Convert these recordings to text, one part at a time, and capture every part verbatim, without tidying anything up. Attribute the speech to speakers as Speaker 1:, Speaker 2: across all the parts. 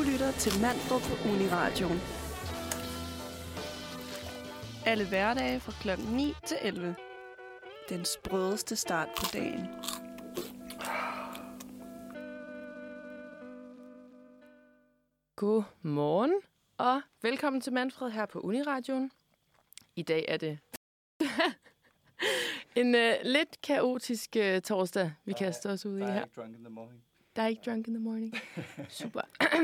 Speaker 1: lytter til Manfred på Uniradioen. Alle hverdage fra klokken ni til elleve. Den sprødeste start på dagen.
Speaker 2: God morgen og velkommen til Manfred her på Uniradioen. I dag er det en uh, lidt kaotisk uh, torsdag, vi kaster os ud i her.
Speaker 3: Der er ikke drunk in the morning.
Speaker 2: Der er ikke drunk in the morning. Super.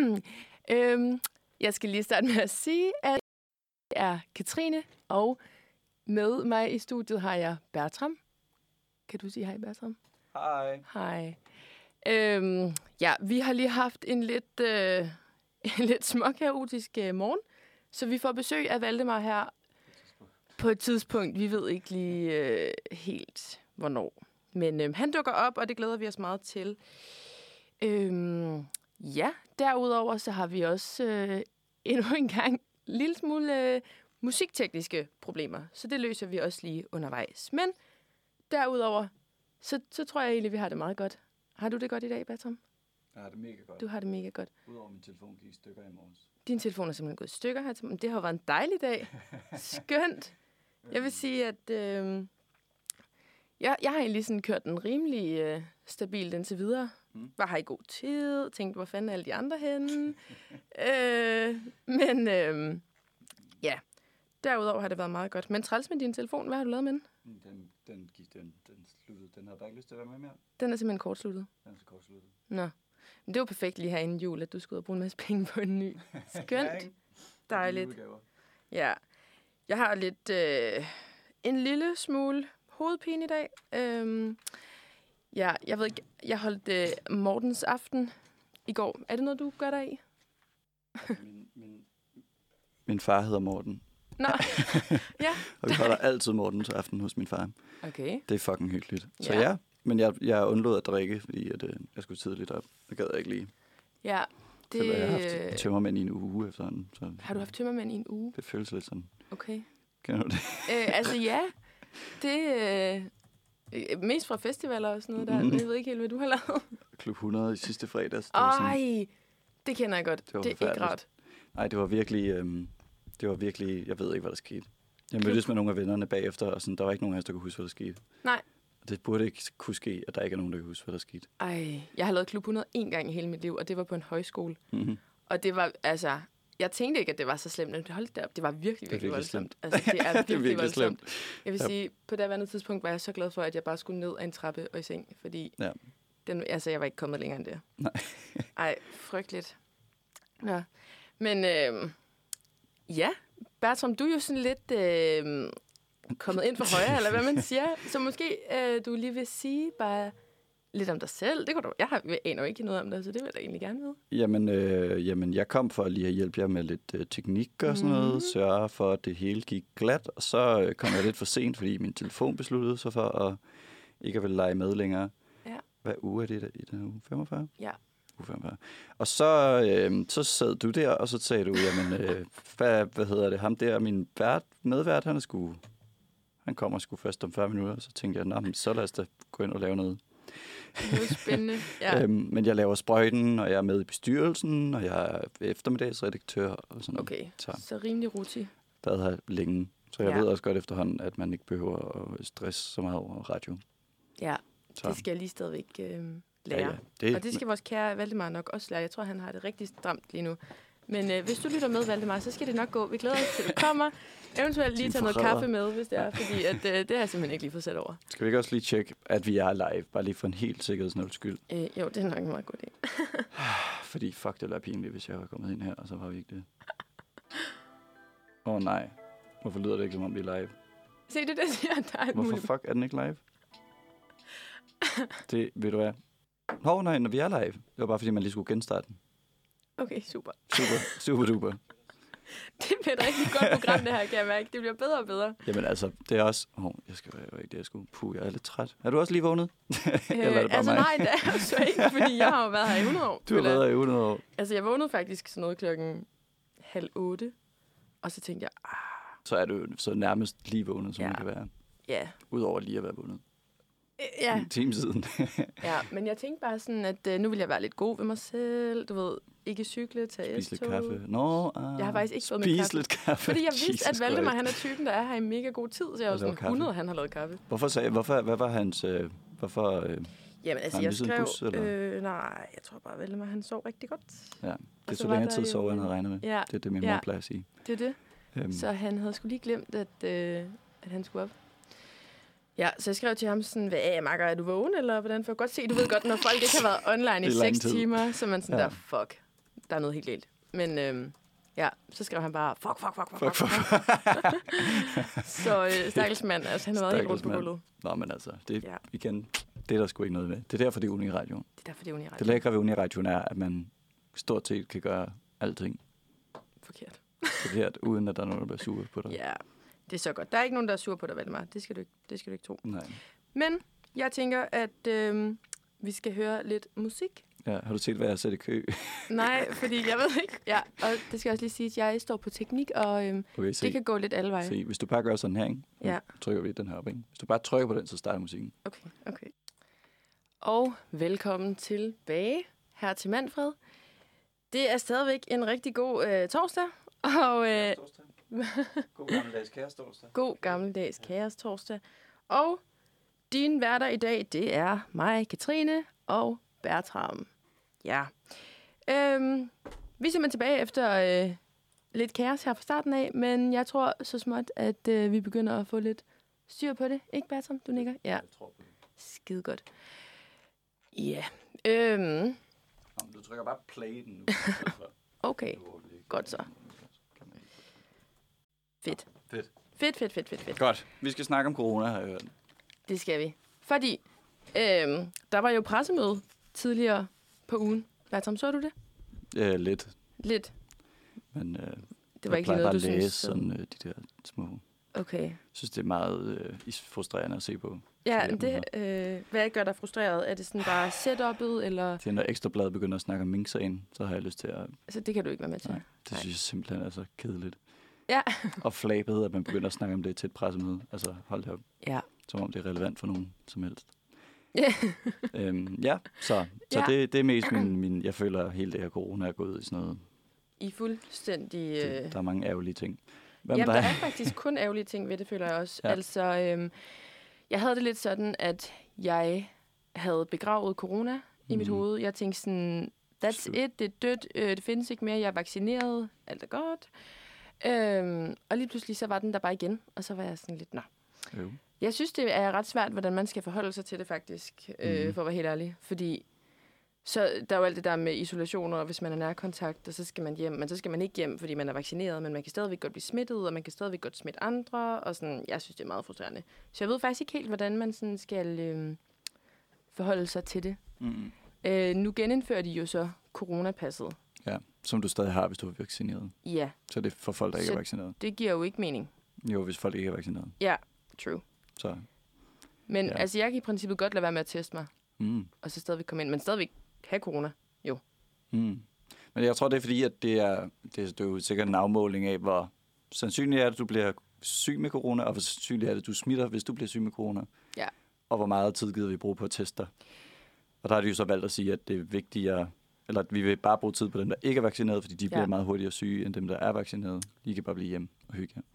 Speaker 2: øhm, jeg skal lige starte med at sige, at jeg er Katrine, og med mig i studiet har jeg Bertram. Kan du sige hej, Bertram?
Speaker 3: Hej.
Speaker 2: Hej. Øhm, ja, vi har lige haft en lidt, øh, en lidt småkaotisk øh, morgen, så vi får besøg af Valdemar her på et tidspunkt. Vi ved ikke lige øh, helt, hvornår. Men øh, han dukker op, og det glæder vi os meget til. Øhm, ja, derudover så har vi også øh, endnu en gang en lille smule øh, musiktekniske problemer, så det løser vi også lige undervejs. Men derudover, så, så tror jeg egentlig, vi har det meget godt. Har du det godt i dag, Bertram?
Speaker 3: Jeg har det mega godt.
Speaker 2: Du har det mega godt.
Speaker 3: Udover min telefon gik i stykker i morges.
Speaker 2: Din telefon er simpelthen gået i stykker her. Men det har været en dejlig dag. Skønt. Jeg vil sige, at øh, jeg, jeg har egentlig sådan kørt den rimelig øh, stabilt indtil videre. Mm. Var her i god tid. Tænkte, hvor fanden er alle de andre henne? øh, men øh, ja, derudover har det været meget godt. Men træls med din telefon. Hvad har du lavet med den?
Speaker 3: Den, den, gik, den, den sluttede. Den havde bare ikke lyst til at være med mere.
Speaker 2: Den er simpelthen kortsluttet.
Speaker 3: Den er så kortsluttet.
Speaker 2: Nå. Men det var perfekt lige her inden jul, at du skulle ud og bruge en masse penge på en ny. Skønt. Dejligt. Ja. Jeg har lidt øh, en lille smule hovedpine i dag. Øhm, ja, jeg ved ikke, jeg holdt øh, Mortens aften i går. Er det noget, du gør der i?
Speaker 3: min, min, min far hedder Morten.
Speaker 2: Nå, ja.
Speaker 3: Og vi holder altid Mortens aften hos min far.
Speaker 2: Okay.
Speaker 3: Det er fucking hyggeligt. Så
Speaker 2: ja,
Speaker 3: ja, men jeg, jeg undlod at drikke, fordi at, øh, jeg skulle tidligt op. Det gad jeg ikke lige.
Speaker 2: Ja, det...
Speaker 3: Så jeg har haft tømmermænd i en uge efterhånden. Så
Speaker 2: har du haft tømmermænd i en uge?
Speaker 3: Det føles lidt sådan.
Speaker 2: Okay.
Speaker 3: Kender du det?
Speaker 2: øh, altså ja, det øh, mest fra festivaler og sådan noget der. Mm. Jeg ved ikke helt, hvad du har lavet.
Speaker 3: Klub hundrede i sidste fredags.
Speaker 2: Ej, sådan, det kender jeg godt. Det, det er ikke rart.
Speaker 3: Nej, det var virkelig, øhm, det var virkelig, jeg ved ikke, hvad der skete. Jeg mødtes Klub. med nogle af vennerne bagefter, og sådan, der var ikke nogen af os, der kunne huske, hvad der skete.
Speaker 2: Nej.
Speaker 3: Det burde ikke kunne ske, at der ikke er nogen, der kan huske, hvad der skete.
Speaker 2: Ej, jeg har lavet Klub hundrede en gang i hele mit liv, og det var på en højskole.
Speaker 3: Mm-hmm.
Speaker 2: Og det var, altså... Jeg tænkte ikke, at det var så slemt, men hold da op, det var virkelig, virkelig voldsomt. Altså, det er virkelig, det er virkelig voldsomt. Jeg vil ja. sige, på det andet tidspunkt var jeg så glad for, at jeg bare skulle ned ad en trappe og i seng, fordi ja. den, altså, jeg var ikke kommet længere end det.
Speaker 3: Nej.
Speaker 2: Ej, frygteligt. Ja. Men øh, ja, Bertram, du er jo sådan lidt øh, kommet ind for højre, eller hvad man siger. Så måske øh, du lige vil sige bare... lidt om dig selv. Det kunne du. Jeg, har, jeg aner jo ikke noget om dig, så det vil jeg da egentlig gerne vide.
Speaker 3: Jamen, øh, jamen jeg kom for at lige at hjælpe jer med lidt øh, teknik og sådan noget. Mm. Sørge for, at det hele gik glat. Og så øh, kom jeg lidt for sent, fordi min telefon besluttede sig for at ikke at ville lege med længere.
Speaker 2: Ja.
Speaker 3: Hvad uge er det der, i den uge? femogfyrre?
Speaker 2: Ja.
Speaker 3: Uge femogfyrre. Og så, øh, så sad du der, og så sagde du, jamen, øh, hvad, hvad hedder det? Ham der, min vært, medvært, han er sgu... Han kommer sgu først om fyrre minutter. Så tænkte jeg, nå, men så lad os da gå ind og lave noget.
Speaker 2: Det er spændende, ja.
Speaker 3: øhm, men jeg laver sprøjten, og jeg er med i bestyrelsen, og jeg er eftermiddagsredaktør og sådan
Speaker 2: okay.
Speaker 3: noget.
Speaker 2: Så, så rimelig ruti.
Speaker 3: Været her længe, så jeg ja. ved også godt efterhånden, at man ikke behøver at stresse så meget over radio.
Speaker 2: Ja, så. Det skal jeg lige stadigvæk øh, lære.
Speaker 3: Ja, ja. Det,
Speaker 2: og det skal vores kære Valdemar nok også lære. Jeg tror, han har det rigtig stramt lige nu. Men øh, hvis du lytter med, Valdemar, så skal det nok gå. Vi glæder os til, at du kommer. Eventuelt lige tage noget kaffe med, hvis det er, fordi at, øh, det har jeg simpelthen ikke lige fået sat over.
Speaker 3: Skal vi ikke også lige tjekke, at vi er live? Bare lige for en helt sikkerhedsnød skyld.
Speaker 2: Øh, jo, det er nok en meget god idé.
Speaker 3: Fordi fuck, det ville være pinligt, hvis jeg var kommet ind her, og så var vi ikke det. Åh oh, nej. Hvorfor lyder det ikke, som om vi er live?
Speaker 2: Se, det der siger, der er et
Speaker 3: Hvorfor
Speaker 2: muligt.
Speaker 3: fuck er den ikke live? Det, ved du hvad? Nå, nej, når vi er live. Det var bare, fordi man lige skulle genstarte den.
Speaker 2: Okay, super.
Speaker 3: Super, super duper.
Speaker 2: Det bliver et rigtig godt program, det her, kan jeg mærke. Det bliver bedre og bedre.
Speaker 3: Jamen altså, det er også... Åh, oh, jeg skal være ikke det, jeg skulle... Puh, jeg er lidt træt. Er du også lige vågnet?
Speaker 2: Eller er det bare altså mig? Nej, det er så ikke, fordi jeg har jo været her i hundrede år.
Speaker 3: Du har været her i hundrede år.
Speaker 2: Altså, jeg vågnede faktisk sådan noget klokken halv otte. Og så tænkte jeg... Ah.
Speaker 3: Så er du så nærmest lige vågnet, som ja. man kan være.
Speaker 2: Ja.
Speaker 3: Udover lige at være vågnet.
Speaker 2: Ja.
Speaker 3: En time siden.
Speaker 2: Ja, men jeg tænkte bare sådan, at øh, nu vil jeg være lidt god ved mig selv. Du ved, ikke cykle, tage
Speaker 3: Spise lidt
Speaker 2: S-tog.
Speaker 3: kaffe. Nå, ah,
Speaker 2: Jeg har faktisk ikke fået med
Speaker 3: spise
Speaker 2: kaffe.
Speaker 3: lidt kaffe.
Speaker 2: Fordi jeg vidste,
Speaker 3: Jesus
Speaker 2: at Valdemar,
Speaker 3: Christ.
Speaker 2: han er typen, der er her i mega god tid. Så jeg var
Speaker 3: Og laver
Speaker 2: sådan,
Speaker 3: kaffe.
Speaker 2: hundrede han har lavet kaffe.
Speaker 3: Hvorfor sagde, hvorfor, hvad var hans, øh, hvorfor, øh,
Speaker 2: Jamen altså,
Speaker 3: han
Speaker 2: jeg
Speaker 3: misset en
Speaker 2: skrev...
Speaker 3: bus, eller?
Speaker 2: øh, nej, jeg tror bare, Valdemar, han sov rigtig godt.
Speaker 3: ja, det er
Speaker 2: så
Speaker 3: så
Speaker 2: var
Speaker 3: længere
Speaker 2: der
Speaker 3: tid
Speaker 2: jo
Speaker 3: sove, han
Speaker 2: en-
Speaker 3: havde regnet med.
Speaker 2: Ja,
Speaker 3: Det er det, min
Speaker 2: Ja.
Speaker 3: mor plejer at sige.
Speaker 2: det er det.
Speaker 3: Øhm,
Speaker 2: Så han havde sgu lige glemt, at, øh, at han skulle op. Ja, så jeg skrev til ham sådan, hvad er makker, er du vågen, eller hvordan? For jeg kan godt se, du ved godt, når folk ikke har været online i
Speaker 3: Det er lang
Speaker 2: seks
Speaker 3: tid.
Speaker 2: timer, så er man sådan
Speaker 3: Ja.
Speaker 2: der, fuck, der er noget helt galt. Men øhm, ja, så skrev han bare, fuck, fuck, fuck, fuck,
Speaker 3: Fuck,
Speaker 2: fuck.
Speaker 3: fuck, fuck.
Speaker 2: Så øh, stakkels mand, altså han har været helt rundt på
Speaker 3: Stakkels mand.
Speaker 2: gulvet.
Speaker 3: Nå, men altså, det,
Speaker 2: Ja.
Speaker 3: igen, det er der sgu ikke noget med. Det er derfor, det er Uniradioen.
Speaker 2: Det er derfor, det er unirært.
Speaker 3: Det lækre ved Uniradioen er, at man stort set kan gøre alting
Speaker 2: Forkert.
Speaker 3: forkert, uden at der er nogen, der bliver sur på dig.
Speaker 2: Ja, det er så godt. Der er ikke nogen, der er sur på dig, Valdemar. Det skal du ikke, det skal du ikke tro.
Speaker 3: Nej.
Speaker 2: Men jeg tænker, at øh, vi skal høre lidt musik.
Speaker 3: Ja, har du set, hvad jeg har sat i kø?
Speaker 2: Nej, fordi jeg ved ikke. Ja, og det skal jeg også lige sige, at jeg står på teknik, og øhm,
Speaker 3: Okay, se,
Speaker 2: det kan gå lidt alle veje.
Speaker 3: se. Hvis du bare gør sådan her, ikke? Nu
Speaker 2: Ja.
Speaker 3: trykker vi den her op, ikke? Hvis du bare trykker på den, så starter musikken.
Speaker 2: Okay, okay. Og velkommen tilbage her til Manfred. Det er stadigvæk en rigtig god øh, torsdag, og øh,
Speaker 3: God gammeldags kærestårsdag.
Speaker 2: god gammeldags kaos torsdag. Og din værter i dag, det er mig, Katrine og Bertram. Ja. Øhm, vi er simpelthen tilbage efter øh, lidt kaos her fra starten af, men jeg tror så småt, at øh, vi begynder at få lidt styr på det. Ikke, Bertram? Du nikker? Ja.
Speaker 3: Jeg tror på det.
Speaker 2: Skide godt. Ja. Øhm,
Speaker 3: Jamen, du trykker bare play den nu.
Speaker 2: okay. Godt så. Fedt.
Speaker 3: Fedt.
Speaker 2: Fedt, fedt, fedt, fedt, fedt.
Speaker 3: Godt. Vi skal snakke om corona, har jeg hørt.
Speaker 2: Det skal vi. Fordi øhm, der var jo pressemøde tidligere på ugen. Bertram, så du det?
Speaker 3: Ja, lidt.
Speaker 2: Lidt.
Speaker 3: Men øh,
Speaker 2: Det var
Speaker 3: jeg
Speaker 2: ikke
Speaker 3: plejer
Speaker 2: lige noget,
Speaker 3: bare
Speaker 2: du
Speaker 3: at læse
Speaker 2: synes.
Speaker 3: sådan, øh, de der små...
Speaker 2: Okay.
Speaker 3: Jeg synes, det er meget øh, is- frustrerende at se på.
Speaker 2: Ja,
Speaker 3: Flere
Speaker 2: det, øh, hvad gør dig frustreret? Er det sådan bare setup'et, eller...
Speaker 3: Til når Ekstrabladet begynder at snakke om Mink-sagen, så har jeg lyst til at...
Speaker 2: Altså, det kan du ikke være med til.
Speaker 3: Nej, det
Speaker 2: Nej.
Speaker 3: synes jeg simpelthen er så kedeligt.
Speaker 2: Ja.
Speaker 3: Og flabet, at man begynder at snakke om det til et pressemøde. Altså, hold det op.
Speaker 2: Ja.
Speaker 3: Som om det er relevant for nogen som helst.
Speaker 2: Ja.
Speaker 3: øhm, ja, så, så
Speaker 2: Ja.
Speaker 3: det, det er mest min, min... Jeg føler, at hele det her corona er gået i sådan noget...
Speaker 2: I fuldstændig... Øh...
Speaker 3: Det, der er mange ærgerlige ting. Hvad med
Speaker 2: Jamen,
Speaker 3: dig?
Speaker 2: der er faktisk kun ærgerlige ting ved det, føler jeg også.
Speaker 3: Ja.
Speaker 2: Ja. Altså, øhm, jeg havde det lidt sådan, at jeg havde begravet corona mm. i mit
Speaker 3: Mhm.
Speaker 2: hoved. Jeg tænkte sådan, that's
Speaker 3: Slut.
Speaker 2: it, det er dødt, øh, det findes ikke mere, jeg er vaccineret, alt er godt. Øhm, og lige pludselig så var den der bare igen, og så var jeg sådan lidt, nå.
Speaker 3: Jo.
Speaker 2: Jeg synes, det er ret svært, hvordan man skal forholde sig til det faktisk, øh,
Speaker 3: Mhm.
Speaker 2: for at være helt ærlig. Fordi så der er jo alt det der med isolation, og hvis man er nærkontakt, og så skal man hjem. Men så skal man ikke hjem, fordi man er vaccineret, men man kan stadigvæk godt blive smittet, og man kan stadigvæk godt smitte andre. Og sådan, jeg synes, det er meget frustrerende. Så jeg ved faktisk ikke helt, hvordan man sådan skal øh, forholde sig til det.
Speaker 3: Mm.
Speaker 2: Øh, nu genindfører de jo så coronapasset.
Speaker 3: Ja, som du stadig har, hvis du er vaccineret.
Speaker 2: Ja,
Speaker 3: Så er det for folk, der ikke
Speaker 2: Så-
Speaker 3: er vaccineret.
Speaker 2: det giver jo ikke mening.
Speaker 3: Jo, hvis folk ikke er vaccineret.
Speaker 2: Ja, true.
Speaker 3: Så,
Speaker 2: Men
Speaker 3: Ja.
Speaker 2: ja. altså, jeg kan i princippet godt lade være med at teste mig,
Speaker 3: mm.
Speaker 2: og så stadigvæk komme ind, men stadigvæk have corona.
Speaker 3: Mm. Men jeg tror, det er fordi, at det er, det, er, det er jo sikkert en afmåling af, hvor sandsynligt er det, at du bliver syg med corona, og hvor sandsynligt er det, at du smitter, hvis du bliver syg med corona.
Speaker 2: Ja.
Speaker 3: Og hvor meget tid gider vi bruge på at teste dig. Og der har de jo så valgt at sige, at det er vigtigere, eller at vi vil bare bruge tid på dem, der ikke er vaccineret, fordi de
Speaker 2: Ja.
Speaker 3: bliver meget hurtigere syge, end dem, der er vaccineret. De kan bare blive hjemme og hygge jer.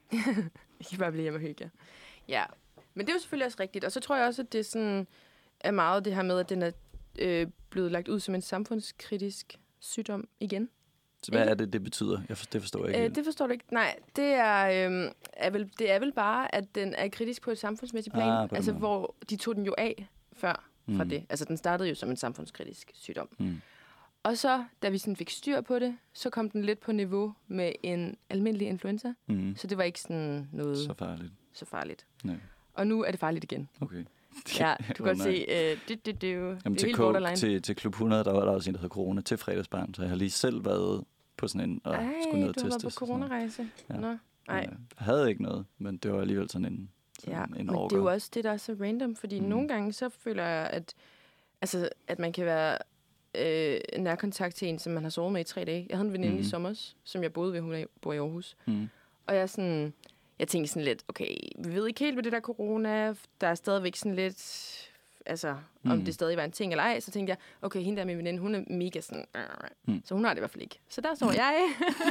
Speaker 2: I kan bare blive hjemme og hygge jer. Ja, men det er jo selvfølgelig også rigtigt. Og så tror jeg også, at det sådan er meget det her med, at den er øh, blevet lagt ud som en samfundskritisk sygdom igen.
Speaker 3: Så hvad
Speaker 2: Ikke?
Speaker 3: er det, det betyder? Jeg for, det forstår jeg ikke.
Speaker 2: Øh,
Speaker 3: helt.
Speaker 2: det forstår du ikke. Nej, det er, øh, er, vel, det er vel bare, at den er kritisk på et samfundsmæssigt plan.
Speaker 3: Ah, på den
Speaker 2: altså,
Speaker 3: måde.
Speaker 2: hvor de tog den jo af før fra
Speaker 3: Mm.
Speaker 2: det. Altså, den startede jo som en samfundskritisk sygdom.
Speaker 3: Mm.
Speaker 2: Og så, da vi sådan fik styr på det, så kom den lidt på niveau med en almindelig influenza.
Speaker 3: Mm.
Speaker 2: Så det var ikke sådan noget
Speaker 3: Så
Speaker 2: så,
Speaker 3: farligt.
Speaker 2: så farligt.
Speaker 3: Nej.
Speaker 2: Og nu er det farligt igen.
Speaker 3: Okay.
Speaker 2: Ja, du kan
Speaker 3: Åh,
Speaker 2: godt
Speaker 3: nej.
Speaker 2: se, øh, det, det, det er jo
Speaker 3: Jamen,
Speaker 2: det er
Speaker 3: til,
Speaker 2: helt
Speaker 3: Coke,
Speaker 2: borderline.
Speaker 3: til, til Klub hundrede, der var der også en, der hed Corona til fredagsbarn, så jeg har lige selv været på sådan en, og
Speaker 2: Ej,
Speaker 3: skulle ned og
Speaker 2: du har været
Speaker 3: testes.
Speaker 2: på
Speaker 3: og sådan noget.
Speaker 2: coronarejse.
Speaker 3: Ja.
Speaker 2: Nå,
Speaker 3: Men,
Speaker 2: nej.
Speaker 3: øh, Jeg havde ikke noget, men det var alligevel sådan en, sådan
Speaker 2: Ja,
Speaker 3: en
Speaker 2: men
Speaker 3: overgang.
Speaker 2: det er jo også det, der er så random, fordi
Speaker 3: Mm.
Speaker 2: mm. nogle gange så føler jeg, at, altså, at man kan være øh, nærkontakt til en, som man har sovet med i tre dage. Jeg havde en veninde
Speaker 3: Mhm.
Speaker 2: mm. i sommer, som jeg boede ved, hun er- bor i Aarhus.
Speaker 3: Mm.
Speaker 2: Og jeg sådan, jeg tænkte sådan lidt, okay, vi ved ikke helt med det der corona. Der er stadigvæk sådan lidt altså, mm. om det stadig var en ting eller ej. Så tænkte jeg, okay, hende der med min veninde, hun er mega sådan... Mm. Så hun har det i hvert fald ikke. Så der står jeg.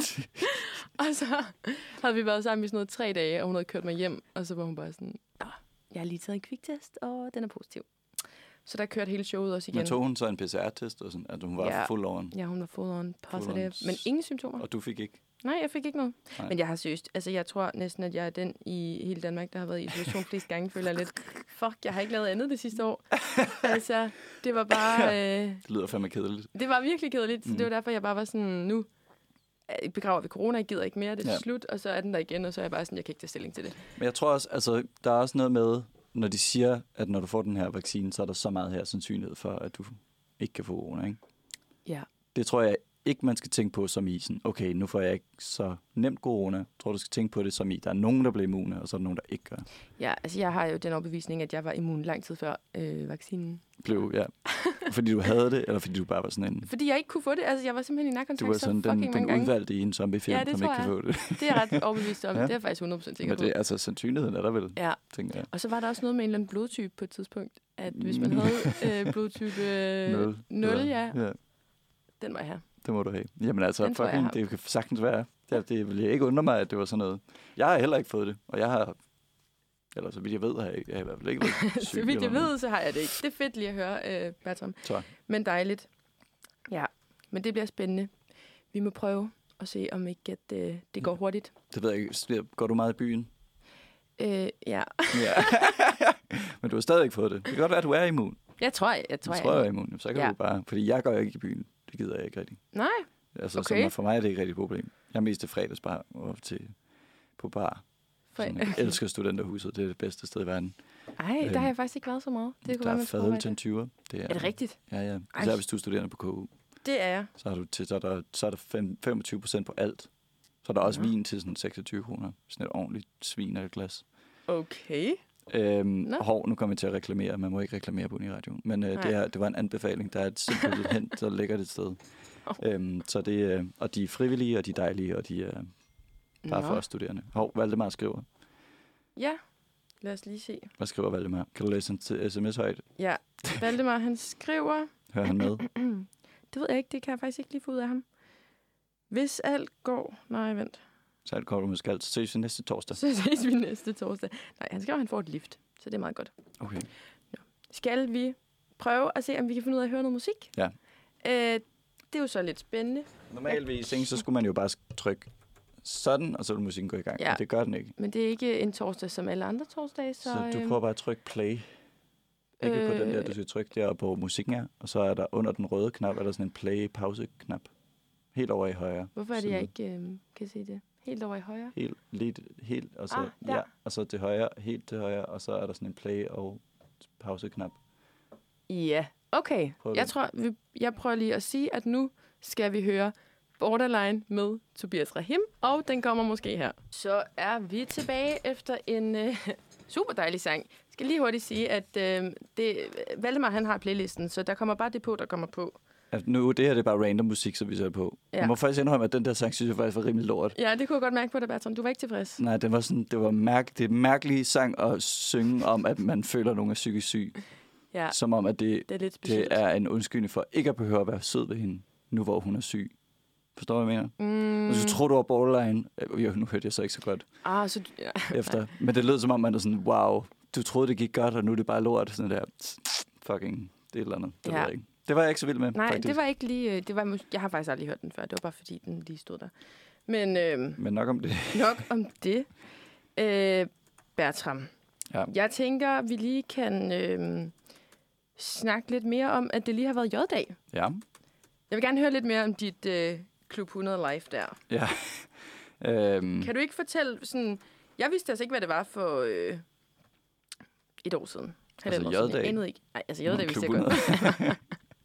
Speaker 2: Og så havde vi været sammen i sådan noget tre dage, og hun havde kørt mig hjem. Og så var hun bare sådan, jeg har lige taget en kviktest, og den er positiv. Så der kørte hele showet også igen.
Speaker 3: Men tog hun så en P C R-test, og sådan, at hun var
Speaker 2: ja.
Speaker 3: full on?
Speaker 2: Ja, hun var full on positive, men ingen symptomer.
Speaker 3: Og du fik ikke?
Speaker 2: Nej, jeg fik ikke noget. Nej. Men jeg har seriøst, altså jeg tror næsten, at jeg er den i hele Danmark, der har været i isolation flest gange, føler jeg lidt, fuck, jeg har ikke lavet andet det sidste år. Altså, det var bare... Øh,
Speaker 3: det lyder fandme kedeligt.
Speaker 2: Det var virkelig kedeligt, så mm. det var derfor, jeg bare var sådan, nu begraver vi corona, jeg gider ikke mere, det er ja. slut, og så er den der igen, og så er jeg bare sådan, jeg kan ikke tage stilling til det.
Speaker 3: Men jeg tror også, altså, der er også noget med, når de siger, at når du får den her vaccine, så er der så meget her sandsynlighed for, at du ikke kan få corona, ikke?
Speaker 2: Ja.
Speaker 3: Det tror jeg ikke, man skal tænke på som i sådan, okay, nu får jeg ikke så nemt corona. Jeg tror, du skal tænke på det som i, der er nogen, der bliver immune, og så er der nogen, der ikke gør.
Speaker 2: Ja, altså jeg har jo den overbevisning, at jeg var immun lang tid før øh, vaccinen.
Speaker 3: Blev, ja. Fordi du havde det, eller fordi du bare var sådan en...
Speaker 2: Fordi jeg ikke kunne få det. Altså, jeg var simpelthen i nærkontakt
Speaker 3: så fucking mange gange. Du var sådan den, den udvalgte i en zombiefilm,
Speaker 2: ja,
Speaker 3: som ikke kan få det.
Speaker 2: Det er ret overbevist om. Ja. Det er jeg faktisk hundrede procent sikker på.
Speaker 3: Men det er altså sandsynligheden er der vel,
Speaker 2: ja.
Speaker 3: tænker jeg.
Speaker 2: Og så var der også noget med en eller anden blodtype på et tidspunkt. At hvis man havde øh, blodtype øh, nul, ja, ja, den var jeg her.
Speaker 3: Det må du have. Jamen altså, fucking, det kan sagtens være. Det, det vil jeg ikke undre mig, at det var sådan noget. Jeg har heller ikke fået det, og jeg har... Eller så vidt jeg ved, har jeg, jeg har i hvert fald ikke været syg.
Speaker 2: Så vidt jeg ved, så har jeg det ikke. Det er fedt lige at høre, uh, Bertram.
Speaker 3: Tak.
Speaker 2: Men dejligt. Ja, men det bliver spændende. Vi må prøve at se, om ikke at, uh, det går hurtigt.
Speaker 3: Det ved jeg ikke. Går du meget i byen?
Speaker 2: Uh, ja.
Speaker 3: ja. Men du har stadig ikke fået det. Det kan godt være, at du er immun.
Speaker 2: Jeg tror, jeg, jeg, tror,
Speaker 3: jeg, jeg er immun. Så kan ja. du bare... Fordi jeg går ikke i byen. Det gider jeg ikke rigtig.
Speaker 2: Nej?
Speaker 3: Altså,
Speaker 2: okay.
Speaker 3: Så for mig er det ikke rigtig et problem. Jeg er mest til fredagsbar og til på bar. Sådan, jeg elsker studenterhuset. Det er det bedste sted i verden.
Speaker 2: Ej, øhm, der har jeg faktisk ikke været så meget. Det kunne
Speaker 3: der
Speaker 2: være,
Speaker 3: er fadøl til en tyver.
Speaker 2: Det er, er det rigtigt?
Speaker 3: Ja, ja. Især hvis du er studerende på K U.
Speaker 2: Det er jeg.
Speaker 3: Så, har du til, så er der, så er der fem, femogtyve procent på alt. Så er der også ja. vin til sådan seksogtyve kroner. Sådan et ordentligt svin eller et glas.
Speaker 2: Okay.
Speaker 3: Øhm, no. Hov, nu kommer jeg til at reklamere. Man må ikke reklamere på den i radioen. Men øh, det, er, det var en anbefaling. Der er et simpelt hen, så ligger det et sted. Oh. Øhm, så det, øh, og de er frivillige, og de er dejlige, og de er bare no. for os studerende. Hov, Valdemar skriver.
Speaker 2: Ja, lad os lige se.
Speaker 3: Hvad skriver Valdemar? Kan du læse en til sms højt?
Speaker 2: Ja, Valdemar han skriver...
Speaker 3: Hører han med?
Speaker 2: Det ved jeg ikke, det kan jeg faktisk ikke lige få ud af ham. Hvis alt går... Nej, vent.
Speaker 3: Så alt går du måske alt. Så ses vi næste torsdag.
Speaker 2: Så ses vi næste torsdag. Nej, han skriver, at han får et lift, så det er meget godt.
Speaker 3: Okay.
Speaker 2: Ja. Skal vi prøve at se, om vi kan finde ud af at høre noget musik?
Speaker 3: Ja.
Speaker 2: Øh, det er jo så lidt spændende.
Speaker 3: Normalvis, så skulle man jo bare trykke sådan, og så vil musikken gå i gang. Ja. Men det gør den ikke.
Speaker 2: Men det er ikke en torsdag som alle andre torsdage, så...
Speaker 3: Så du prøver bare at trykke play. Ikke øh... på den der, du skal trykke der, på musikken er. Og så er der under den røde knap, er der sådan en play-pause-knap. Helt over i højre.
Speaker 2: Hvorfor er det, jeg ikke øh, kan se det? Helt over i højre?
Speaker 3: Helt, lidt, helt, og så,
Speaker 2: ah,
Speaker 3: ja, og så til højre, helt til højre, og så er der sådan en play- og pause-knap.
Speaker 2: Ja, okay. Jeg tror, vi, jeg prøver lige at sige, at nu skal vi høre Borderline med Tobias Rahim, og den kommer måske her. Så er vi tilbage efter en øh, super dejlig sang. Jeg skal lige hurtigt sige, at øh, det, Valdemar han har playlisten, så der kommer bare det på, der kommer på.
Speaker 3: Altså, nu, det her det er bare random musik, som vi ser på. Ja. Jeg må faktisk indrømme, at den der sang, synes jeg faktisk var rimelig lort.
Speaker 2: Ja, det kunne jeg godt mærke på dig, Bertram. Du var ikke tilfreds.
Speaker 3: Nej, den var sådan, det var mærk, det er en mærkelig sang at synge om, at man føler, at nogen er psykisk syg.
Speaker 2: Ja.
Speaker 3: Som om, at det,
Speaker 2: det, er,
Speaker 3: det er en undskyldning for ikke at behøve at være sød ved hende, nu hvor hun er syg. Forstår du, hvad jeg mener? Mm. Og så tror du var borderline. Jo, nu hørte jeg så ikke så godt.
Speaker 2: Ah, så... Ja.
Speaker 3: Efter. Men det lød som om, man er sådan, wow, du troede, det gik godt, og nu er det bare lort. Sådan der, fucking, det er et eller andet. Det ja. ved jeg ikke. Det var jeg ikke så vild med,
Speaker 2: Nej,
Speaker 3: faktisk.
Speaker 2: det var ikke lige... Det var, jeg har faktisk aldrig hørt den før. Det var bare fordi, den lige stod der. Men, øh,
Speaker 3: Men nok om det.
Speaker 2: Nok om det. Øh, Bertram.
Speaker 3: Ja.
Speaker 2: Jeg tænker, vi lige kan øh, snakke lidt mere om, at det lige har været J-dag.
Speaker 3: Ja.
Speaker 2: Jeg vil gerne høre lidt mere om dit øh, Klub hundrede live der.
Speaker 3: Ja. øhm.
Speaker 2: Kan du ikke fortælle sådan... Jeg vidste altså ikke, hvad det var for øh, et år siden.
Speaker 3: Altså J-dag?
Speaker 2: Jeg anede ikke. Nej, altså J-dag vidste jeg godt.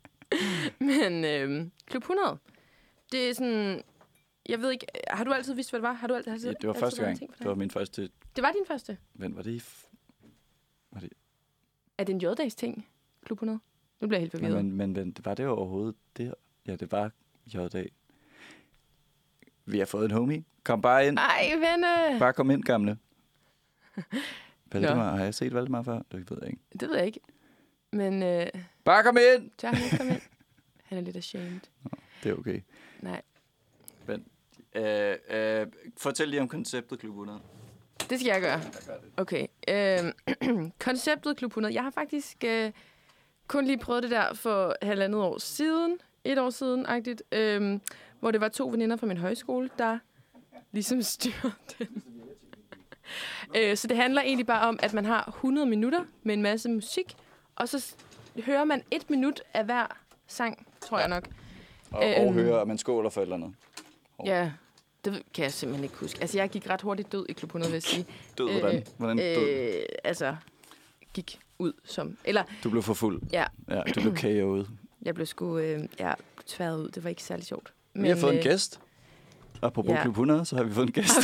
Speaker 2: Men øh, Klub hundrede, det er sådan... Jeg ved ikke... Har du altid vidst, hvad det var? Har du altid, altid,
Speaker 3: ja, det var første gang. Det var min første...
Speaker 2: Det var din første?
Speaker 3: Men var det i... F... Var det...
Speaker 2: Er det en J-dags ting, Klub hundrede? Nu bliver jeg helt forvirret.
Speaker 3: Men, men, men var det overhovedet der? Ja, det var J-dag. Vi har fået en homie. Kom bare ind.
Speaker 2: Ej, venne!
Speaker 3: Bare kom ind, gamle. Valdemar, har jeg set Valdemar før? Det ved jeg ikke.
Speaker 2: Det ved jeg ikke. Men øh,
Speaker 3: Bare kom ind!
Speaker 2: tør han ikke komme ind? Han er lidt ashamed.
Speaker 3: Det er okay.
Speaker 2: Nej,
Speaker 3: Men, øh, øh, fortæl lige om konceptet Klub hundrede.
Speaker 2: det skal jeg gøre.
Speaker 3: Jeg gør det.
Speaker 2: Okay. Øh, konceptet Klub hundrede. Jeg har faktisk øh, kun lige prøvet det der for halvandet år siden. Et år siden, agtigt. Øh, hvor det var to veninder fra min højskole, der ligesom styrede den. øh, så det handler egentlig bare om, at man har hundrede minutter med en masse musik, og så s- hører man et minut af hver sang, tror jeg nok.
Speaker 3: Og, og
Speaker 2: Øhm.
Speaker 3: høre, at man skåler for et eller andet. Oh.
Speaker 2: Ja, det kan jeg simpelthen ikke huske. Altså, jeg gik ret hurtigt død i Klub hundrede, vil jeg sige.
Speaker 3: Død, hvordan? Hvordan død?
Speaker 2: Øh, altså, gik ud som... Eller,
Speaker 3: Du blev for fuld.
Speaker 2: ja,
Speaker 3: Ja, du blev K O'et.
Speaker 2: jeg blev sgu øh, ja, tværet ud. Det var ikke særlig sjovt. Men,
Speaker 3: Vi har fået en
Speaker 2: øh,
Speaker 3: gæst. Apropos
Speaker 2: ja.
Speaker 3: Klub hundrede, så har vi fået en gæst.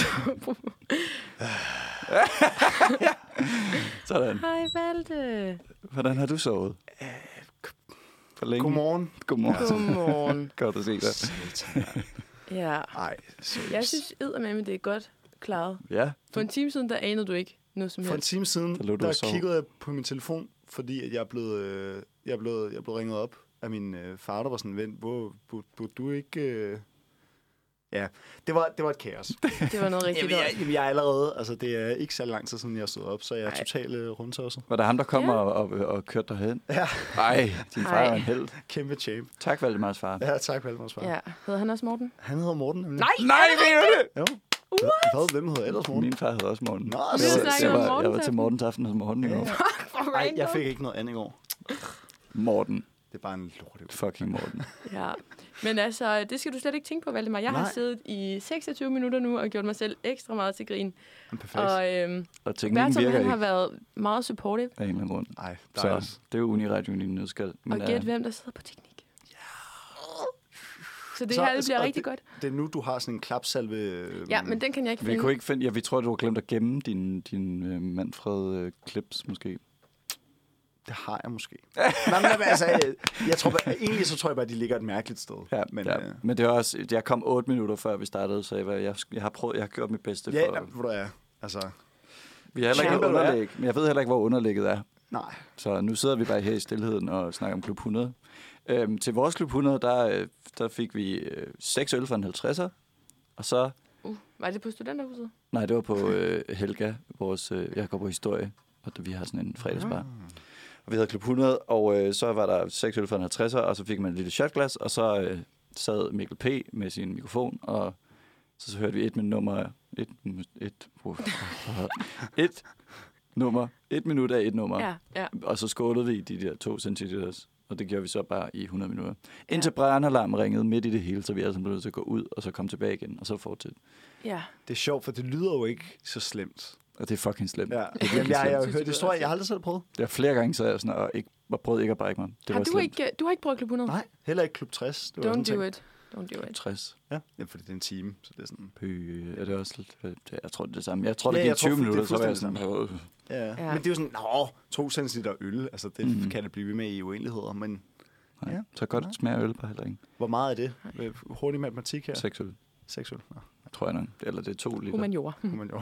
Speaker 3: Sådan.
Speaker 2: Hej, Valde.
Speaker 3: Hvordan har du sovet? For længe?
Speaker 4: Godmorgen.
Speaker 3: Godmorgen.
Speaker 2: Godmorgen.
Speaker 3: Godt at se dig.
Speaker 2: Ja,
Speaker 4: Ej, seriøst.
Speaker 2: jeg synes eddermame, det er godt klaret.
Speaker 3: Ja,
Speaker 2: For en time siden, der anede du ikke noget som
Speaker 4: For en
Speaker 2: helst.
Speaker 4: time siden,
Speaker 3: Der lå du og
Speaker 4: der
Speaker 3: sov.
Speaker 4: kiggede jeg på min telefon, fordi at jeg er blevet, øh, jeg er blevet, jeg er blevet ringet op af min øh, far, der var sådan, vent, hvor burde, burde du ikke... Øh... Ja, det var, det var et kaos.
Speaker 2: Det var noget rigtigt.
Speaker 4: Jamen, jeg, jamen, jeg er allerede, altså det er ikke så lang tid siden, jeg stod op, så jeg er
Speaker 2: Ej.
Speaker 4: totalt øh, rundtosset.
Speaker 3: var det ham, der kom
Speaker 2: Ja.
Speaker 3: og, og, og kørte dig hen?
Speaker 4: Ja,
Speaker 3: Ej, din far
Speaker 2: Ej.
Speaker 3: er en held.
Speaker 4: kæmpe champ.
Speaker 3: Tak, Valdemars far.
Speaker 4: Ja, tak, Valdemars far.
Speaker 2: Ja, hedder han også Morten?
Speaker 4: Han hedder Morten, nemlig.
Speaker 2: Nej!
Speaker 3: Nej, mener du det?
Speaker 4: Jo. Hvad? Hvem hedder ellers Morten?
Speaker 3: Min far hedder også Morten.
Speaker 4: Nå,
Speaker 2: Vi
Speaker 4: så-
Speaker 2: har
Speaker 3: jeg,
Speaker 2: snakket
Speaker 3: jeg,
Speaker 2: om
Speaker 3: var, jeg var
Speaker 2: morgensaften.
Speaker 3: til Mortens aften hos Morten i går.
Speaker 4: Ej, jeg fik ikke noget andet i går.
Speaker 3: Morten.
Speaker 4: Det er bare en lort.
Speaker 3: Fucking Morten.
Speaker 2: Ja, men altså, det skal du slet ikke tænke på, Valdemar. Jeg har
Speaker 4: Nej.
Speaker 2: siddet i seksogtyve minutter nu og gjort mig selv ekstra meget til grin.
Speaker 4: Perfekt.
Speaker 2: Og øhm,
Speaker 3: Og teknikken
Speaker 2: Bertram,
Speaker 3: virker
Speaker 2: han har
Speaker 3: ikke
Speaker 2: været meget supportive.
Speaker 3: af en eller anden grund.
Speaker 4: Ej,
Speaker 3: Så
Speaker 4: dejligt.
Speaker 3: det er jo Uniradioen i en nødskal.
Speaker 2: Og
Speaker 3: øh,
Speaker 2: gæt, hvem der sidder på teknik. Så det
Speaker 4: Så-
Speaker 2: her det bliver
Speaker 4: og
Speaker 2: rigtig
Speaker 4: det-
Speaker 2: godt.
Speaker 4: Det er nu, du har sådan en klapsalve... Øh,
Speaker 2: Ja, men den kan jeg ikke
Speaker 3: Vi
Speaker 2: finde.
Speaker 3: kunne ikke finde... Ja, vi tror, du har glemt at gemme din, din øh, Manfred øh, clips, måske.
Speaker 4: Det har jeg måske. Nej, men altså, jeg, jeg tror bare, egentlig så tror jeg bare, at de ligger et mærkeligt sted.
Speaker 3: Ja,
Speaker 4: men,
Speaker 3: ja.
Speaker 4: øh,
Speaker 3: Men det er også... Jeg kom otte minutter før vi startede, så jeg, var- jeg, jeg har prøvet... Jeg har gjort mit bedste
Speaker 4: ja,
Speaker 3: for...
Speaker 4: ja, hvor du er. Altså,
Speaker 3: Vi har heller ikke
Speaker 4: Kæmpe,
Speaker 3: noget
Speaker 4: du er.
Speaker 3: underlæg, men jeg ved heller ikke, hvor underlægget er.
Speaker 4: nej.
Speaker 3: Så nu sidder vi bare her i stillheden og snakker om Klub hundrede. Øhm, til vores Klub hundrede, der, øh, der fik vi øh, seks øl for en halvtredser. Og så...
Speaker 2: Uh, var det på studenterhuset?
Speaker 3: Nej, det var på øh, Helga, vores... Øh, jeg går på historie, og vi har sådan en fredagsbar.
Speaker 4: Ah.
Speaker 3: Og vi havde Klub hundrede, og øh, så var der seks øl for en halvtredser, og så fik man et lille shotglas, og så øh, sad Mikkel P. med sin mikrofon, og så, så hørte vi et med nummer... Et, et, uh, et nummer. Et minut af et nummer.
Speaker 2: Ja, ja.
Speaker 3: Og så skålede vi de der to centiliters, og det gjorde vi så bare i hundrede minutter. Indtil brandalarmen ringede midt i det hele, så vi altså blev nødt til at gå ud, og så komme tilbage igen, og så fortsætte.
Speaker 2: Ja.
Speaker 4: Det er sjovt, for det lyder jo ikke så slemt.
Speaker 3: Og det er fucking slemt.
Speaker 4: Ja.
Speaker 3: Det er
Speaker 4: Jamen,
Speaker 3: virkelig
Speaker 4: jeg, jeg,
Speaker 3: slemt.
Speaker 4: har hørt historie. Jeg har aldrig selv prøvet.
Speaker 3: Jeg har flere gange så jeg sådan, og ikke, og prøvet ikke at brække mig. Det
Speaker 2: Har
Speaker 3: var
Speaker 2: du,
Speaker 3: slemt.
Speaker 2: ikke, du har ikke prøvet Klub hundrede?
Speaker 4: Nej, heller ikke Klub tres. Det var
Speaker 2: Don't
Speaker 4: sådan
Speaker 2: do
Speaker 4: ting.
Speaker 2: it. Don't do it.
Speaker 3: tres.
Speaker 4: Ja, ja, fordi det er en time, så det er sådan...
Speaker 3: Pø, er det også lidt... det- Jeg tror, det er det samme. Jeg tror, det
Speaker 4: Ja,
Speaker 3: gik
Speaker 4: jeg tror,
Speaker 3: tyve
Speaker 4: det er
Speaker 3: minutter, så var jeg
Speaker 4: fuldstændig
Speaker 3: sådan... Øh.
Speaker 4: Ja,
Speaker 2: Ja.
Speaker 4: ja. Men det er jo sådan, nå, to centiliter øl. Altså, det
Speaker 3: Mhm.
Speaker 4: mm-hmm. kan det blive ved med i uendeligheder. Men
Speaker 3: Nej,
Speaker 4: Ja.
Speaker 3: så godt smager øl bare heller ikke.
Speaker 4: hvor meget er det? Øh, Hurtig matematik her.
Speaker 3: Seks øl,
Speaker 4: Seks øl. Nå,
Speaker 3: tror jeg nok. Eller det er to liter.
Speaker 2: Humaniora.
Speaker 4: kunne man jo.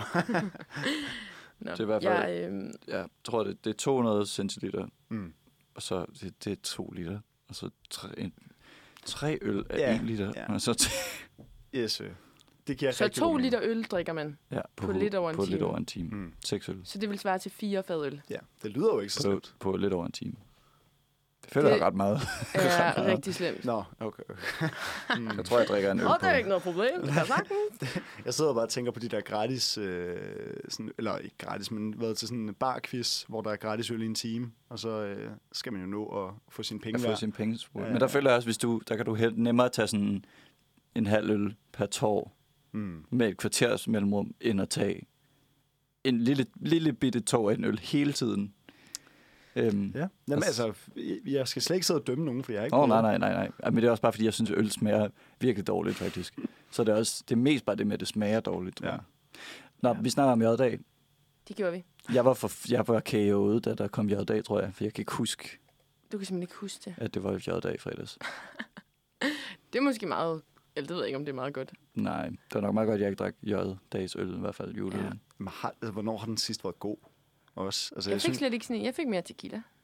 Speaker 2: Nå.
Speaker 3: Det er i hvert fald-
Speaker 2: Jeg, øhm,
Speaker 3: Jeg tror, det, det er to hundrede centiliter,
Speaker 4: Mm.
Speaker 3: og så det, det er to liter. Og så tre, en, tre øl af
Speaker 4: Ja,
Speaker 3: en liter.
Speaker 4: ja.
Speaker 3: Og så t-
Speaker 4: Yes, øh. Det giver
Speaker 2: så
Speaker 4: rigtig
Speaker 2: to
Speaker 4: god mening.
Speaker 2: liter øl drikker man.
Speaker 3: ja,
Speaker 2: På lidt over en
Speaker 3: på
Speaker 2: time.
Speaker 3: lidt over en time.
Speaker 4: Mm.
Speaker 3: Seks øl.
Speaker 2: Så det vil svare til fire fadøl.
Speaker 4: Ja, det lyder jo ikke så
Speaker 3: På,
Speaker 4: slemt.
Speaker 3: på lidt over en time. Det føler
Speaker 2: Det-
Speaker 3: jeg ret meget.
Speaker 2: Er rigtig slemt.
Speaker 4: Nå, okay. okay. mm.
Speaker 3: Jeg tror, jeg drikker en øl
Speaker 2: Og
Speaker 3: på.
Speaker 2: det er ikke noget problem. Det kan sagtens.
Speaker 4: Jeg sidder bare og tænker på de der gratis, øh, sådan, eller ikke gratis, men været til sådan en barquiz, hvor der er gratis øl i en time, og så øh, skal man jo nå at få sine penge
Speaker 3: At få
Speaker 4: værd.
Speaker 3: sine penge.
Speaker 4: Ja,
Speaker 3: Ja,
Speaker 4: ja.
Speaker 3: Men der føler jeg også, hvis du, der kan du helt nemmere tage sådan en halv øl per tår
Speaker 4: Mm.
Speaker 3: med et kvarters mellemrum, end at tage en lille, lille bitte tår af en øl hele tiden. Øhm,
Speaker 4: Ja, Jamen,
Speaker 3: Altså-
Speaker 4: altså, jeg skal slet ikke sidde og dømme nogen, for jeg er ikke
Speaker 3: Åh, oh,
Speaker 4: prøvet
Speaker 3: nej,
Speaker 4: det.
Speaker 3: nej, nej, nej. Men det er også bare, fordi jeg synes, at øl smager virkelig dårligt, faktisk. Så det er også det er mest bare det med, at det smager dårligt, tror
Speaker 4: Ja.
Speaker 3: jeg. Nå, vi snakker om J-dag.
Speaker 2: Det gjorde vi.
Speaker 3: Jeg var, for, jeg var K O'et, da der kom J-dag, tror jeg. For jeg kan ikke huske,
Speaker 2: Du kan simpelthen ikke huske det.
Speaker 3: at det var J-dag i fredags.
Speaker 2: Det er måske meget... Eller det ved jeg ikke, om det er meget godt.
Speaker 3: Nej, det var nok meget godt, at jeg ikke drak J-dags øl, i hvert fald juleøl.
Speaker 2: Ja.
Speaker 4: Men har, altså, hvornår har den sidst været god? Også? Altså,
Speaker 2: Jeg fik
Speaker 4: synes,
Speaker 2: slet ikke sådan en. Jeg fik mere tequila.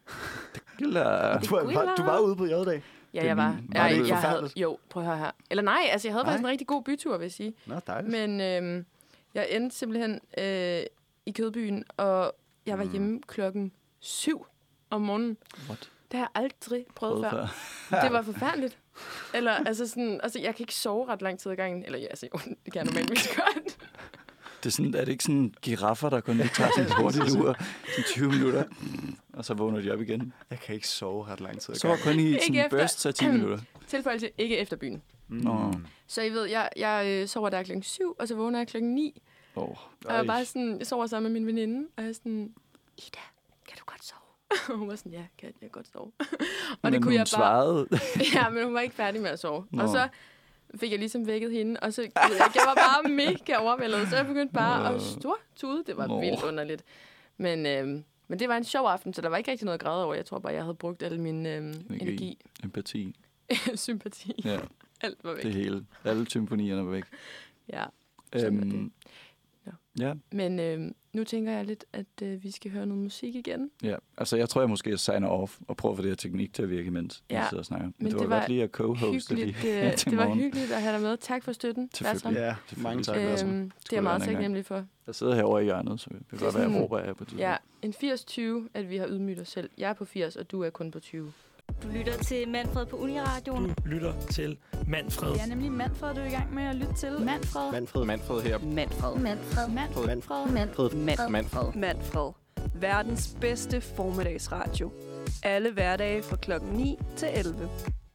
Speaker 3: Eller...
Speaker 4: Du var, var, du var ude på J-dag?
Speaker 2: Ja,
Speaker 3: Det er
Speaker 2: jeg var.
Speaker 3: min-
Speaker 2: Jeg,
Speaker 4: var det
Speaker 2: jeg, jeg havde,
Speaker 4: forfærdeligt?
Speaker 2: jo, prøv at høre her. Eller nej, altså jeg havde
Speaker 4: Nej.
Speaker 2: faktisk en rigtig god bytur, vil jeg sige.
Speaker 4: Nå, dejligt.
Speaker 2: Men øhm, jeg endte simpelthen øh, i Kødbyen, og jeg var
Speaker 4: Mm.
Speaker 2: hjemme klokken syv om morgenen.
Speaker 3: What?
Speaker 2: Det har jeg aldrig prøvet
Speaker 3: Prøvet
Speaker 2: før.
Speaker 3: før.
Speaker 2: Det var forfærdeligt. Eller, altså sådan, altså jeg kan ikke sove ret lang tid ad gangen. Eller ja, altså jo, det kan jeg normalvis godt.
Speaker 3: Det er, sådan, er det ikke sådan giraffer, der kun lige tager sådan en hurtig lur, sådan tyve minutter, og så vågner de op igen?
Speaker 4: Jeg kan ikke sove ret lang tid.
Speaker 3: Så var kun i sådan en
Speaker 2: efter.
Speaker 3: burst af ti minutter.
Speaker 2: Tilføjelse ikke efter byen.
Speaker 3: Nå.
Speaker 2: Så I ved, jeg, jeg øh, sover der klokken syv, og så vågner jeg klokken ni.
Speaker 3: Oh.
Speaker 2: Og jeg, er bare sådan, jeg sover sammen med min veninde, og jeg er sådan, Ida, kan du godt sove? Og hun var sådan, ja, kan jeg godt sove. og
Speaker 3: Men
Speaker 2: det kunne
Speaker 3: hun
Speaker 2: jeg bare.
Speaker 3: svarede.
Speaker 2: Ja, men hun var ikke færdig med at sove.
Speaker 3: Nå.
Speaker 2: Og så fik jeg ligesom vækket hende, og så ved jeg, jeg var bare mega overvældet, så jeg begyndte bare at stortude. Det var
Speaker 3: Nå.
Speaker 2: vildt underligt. Men, øhm, men det var en sjov aften, så der var ikke rigtig noget at græde over. Jeg tror bare, jeg havde brugt al min øhm,
Speaker 3: Energi.
Speaker 2: energi,
Speaker 3: Empati.
Speaker 2: sympati.
Speaker 3: Ja,
Speaker 2: Alt var væk.
Speaker 3: det hele. Alle symfonierne var væk.
Speaker 2: Ja. Sådan var det.
Speaker 3: Øhm,
Speaker 2: Nå.
Speaker 3: ja,
Speaker 2: Men øhm, nu tænker jeg lidt, at øh, vi skal høre noget musik igen.
Speaker 3: ja. Altså, jeg tror, jeg måske signer off og prøver at få det her teknik til at virke, mens
Speaker 2: Ja,
Speaker 3: vi sidder og snakker. Men,
Speaker 2: men
Speaker 3: det,
Speaker 2: det
Speaker 3: var
Speaker 2: var
Speaker 3: godt lige at co-hoste lige
Speaker 2: Hyggeligt, øh,
Speaker 3: til
Speaker 2: det var
Speaker 3: morgen.
Speaker 2: hyggeligt at have dig med. Tak for støtten, Bertram.
Speaker 3: Selvfølgelig.
Speaker 4: Ja, mange tak. Bertram.
Speaker 2: Øhm, det er
Speaker 3: Skulle
Speaker 2: jeg meget
Speaker 3: være en gang.
Speaker 2: taknemmelig for.
Speaker 3: Jeg sidder herovre i hjørnet, så det kan
Speaker 2: Det er
Speaker 3: godt være, at jeg
Speaker 2: sådan-
Speaker 3: råber af på det.
Speaker 2: Ja, en firs tyve, at vi har ydmygt os selv. Jeg er på firs, og du er kun på tyve.
Speaker 5: Du lytter til Manfred på Uniradioen.
Speaker 6: Du lytter til Manfred.
Speaker 7: Det er nemlig Manfred, du er i gang med at lytte til. Manfred.
Speaker 8: Manfred. Manfred her.
Speaker 1: Manfred.
Speaker 5: Manfred.
Speaker 7: Manfred.
Speaker 8: Manfred.
Speaker 5: Manfred.
Speaker 8: Manfred. Manfred.
Speaker 1: Manfred. Verdens bedste formiddagsradio. Alle hverdage fra klokken ni til elleve.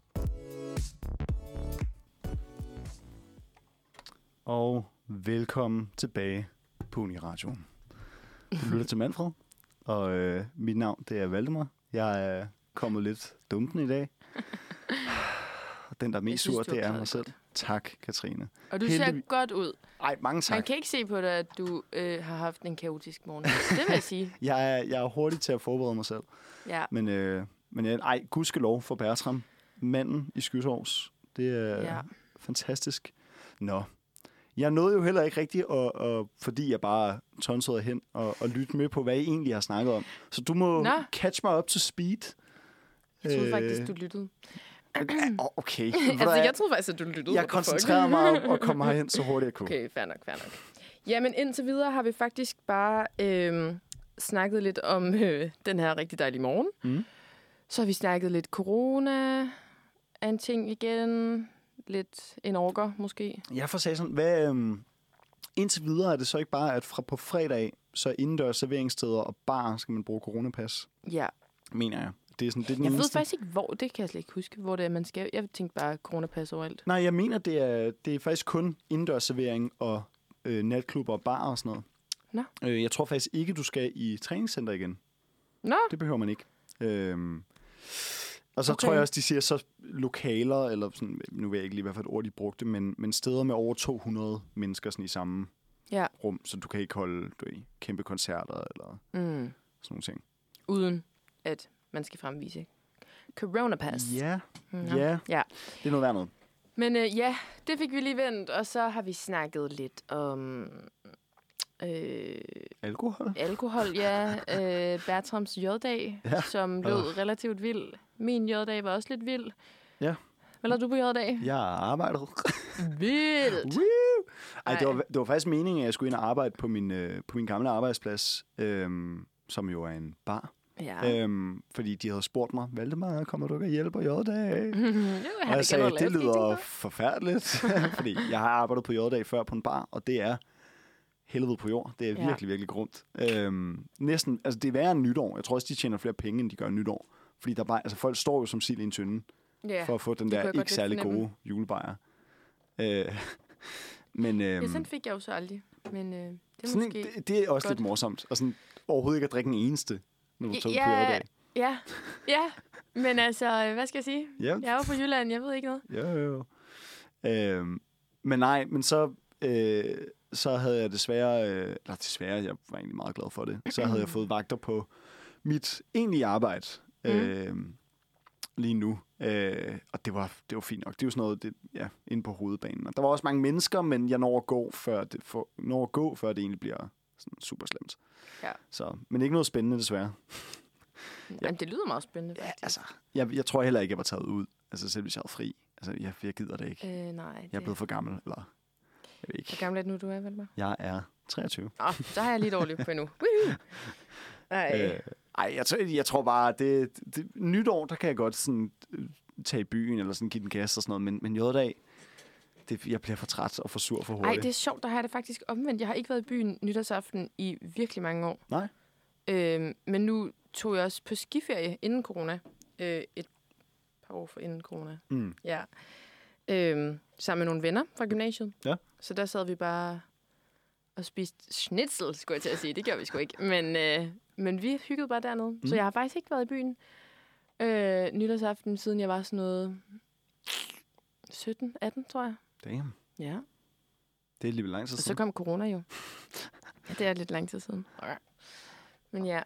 Speaker 4: Og velkommen tilbage på Uniradioen. Du lytter til Manfred, og øh, mit navn det er Valdemar. Jeg er kommet lidt dumpen i dag. Den, der er
Speaker 2: Jeg
Speaker 4: mest
Speaker 2: synes,
Speaker 4: sur,
Speaker 2: du har
Speaker 4: det er
Speaker 2: klaret
Speaker 4: mig
Speaker 2: det
Speaker 4: selv.
Speaker 2: godt.
Speaker 4: Tak, Katrine.
Speaker 2: Og du
Speaker 4: Heldigvis-
Speaker 2: ser godt ud.
Speaker 4: Ej, mange tak.
Speaker 2: Man kan ikke se på dig, at du øh, har haft en kaotisk morgen. Det vil jeg sige.
Speaker 4: Jeg er, jeg er hurtig til at forberede mig selv.
Speaker 2: Ja.
Speaker 4: Men, øh, men jeg, ej, gudskelov for Bertram. Manden i Skysovs. Det er
Speaker 2: Ja.
Speaker 4: ja. fantastisk. Nå. Jeg nåede jo heller ikke rigtigt, og, og, fordi jeg bare tonsede hen og, og lytte med på, hvad I egentlig har snakket om. Så du må
Speaker 2: Nå.
Speaker 4: catch mig up to speed.
Speaker 2: Jeg troede
Speaker 4: Øh,
Speaker 2: faktisk, du lyttede.
Speaker 4: Ja, okay.
Speaker 2: altså, jeg troede faktisk, at du lyttede.
Speaker 4: jeg
Speaker 2: What the fuck?
Speaker 4: koncentrerede mig om at komme herhen så hurtigt jeg kunne.
Speaker 2: Okay, fair nok, fair nok. Jamen, indtil videre har vi faktisk bare øh, snakket lidt om øh, den her rigtig dejlige morgen.
Speaker 4: Mm.
Speaker 2: Så har vi snakket lidt corona, af en ting igen, lidt en orker måske.
Speaker 4: Jeg får sagt sådan, hvad, øhm, indtil videre er det så ikke bare, at fra på fredag af, så indendørs serveringssteder og bar skal man bruge coronapas,
Speaker 2: Ja,
Speaker 4: mener jeg. Det er sådan, det er den
Speaker 2: jeg ved
Speaker 4: eneste.
Speaker 2: faktisk ikke, hvor, det kan jeg slet ikke huske, hvor det er, man skal. Jeg tænkte bare coronapas overalt.
Speaker 4: Nej, jeg mener, det er, det er faktisk kun indendørs servering og øh, natklubber og bar og sådan noget.
Speaker 2: Nå.
Speaker 4: Øh, jeg tror faktisk ikke, du skal i træningscenter igen.
Speaker 2: Nå,
Speaker 4: Det behøver man ikke. Øhm, og så
Speaker 2: Okay.
Speaker 4: okay. tror jeg også, de siger så lokaler, eller sådan, nu ved jeg ikke lige, hvad for et ord de brugte, men, men steder med over to hundrede mennesker sådan i samme
Speaker 2: ja.
Speaker 4: rum, så du kan ikke holde du ved, kæmpe koncerter eller
Speaker 2: Mm.
Speaker 4: sådan nogle ting.
Speaker 2: Uden at man skal fremvise coronapas.
Speaker 4: Ja,
Speaker 2: Nå.
Speaker 4: ja,
Speaker 2: Ja.
Speaker 4: det er noget værd noget.
Speaker 2: Men øh, ja, det fik vi lige vendt, og så har vi snakket lidt om øh,
Speaker 4: Alkohol?
Speaker 2: alkohol, ja. Øh, Bertrams J-dag,
Speaker 4: Ja.
Speaker 2: som lød relativt vild. Min J-dag var også lidt vild.
Speaker 4: Ja.
Speaker 2: Hvad lavede du på J-dag?
Speaker 4: Jeg har arbejdet.
Speaker 2: Vildt!
Speaker 4: Woo! Ej, det
Speaker 2: Ej.
Speaker 4: var, det var faktisk meningen, at jeg skulle ind og arbejde på min, øh, på min gamle arbejdsplads, øhm, som jo er en bar.
Speaker 2: Ja.
Speaker 4: Øhm, fordi de havde spurgt mig, Valdemar, kommer du ikke og hjælper J-dag?
Speaker 2: jo,
Speaker 4: Og jeg sagde, det lyder forfærdeligt, fordi jeg har arbejdet på J-dag før på en bar, og det er helvede på jord. Det er
Speaker 2: Ja.
Speaker 4: virkelig, virkelig grumt. Øhm, næsten, altså det er værre end nytår. Jeg tror også, de tjener flere penge, end de gør nytår. Fordi der bare, altså folk står jo som sild i en tynde,
Speaker 2: Ja.
Speaker 4: for at få den
Speaker 2: det
Speaker 4: der
Speaker 2: kunne jeg godt
Speaker 4: ikke
Speaker 2: lidt
Speaker 4: særlig
Speaker 2: fornemme.
Speaker 4: gode julebajer. Øh, men
Speaker 2: ja,
Speaker 4: øhm,
Speaker 2: sådan fik jeg jo så aldrig. Men øh, det er
Speaker 4: sådan,
Speaker 2: måske...
Speaker 4: det, det er også
Speaker 2: godt.
Speaker 4: lidt morsomt. Og sådan overhovedet ikke at drikke en eneste, når du
Speaker 2: Ja,
Speaker 4: tager
Speaker 2: ja,
Speaker 4: på J-dag.
Speaker 2: Ja, ja. Men altså, hvad skal jeg sige?
Speaker 4: Ja,
Speaker 2: Jeg er jo fra Jylland, jeg ved ikke noget.
Speaker 4: Jo, jo. Øhm, men nej, men så, øh, så havde jeg desværre, øh, eller desværre, jeg var egentlig meget glad for det, så havde jeg fået vagter på mit egentlige arbejde øh, lige nu. Øh, og det var, det var fint nok. Det er jo sådan noget, det, ja, inde på hovedbanen. Og der var også mange mennesker, men jeg når at gå, før det, for, når at gå, før det egentlig bliver sådan super slemt.
Speaker 2: Ja.
Speaker 4: Så, men ikke noget spændende, desværre.
Speaker 2: Jamen, det lyder meget spændende,
Speaker 4: Ja,
Speaker 2: faktisk.
Speaker 4: altså, jeg, jeg tror heller ikke, jeg var taget ud. Altså, selv hvis jeg havde fri. Altså, jeg, jeg gider det ikke.
Speaker 2: Øh, nej.
Speaker 4: Jeg er blevet for gammel, eller... Jeg ved ikke.
Speaker 2: Hvor gammel er du nu, du er, Valdemar?
Speaker 4: Jeg er treogtyve.
Speaker 2: Åh, oh, så har jeg lige dårligt på endnu. Ej.
Speaker 4: Øh, ej, jeg, tror, jeg tror bare, det, det nytår, der kan jeg godt sådan øh, tage i byen, eller sådan give den gas og sådan noget, men, men J-dag, det, jeg bliver for træt og for sur for hurtigt.
Speaker 2: Ej, det er sjovt, der har jeg det faktisk omvendt. Jeg har ikke været i byen nytårsaften i virkelig mange år.
Speaker 4: Nej.
Speaker 2: Øhm, men nu tog jeg også på skiferie inden corona. Øh, et par år for inden corona.
Speaker 4: Mm.
Speaker 2: Ja. Øhm, sammen med nogle venner fra gymnasiet.
Speaker 4: Ja.
Speaker 2: Så der sad vi bare og spiste schnitzel, skulle jeg til at sige. Det gjorde vi sgu ikke. Men, øh, men vi hyggede bare dernede. Mm. Så jeg har faktisk ikke været i byen øh, nytårsaften, siden jeg var sådan noget sytten atten, tror jeg.
Speaker 4: Damn.
Speaker 2: Ja.
Speaker 4: Det er alligevel lang tid
Speaker 2: Og så
Speaker 4: siden.
Speaker 2: kom corona jo. Ja, det er lidt lang tid siden. Okay. Men ja,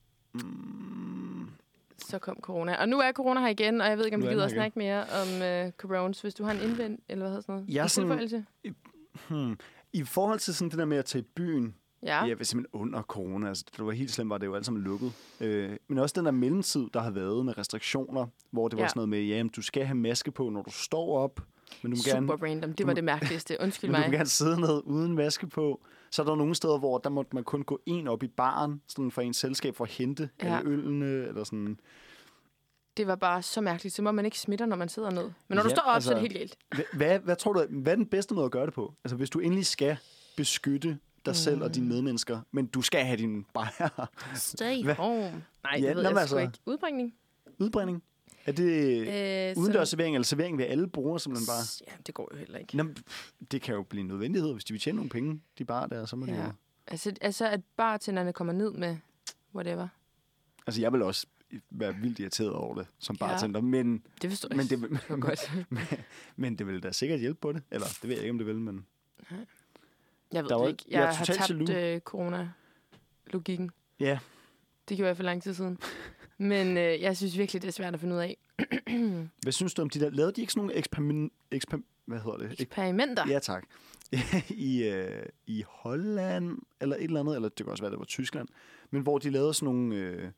Speaker 4: Mm.
Speaker 2: så kom corona. Og nu er corona her igen, og jeg ved ikke, om
Speaker 4: Nu
Speaker 2: vi
Speaker 4: er
Speaker 2: gider
Speaker 4: den
Speaker 2: at
Speaker 4: her
Speaker 2: snakke mere om uh, coronas. Hvis du har en indvend, eller hvad hedder sådan noget?
Speaker 4: Jeg er
Speaker 2: En
Speaker 4: sådan-
Speaker 2: tilføjelse?
Speaker 4: Hmm. I forhold til sådan det der med at tage i byen,
Speaker 2: Ja.
Speaker 4: ja, simpelthen under corona, altså det var helt slemt, var det jo alt sammen lukket. Øh, men også den der mellemtid, der har været med restriktioner, hvor det var
Speaker 2: Ja.
Speaker 4: sådan noget med, ja, du skal have maske på, når du står op, men du må
Speaker 2: Super
Speaker 4: gerne,
Speaker 2: random. Det
Speaker 4: du
Speaker 2: var
Speaker 4: må-
Speaker 2: det mærkeligste. Undskyld
Speaker 4: men du må
Speaker 2: mig.
Speaker 4: gerne sidde ned uden maske på. Så er der nogle steder, hvor der måtte man kun gå en op i baren, sådan for ens selskab for at hente
Speaker 2: Ja.
Speaker 4: alle ølene, eller sådan.
Speaker 2: Det var bare så mærkeligt. Så må man ikke smitte, når man sidder ned. Men når du
Speaker 4: Ja,
Speaker 2: står op,
Speaker 4: altså-
Speaker 2: så er det helt galt.
Speaker 4: Hvad, hvad, hvad tror du, hvad er den bedste måde at gøre det på? Altså, hvis du endelig skal beskytte dig selv og dine medmennesker, men du skal have din bajer.
Speaker 2: Stay
Speaker 4: Hvad?
Speaker 2: home. Nej, det
Speaker 4: Ja,
Speaker 2: ved
Speaker 4: nå,
Speaker 2: jeg
Speaker 4: men
Speaker 2: sgu
Speaker 4: altså-
Speaker 2: ikke. Udbringning?
Speaker 4: Udbrænding? Er det
Speaker 2: Øh,
Speaker 4: udendørs servering, eller servering ved alle bruger simpelthen bare?
Speaker 2: Ja, det går jo heller ikke.
Speaker 4: Nå, men, pff, det kan jo blive en nødvendighed, hvis de vil tjene nogle penge, de bare der, så må ja. de
Speaker 2: Ja.
Speaker 4: jo...
Speaker 2: Altså, altså, at bartenderne kommer ned med whatever.
Speaker 4: Altså, jeg vil også være vildt irriteret over det, som
Speaker 2: Ja.
Speaker 4: bartender, men,
Speaker 2: Det forstår jeg.
Speaker 4: men, det,
Speaker 2: Det var godt.
Speaker 4: men, men det vil da sikkert hjælpe på det. Eller, det ved jeg ikke, om det vil, men...
Speaker 2: Jeg ved
Speaker 4: Der
Speaker 2: det
Speaker 4: var-
Speaker 2: ikke.
Speaker 4: jeg
Speaker 2: Jeg
Speaker 4: er
Speaker 2: har
Speaker 4: totalt
Speaker 2: tabt
Speaker 4: jaloux.
Speaker 2: øh, corona-logikken.
Speaker 4: Ja,
Speaker 2: Det gjorde jeg for lang tid siden. Men øh, jeg synes virkelig, det er svært at finde ud af.
Speaker 4: hvad synes du om de der... Lavede de ikke sådan nogle eksperiment... Eksper, hvad hedder det? Ek,
Speaker 2: Eksperimenter.
Speaker 4: ja, tak. I, øh, I Holland, eller et eller andet, eller det kan også være, det var Tyskland, men hvor de lavede sådan nogle øh,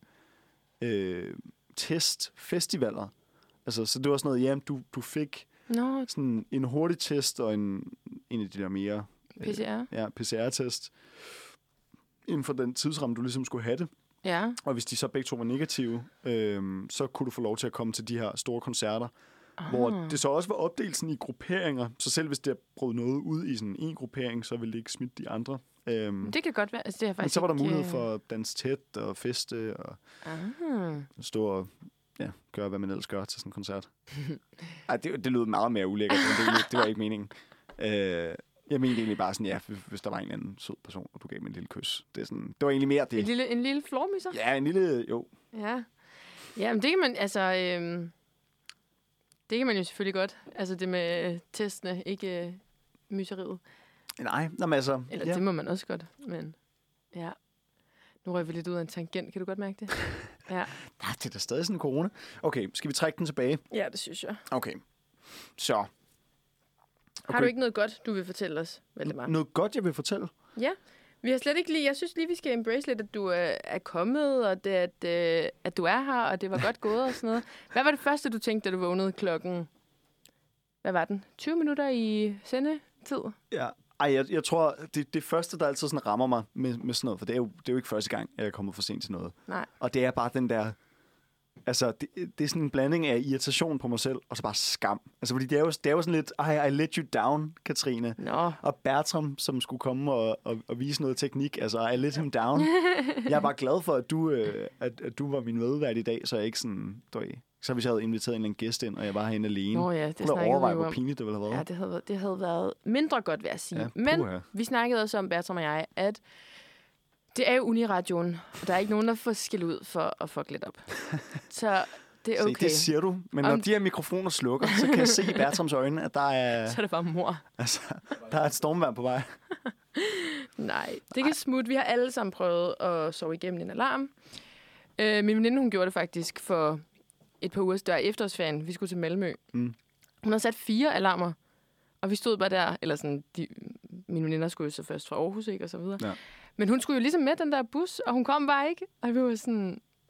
Speaker 4: øh, testfestivaler. Altså, så det var sådan noget, ja, du, du fik
Speaker 2: Nå,
Speaker 4: sådan en hurtig test og en, en af de der mere
Speaker 2: P C R.
Speaker 4: ja, P C R-test inden for den tidsramme, du ligesom skulle have det.
Speaker 2: Ja.
Speaker 4: Og hvis de så begge to var negative, øhm, så kunne du få lov til at komme til de her store koncerter, ah. hvor det så også var opdelt sådan i grupperinger. Så selv hvis det brød noget ud i sådan en gruppering, så ville det ikke smitte de andre. Øhm,
Speaker 2: Det kan godt være. Altså, det er
Speaker 4: men
Speaker 2: faktisk
Speaker 4: så var der
Speaker 2: ikke,
Speaker 4: mulighed
Speaker 2: øh,
Speaker 4: for at danse tæt og feste og
Speaker 2: Ah.
Speaker 4: stå og ja, gøre, hvad man ellers gør til sådan en koncert. Ej, det, det lød meget mere ulækkert, men det, det var ikke meningen. Øh, jeg mente egentlig bare sådan, ja, hvis, hvis der var en eller anden sød person, og du gav mig en lille kys. Det, er sådan, det var egentlig mere det.
Speaker 2: En lille, en lille flormyser?
Speaker 4: Ja, en lille, jo.
Speaker 2: Ja. Ja, men det kan man, altså... Øhm, det kan man jo selvfølgelig godt. Altså det med øh, testene, ikke øh, myseriet.
Speaker 4: Nej, nå, men altså...
Speaker 2: Eller
Speaker 4: ja.
Speaker 2: det må man også godt, men... Ja. Nu rører vi lidt ud af en tangent. Kan du godt mærke det? Ja.
Speaker 4: Nej, det er da stadig sådan en corona. Okay, skal vi trække den tilbage?
Speaker 2: Ja, det synes jeg.
Speaker 4: Okay. Så. Okay.
Speaker 2: Har du ikke noget godt, du vil fortælle os, Valdemar?
Speaker 4: Noget godt, jeg vil fortælle?
Speaker 2: Ja. Vi har slet ikke lige... Jeg synes lige, vi skal embrace lidt, at du øh, er kommet, og det, at, øh, at du er her, og det var godt gået og sådan noget. Hvad var det første, du tænkte, da du vågnede klokken... Hvad var den? tyve minutter i sendetid?
Speaker 4: Ja. Ej, jeg, jeg tror, det, det første, der altid sådan rammer mig med, med sådan noget, for det er, jo, det er jo ikke første gang, jeg er kommet for sent til noget.
Speaker 2: Nej.
Speaker 4: Og det er bare den der... Altså, det, det er sådan en blanding af irritation på mig selv, og så bare skam. Altså, fordi det er jo, det er jo sådan lidt, I, I let you down, Katrine.
Speaker 2: Nå.
Speaker 4: Og Bertram, som skulle komme og, og, og vise noget teknik, altså, I let him down. Jeg er bare glad for, at du, øh, at, at du var min medvært i dag, så jeg ikke sådan... Du, så hvis jeg havde inviteret en eller anden gæst ind, og jeg var herinde alene.
Speaker 2: Nå ja, det
Speaker 4: Prøv at
Speaker 2: snakkede
Speaker 4: overveje,
Speaker 2: vi jo
Speaker 4: hvor
Speaker 2: om.
Speaker 4: pinligt det ville have været.
Speaker 2: Ja, det havde, været- det havde været mindre godt, vil jeg sige.
Speaker 4: Ja,
Speaker 2: Men
Speaker 4: puha.
Speaker 2: vi snakkede også om, Bertram og jeg, at det er jo Uniradioen, og der er ikke nogen, der får skæld ud for at fuck lidt op. Så det er
Speaker 4: Se,
Speaker 2: okay.
Speaker 4: det siger du. Men når
Speaker 2: Om-
Speaker 4: de her mikrofoner slukker, så kan jeg se i Bertrams øjne, at der er,
Speaker 2: Så er det bare mor.
Speaker 4: altså, der er et stormvejr på vej.
Speaker 2: Nej, det kan smutte. Vi har alle sammen prøvet at sove igennem en alarm. Øh, min veninde, hun gjorde det faktisk for et par uger der efterårsferien. Vi skulle til Malmø.
Speaker 4: Mm.
Speaker 2: Hun havde sat fire alarmer, og vi stod bare der, eller sådan, de, mine veninder skulle jo så først fra Aarhus, ikke, og så videre.
Speaker 4: Ja.
Speaker 2: Men hun skulle jo ligesom med den der bus, og hun kom bare ikke. Og vi var sådan,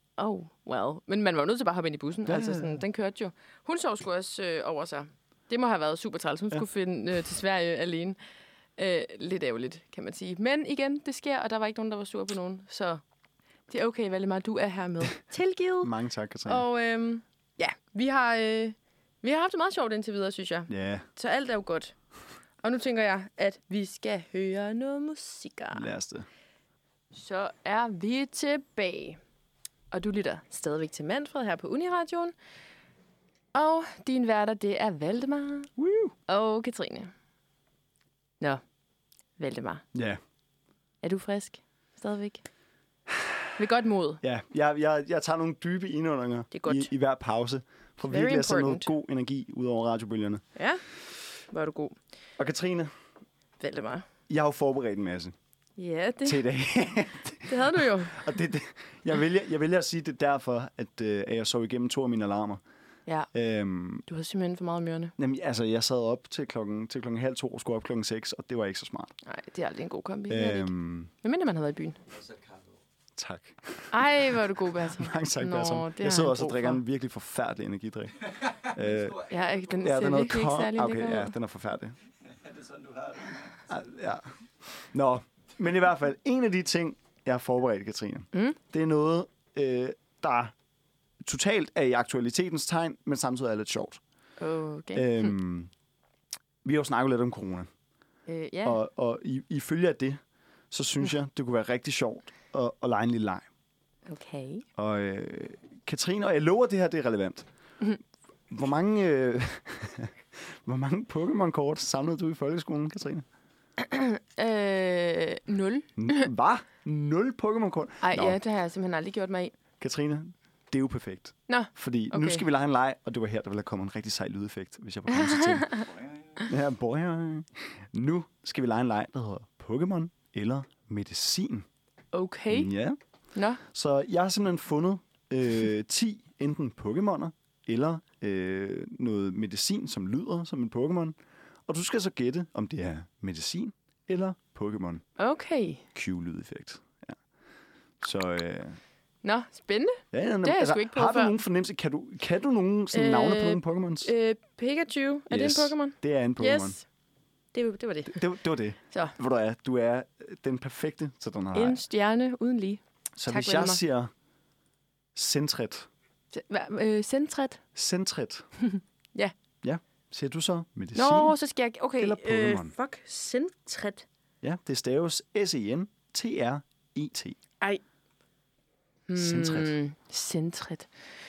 Speaker 2: Oh, well. Men man var jo nødt til bare at hoppe ind i bussen.
Speaker 4: Ja,
Speaker 2: Altså,
Speaker 4: ja, ja.
Speaker 2: sådan, den kørte jo. Hun sov sgu også øh, over sig. Det må have været super træls. Hun
Speaker 4: Ja.
Speaker 2: skulle finde øh, til Sverige alene. Øh, lidt ærgerligt, kan man sige. Men igen, det sker, og der var ikke nogen, der var sur på nogen. Så det er okay, Valdemar. Du er her med. Tilgivet.
Speaker 4: Mange tak, Katrine.
Speaker 2: Og øh, ja, vi har, øh, vi har haft det meget sjovt indtil videre, synes jeg.
Speaker 4: Ja,
Speaker 2: Så alt er jo godt. Og nu tænker jeg, at vi skal høre noget musik.
Speaker 4: lad os det.
Speaker 2: Så er vi tilbage. Og du lytter stadigvæk til Manfred her på Uniradioen. Og din værter, det er Valdemar
Speaker 4: Woo!
Speaker 2: og Katrine. Nå, Valdemar.
Speaker 4: Ja,
Speaker 2: Er du frisk stadigvæk? Ved godt mod.
Speaker 4: ja. Jeg, jeg, jeg tager nogle dybe indåndinger
Speaker 2: Det er godt.
Speaker 4: i, i hver pause. For
Speaker 2: Very
Speaker 4: virkelig at sende noget
Speaker 2: important.
Speaker 4: god energi ud over radiobølgerne.
Speaker 2: Ja, hvor er du god.
Speaker 4: Og Katrine,
Speaker 2: Valdemar.
Speaker 4: jeg har jo forberedt en masse
Speaker 2: Ja, det,
Speaker 4: til i dag.
Speaker 2: det havde du jo.
Speaker 4: Og det, det, jeg, vælger, jeg vælger at sige det derfor, at, øh, at jeg sov igennem to af mine alarmer.
Speaker 2: Ja,
Speaker 4: Øhm,
Speaker 2: du har simpelthen for meget om ørerne.
Speaker 4: jamen, altså, jeg sad op til klokken, til klokken halv to og skulle op klokken seks, og det var ikke så smart.
Speaker 2: Nej, det er aldrig en god kombi. Øhm.
Speaker 4: Øhm,
Speaker 2: Hvad mindre man har været i byen?
Speaker 4: tak.
Speaker 2: Ej, hvor er du god, Bertram.
Speaker 4: Mange tak,
Speaker 2: Nå,
Speaker 4: Bertram.
Speaker 2: det har
Speaker 4: Jeg sidder
Speaker 2: han
Speaker 4: også og
Speaker 2: brug
Speaker 4: drikker
Speaker 2: for.
Speaker 4: en virkelig forfærdelig energidrik. øh,
Speaker 2: Ja, den
Speaker 4: ja,
Speaker 2: ser
Speaker 4: den er noget
Speaker 2: virkelig ikke
Speaker 4: kon-
Speaker 2: særlig
Speaker 4: okay,
Speaker 2: lækker
Speaker 4: ja,
Speaker 2: ud.
Speaker 4: den er forfærdelig.
Speaker 3: Er det sådan, du har det?
Speaker 4: Ah, Ja. Nå, men i hvert fald, en af de ting, jeg har forberedt, Katrine,
Speaker 2: Mm.
Speaker 4: det er noget, øh, der totalt er i aktualitetens tegn, men samtidig er lidt sjovt.
Speaker 2: Okay.
Speaker 4: Øhm, vi har jo snakket lidt om corona,
Speaker 2: Øh, ja.
Speaker 4: og, og i, ifølge af det, så synes jeg, det kunne være rigtig sjovt at, at lege en lille leg.
Speaker 2: Okay.
Speaker 4: Og øh, Katrine, og jeg lover, at det her det er relevant. Hvor mange, øh, hvor mange Pokémon-kort samlede du i folkeskolen, Katrine?
Speaker 2: Øh, nul.
Speaker 4: Hvad? Nul Pokémon-kort?
Speaker 2: Ej,
Speaker 4: Nå.
Speaker 2: ja, det har jeg simpelthen aldrig gjort mig i.
Speaker 4: Katrine, det er jo perfekt.
Speaker 2: Nå,
Speaker 4: Fordi okay. nu
Speaker 2: Okay.
Speaker 4: skal vi lege en leg, og det var her, der ville komme en rigtig sej lydeffekt, hvis jeg var kommet til. Ja, boy. Nu skal vi lege en leg, der hedder Pokémon eller medicin.
Speaker 2: okay.
Speaker 4: Ja.
Speaker 2: Nå,
Speaker 4: Så jeg har simpelthen fundet øh, ti enten Pokémoner eller øh, noget medicin, som lyder som en Pokémon. Og du skal så gætte, om det er medicin eller Pokémon.
Speaker 2: okay.
Speaker 4: Q-lydeffekt. Ja. Så øh,
Speaker 2: Nå, spændende.
Speaker 4: ja, ja,
Speaker 2: har jeg sgu ikke prøvet
Speaker 4: har du
Speaker 2: før.
Speaker 4: nogen fornemmelse? Kan du, kan du nogen sådan, øh, navne på nogle Pokémons?
Speaker 2: Øh, Pikachu. Er
Speaker 4: Yes.
Speaker 2: det en Pokémon?
Speaker 4: Det er en Pokémon.
Speaker 2: Yes. Det, det var det.
Speaker 4: Det, det, det var det.
Speaker 2: Så,
Speaker 4: Hvor du er. Du er den perfekte til den her leg.
Speaker 2: en stjerne uden lige.
Speaker 4: Så
Speaker 2: tak,
Speaker 4: hvis jeg
Speaker 2: Valdemar.
Speaker 4: siger Centret.
Speaker 2: Hvad, øh, Centret?
Speaker 4: Centret.
Speaker 2: Ja.
Speaker 4: Ja. Siger du så medicin?
Speaker 2: Nå, så skal jeg... Okay,
Speaker 4: Eller
Speaker 2: øh,
Speaker 4: Pokémon.
Speaker 2: fuck. Centret.
Speaker 4: Ja, det staves S E N T R E T.
Speaker 2: Ej.
Speaker 4: Centret.
Speaker 2: Hmm, Centret.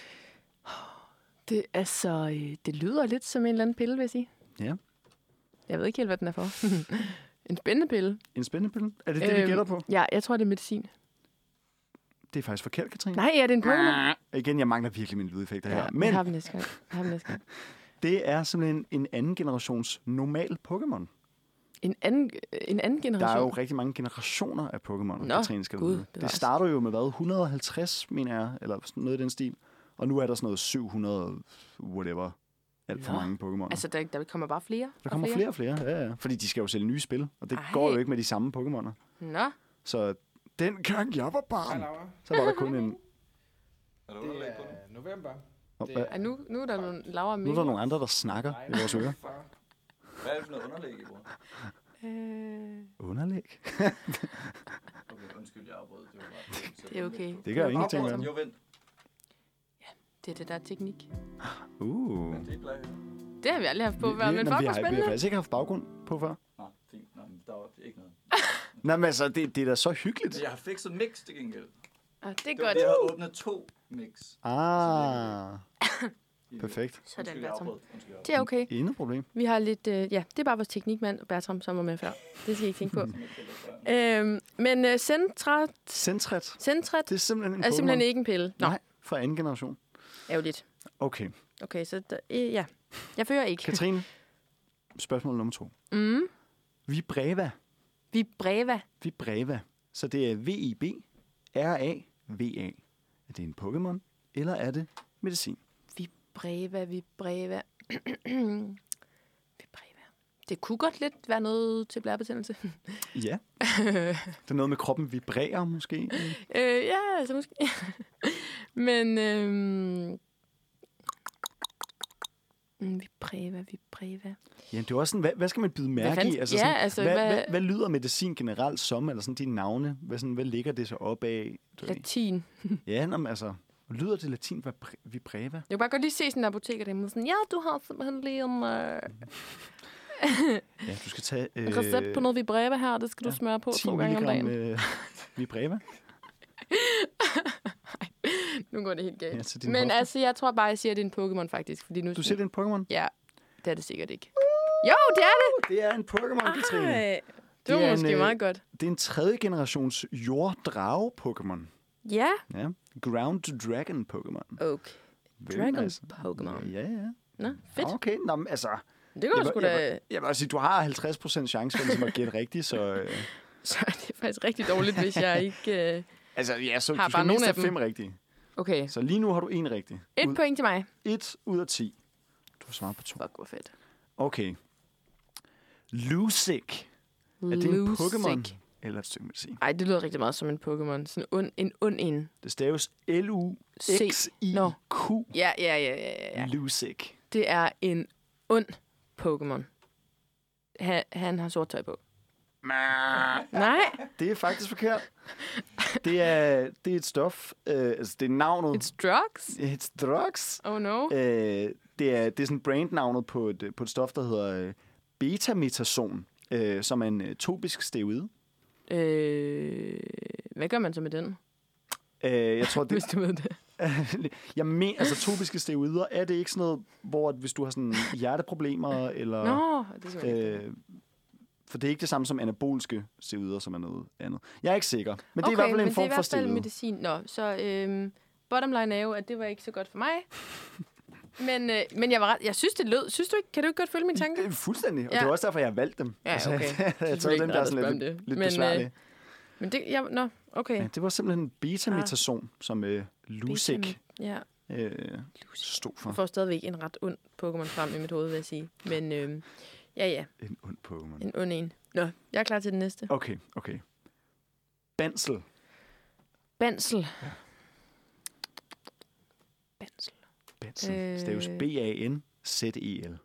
Speaker 2: Det, altså, øh, det lyder lidt som en eller anden pille, vil jeg sige.
Speaker 4: Ja.
Speaker 2: Jeg ved ikke helt, hvad den er for. En spændende pille.
Speaker 4: En spændende pille. Er det det, vi
Speaker 2: Øhm,
Speaker 4: gætter på?
Speaker 2: Ja, jeg tror, det er medicin.
Speaker 4: Det er faktisk forkert, Katrine.
Speaker 2: Nej, er det en Pokémon?
Speaker 4: Igen, jeg mangler virkelig mine lydeffekter
Speaker 2: Ja,
Speaker 4: her.
Speaker 2: jeg
Speaker 4: Men
Speaker 2: har dem næste gang. Jeg har dem næste gang.
Speaker 4: det er simpelthen en anden generations normal Pokémon.
Speaker 2: En anden, en anden generation?
Speaker 4: Der er jo rigtig mange generationer af Pokémon,
Speaker 2: Nå,
Speaker 4: Katrine skal
Speaker 2: Gud,
Speaker 4: vide. Det
Speaker 2: bevares.
Speaker 4: starter jo med hvad? et hundrede og halvtreds, mener jeg, eller sådan noget i den stil. Og nu er der sådan noget syv hundrede, whatever. Alt for
Speaker 2: Nå.
Speaker 4: mange Pokémon.
Speaker 2: Altså, der, der kommer bare flere?
Speaker 4: Der
Speaker 2: og
Speaker 4: kommer flere og flere, ja, ja. Fordi de skal jo sælge nye spil, og det
Speaker 2: Ej.
Speaker 4: går jo ikke med de samme Pokémoner.
Speaker 2: Nå,
Speaker 4: Så den gang jeg var barn,
Speaker 6: Laura.
Speaker 4: så var der kun en...
Speaker 3: Er du
Speaker 6: Det
Speaker 3: underlæg på den?
Speaker 6: er november.
Speaker 4: Nå,
Speaker 6: Det
Speaker 4: hvad-
Speaker 2: ja, nu, nu er der nogle Laura
Speaker 4: Nu er der nogle andre, der snakker i vores ører.
Speaker 3: Hvad er det for noget underlæg, I bruger?
Speaker 2: Øh,
Speaker 4: Underlæg.
Speaker 3: Okay, undskyld, jeg afbrød. Det var bare...
Speaker 2: det er okay.
Speaker 4: Det gør
Speaker 2: er
Speaker 4: ingenting,
Speaker 2: okay.
Speaker 4: vel?
Speaker 3: Jo, vent.
Speaker 2: Det er det, der er teknik.
Speaker 4: Uh.
Speaker 3: Men det er blevet...
Speaker 2: Det har vi aldrig haft på
Speaker 4: Vi-
Speaker 2: før,
Speaker 4: vi-
Speaker 2: men
Speaker 4: nå,
Speaker 2: fuck,
Speaker 4: vi
Speaker 2: hvor
Speaker 4: har, vi har
Speaker 2: spændende.
Speaker 4: faktisk ikke haft baggrund på før.
Speaker 3: Nå, fint. Nå, men der var ikke noget.
Speaker 4: Nej, men altså, det, det er da så hyggeligt.
Speaker 3: Jeg har fikset mix til gengæld.
Speaker 2: Ah, det er
Speaker 3: Det var
Speaker 2: godt.
Speaker 3: det, jeg har åbnet to mix.
Speaker 4: Ah, perfekt.
Speaker 2: Sådan,
Speaker 3: Undskyld, jeg
Speaker 2: Bertram.
Speaker 3: afbrød. Undskyld, jeg
Speaker 2: Det er okay.
Speaker 4: Intet problem.
Speaker 2: Vi har lidt... Øh, ja, det er bare vores teknikmand, Bertram, som var med før. Det skal I ikke tænke på. øhm, men øh, Centret,
Speaker 4: Centret.
Speaker 2: Centret
Speaker 4: Det er simpelthen en
Speaker 2: er simpelthen
Speaker 4: Pokémon.
Speaker 2: ikke en pille. Nå,
Speaker 4: Nej, fra anden generation.
Speaker 2: ærgerligt.
Speaker 4: Okay.
Speaker 2: Okay, så der, øh, ja. Jeg fører ikke.
Speaker 4: Katrine, spørgsmål nummer to.
Speaker 2: Mm.
Speaker 4: Vibreva.
Speaker 2: Vibreva.
Speaker 4: Vibreva. Så det er V I B R A V A. Er det en Pokémon, eller er det medicin?
Speaker 2: Vibreva, Vibreva. Vibreva. Det kunne godt lidt være noget til blærebetændelse.
Speaker 4: Ja. Det er noget med kroppen vibrerer, måske.
Speaker 2: øh, ja, altså måske. Men... Øhm, Vibreva, Vibreva.
Speaker 4: Ja, det er også sådan, hvad, hvad skal man byde mærke
Speaker 2: fanden-
Speaker 4: i? Altså,
Speaker 2: ja,
Speaker 4: sådan,
Speaker 2: altså,
Speaker 4: hvad,
Speaker 2: hvad-
Speaker 4: hvad, hvad lyder medicin generelt som? Eller sådan de navne? Hvad, sådan, hvad ligger det så op af? Du ved?
Speaker 2: Latin.
Speaker 4: Ja, nå, men altså, lyder det latin vibra- vibreva?
Speaker 2: Jeg kan bare godt lige se sådan en apoteker der, sådan, ja, du har simpelthen lige en øh,
Speaker 4: Ja, du skal tage... Øh,
Speaker 2: recept på noget Vibreva her, det skal
Speaker 4: ja,
Speaker 2: du smøre på
Speaker 4: ti
Speaker 2: to gange om dagen.
Speaker 4: milligram, øh, vibreva.
Speaker 2: Nu går det helt
Speaker 4: Ja,
Speaker 2: galt.
Speaker 4: til dine
Speaker 2: Men
Speaker 4: hofter.
Speaker 2: altså, jeg tror bare, jeg siger, at det er en Pokémon faktisk. Fordi nu
Speaker 4: Du siger, det er en Pokémon?
Speaker 2: Ja, det er det sikkert ikke. Jo, det er det!
Speaker 4: Det er en Pokémon, Katrine.
Speaker 2: Ej, det var
Speaker 4: Det er
Speaker 2: måske
Speaker 4: en, øh,
Speaker 2: meget godt.
Speaker 4: Det er en tredje generations jorddrage-Pokémon.
Speaker 2: Ja.
Speaker 4: Ja. Ground Dragon Pokémon.
Speaker 2: Okay.
Speaker 4: Very
Speaker 2: Dragon
Speaker 4: nice.
Speaker 2: Pokémon.
Speaker 4: Ja, ja.
Speaker 2: Nå, fedt.
Speaker 4: Ja, okay, nå, men altså...
Speaker 2: Det går
Speaker 4: Jeg,
Speaker 2: sgu
Speaker 4: vil- jeg,
Speaker 2: da...
Speaker 4: vil- jeg vil også sige, du har halvtreds procent chance for ligesom at gætte rigtigt, så... Øh,
Speaker 2: Så er det faktisk rigtig dårligt, hvis jeg ikke... Øh...
Speaker 4: altså, ja, så
Speaker 2: Har
Speaker 4: du
Speaker 2: bare
Speaker 4: skal
Speaker 2: nogle
Speaker 4: mindst
Speaker 2: af
Speaker 4: have
Speaker 2: dem.
Speaker 4: fem rigtige.
Speaker 2: Okay,
Speaker 4: Så lige nu har du en rigtig.
Speaker 2: et
Speaker 4: Ud,
Speaker 2: point til mig.
Speaker 4: et ud af ti. Du har svaret på to.
Speaker 2: Fuck, hvor fedt.
Speaker 4: Okay. Lusic. Er det en
Speaker 2: Lusic.
Speaker 4: Pokémon? Eller et stykke medicin?
Speaker 2: Ej, det lyder rigtig meget som en Pokémon. Sådan ond, en ond en.
Speaker 4: Det staves L U X I Q.
Speaker 2: Ja, ja, ja, ja, ja, ja.
Speaker 4: Lusic.
Speaker 2: Det er en ond Pokémon. Han, han har sort tøj på. Nej,
Speaker 4: Det er faktisk forkert. Det er, det er et stof. Øh, altså, det er navnet.
Speaker 2: it's drugs.
Speaker 4: It's drugs.
Speaker 2: Oh no.
Speaker 4: Øh, det, er, det er sådan brandnavnet på et, på et stof, der hedder øh, betametason, øh, som er en øh, topisk steroid.
Speaker 2: Øh, hvad gør man så med den,
Speaker 4: Øh, jeg tror, det,
Speaker 2: hvis du ved det?
Speaker 4: jeg mener, altså topiske steroider, er det ikke sådan noget, hvor at hvis du har sådan hjerteproblemer, eller...
Speaker 2: Nå, det er øh,
Speaker 4: Øh, for det er ikke det samme som anabolske steroider, som er noget andet. Jeg er ikke sikker, men det er
Speaker 2: okay,
Speaker 4: i hvert fald en
Speaker 2: men
Speaker 4: form
Speaker 2: det er i
Speaker 4: for
Speaker 2: hvert fald
Speaker 4: steroid.
Speaker 2: medicin. Nå, så øhm, bottom line er jo, at det var ikke så godt for mig. men, øh, men jeg var ret, jeg synes, det lød. Synes du ikke? Kan du ikke godt følge min tanke?
Speaker 4: Øh, Fuldstændig, og
Speaker 2: Ja.
Speaker 4: det er også derfor, jeg har valgt dem.
Speaker 2: Ja, okay.
Speaker 4: jeg har
Speaker 2: Selvfølgelig
Speaker 4: taget dem,
Speaker 2: ikke
Speaker 4: der er
Speaker 2: ret at
Speaker 4: sådan
Speaker 2: spørge
Speaker 4: lidt,
Speaker 2: om det.
Speaker 4: lidt
Speaker 2: Men,
Speaker 4: besværlige.
Speaker 2: øh, Men det, ja, nå, okay.
Speaker 4: Ja, det var simpelthen betametason, som øh, Lusic
Speaker 2: Betam- Ja,
Speaker 4: øh, stod for.
Speaker 2: jeg får stadigvæk en ret ond Pokémon frem i mit hoved, vil jeg sige. Men øh, ja, ja,
Speaker 4: En ond Pokémon.
Speaker 2: en ond en. Nå, jeg er klar til den næste.
Speaker 4: Okay, okay. Bansel.
Speaker 2: Bansel. Bansel.
Speaker 4: Bansel.
Speaker 2: Øh.
Speaker 4: Staves B A N Z E L.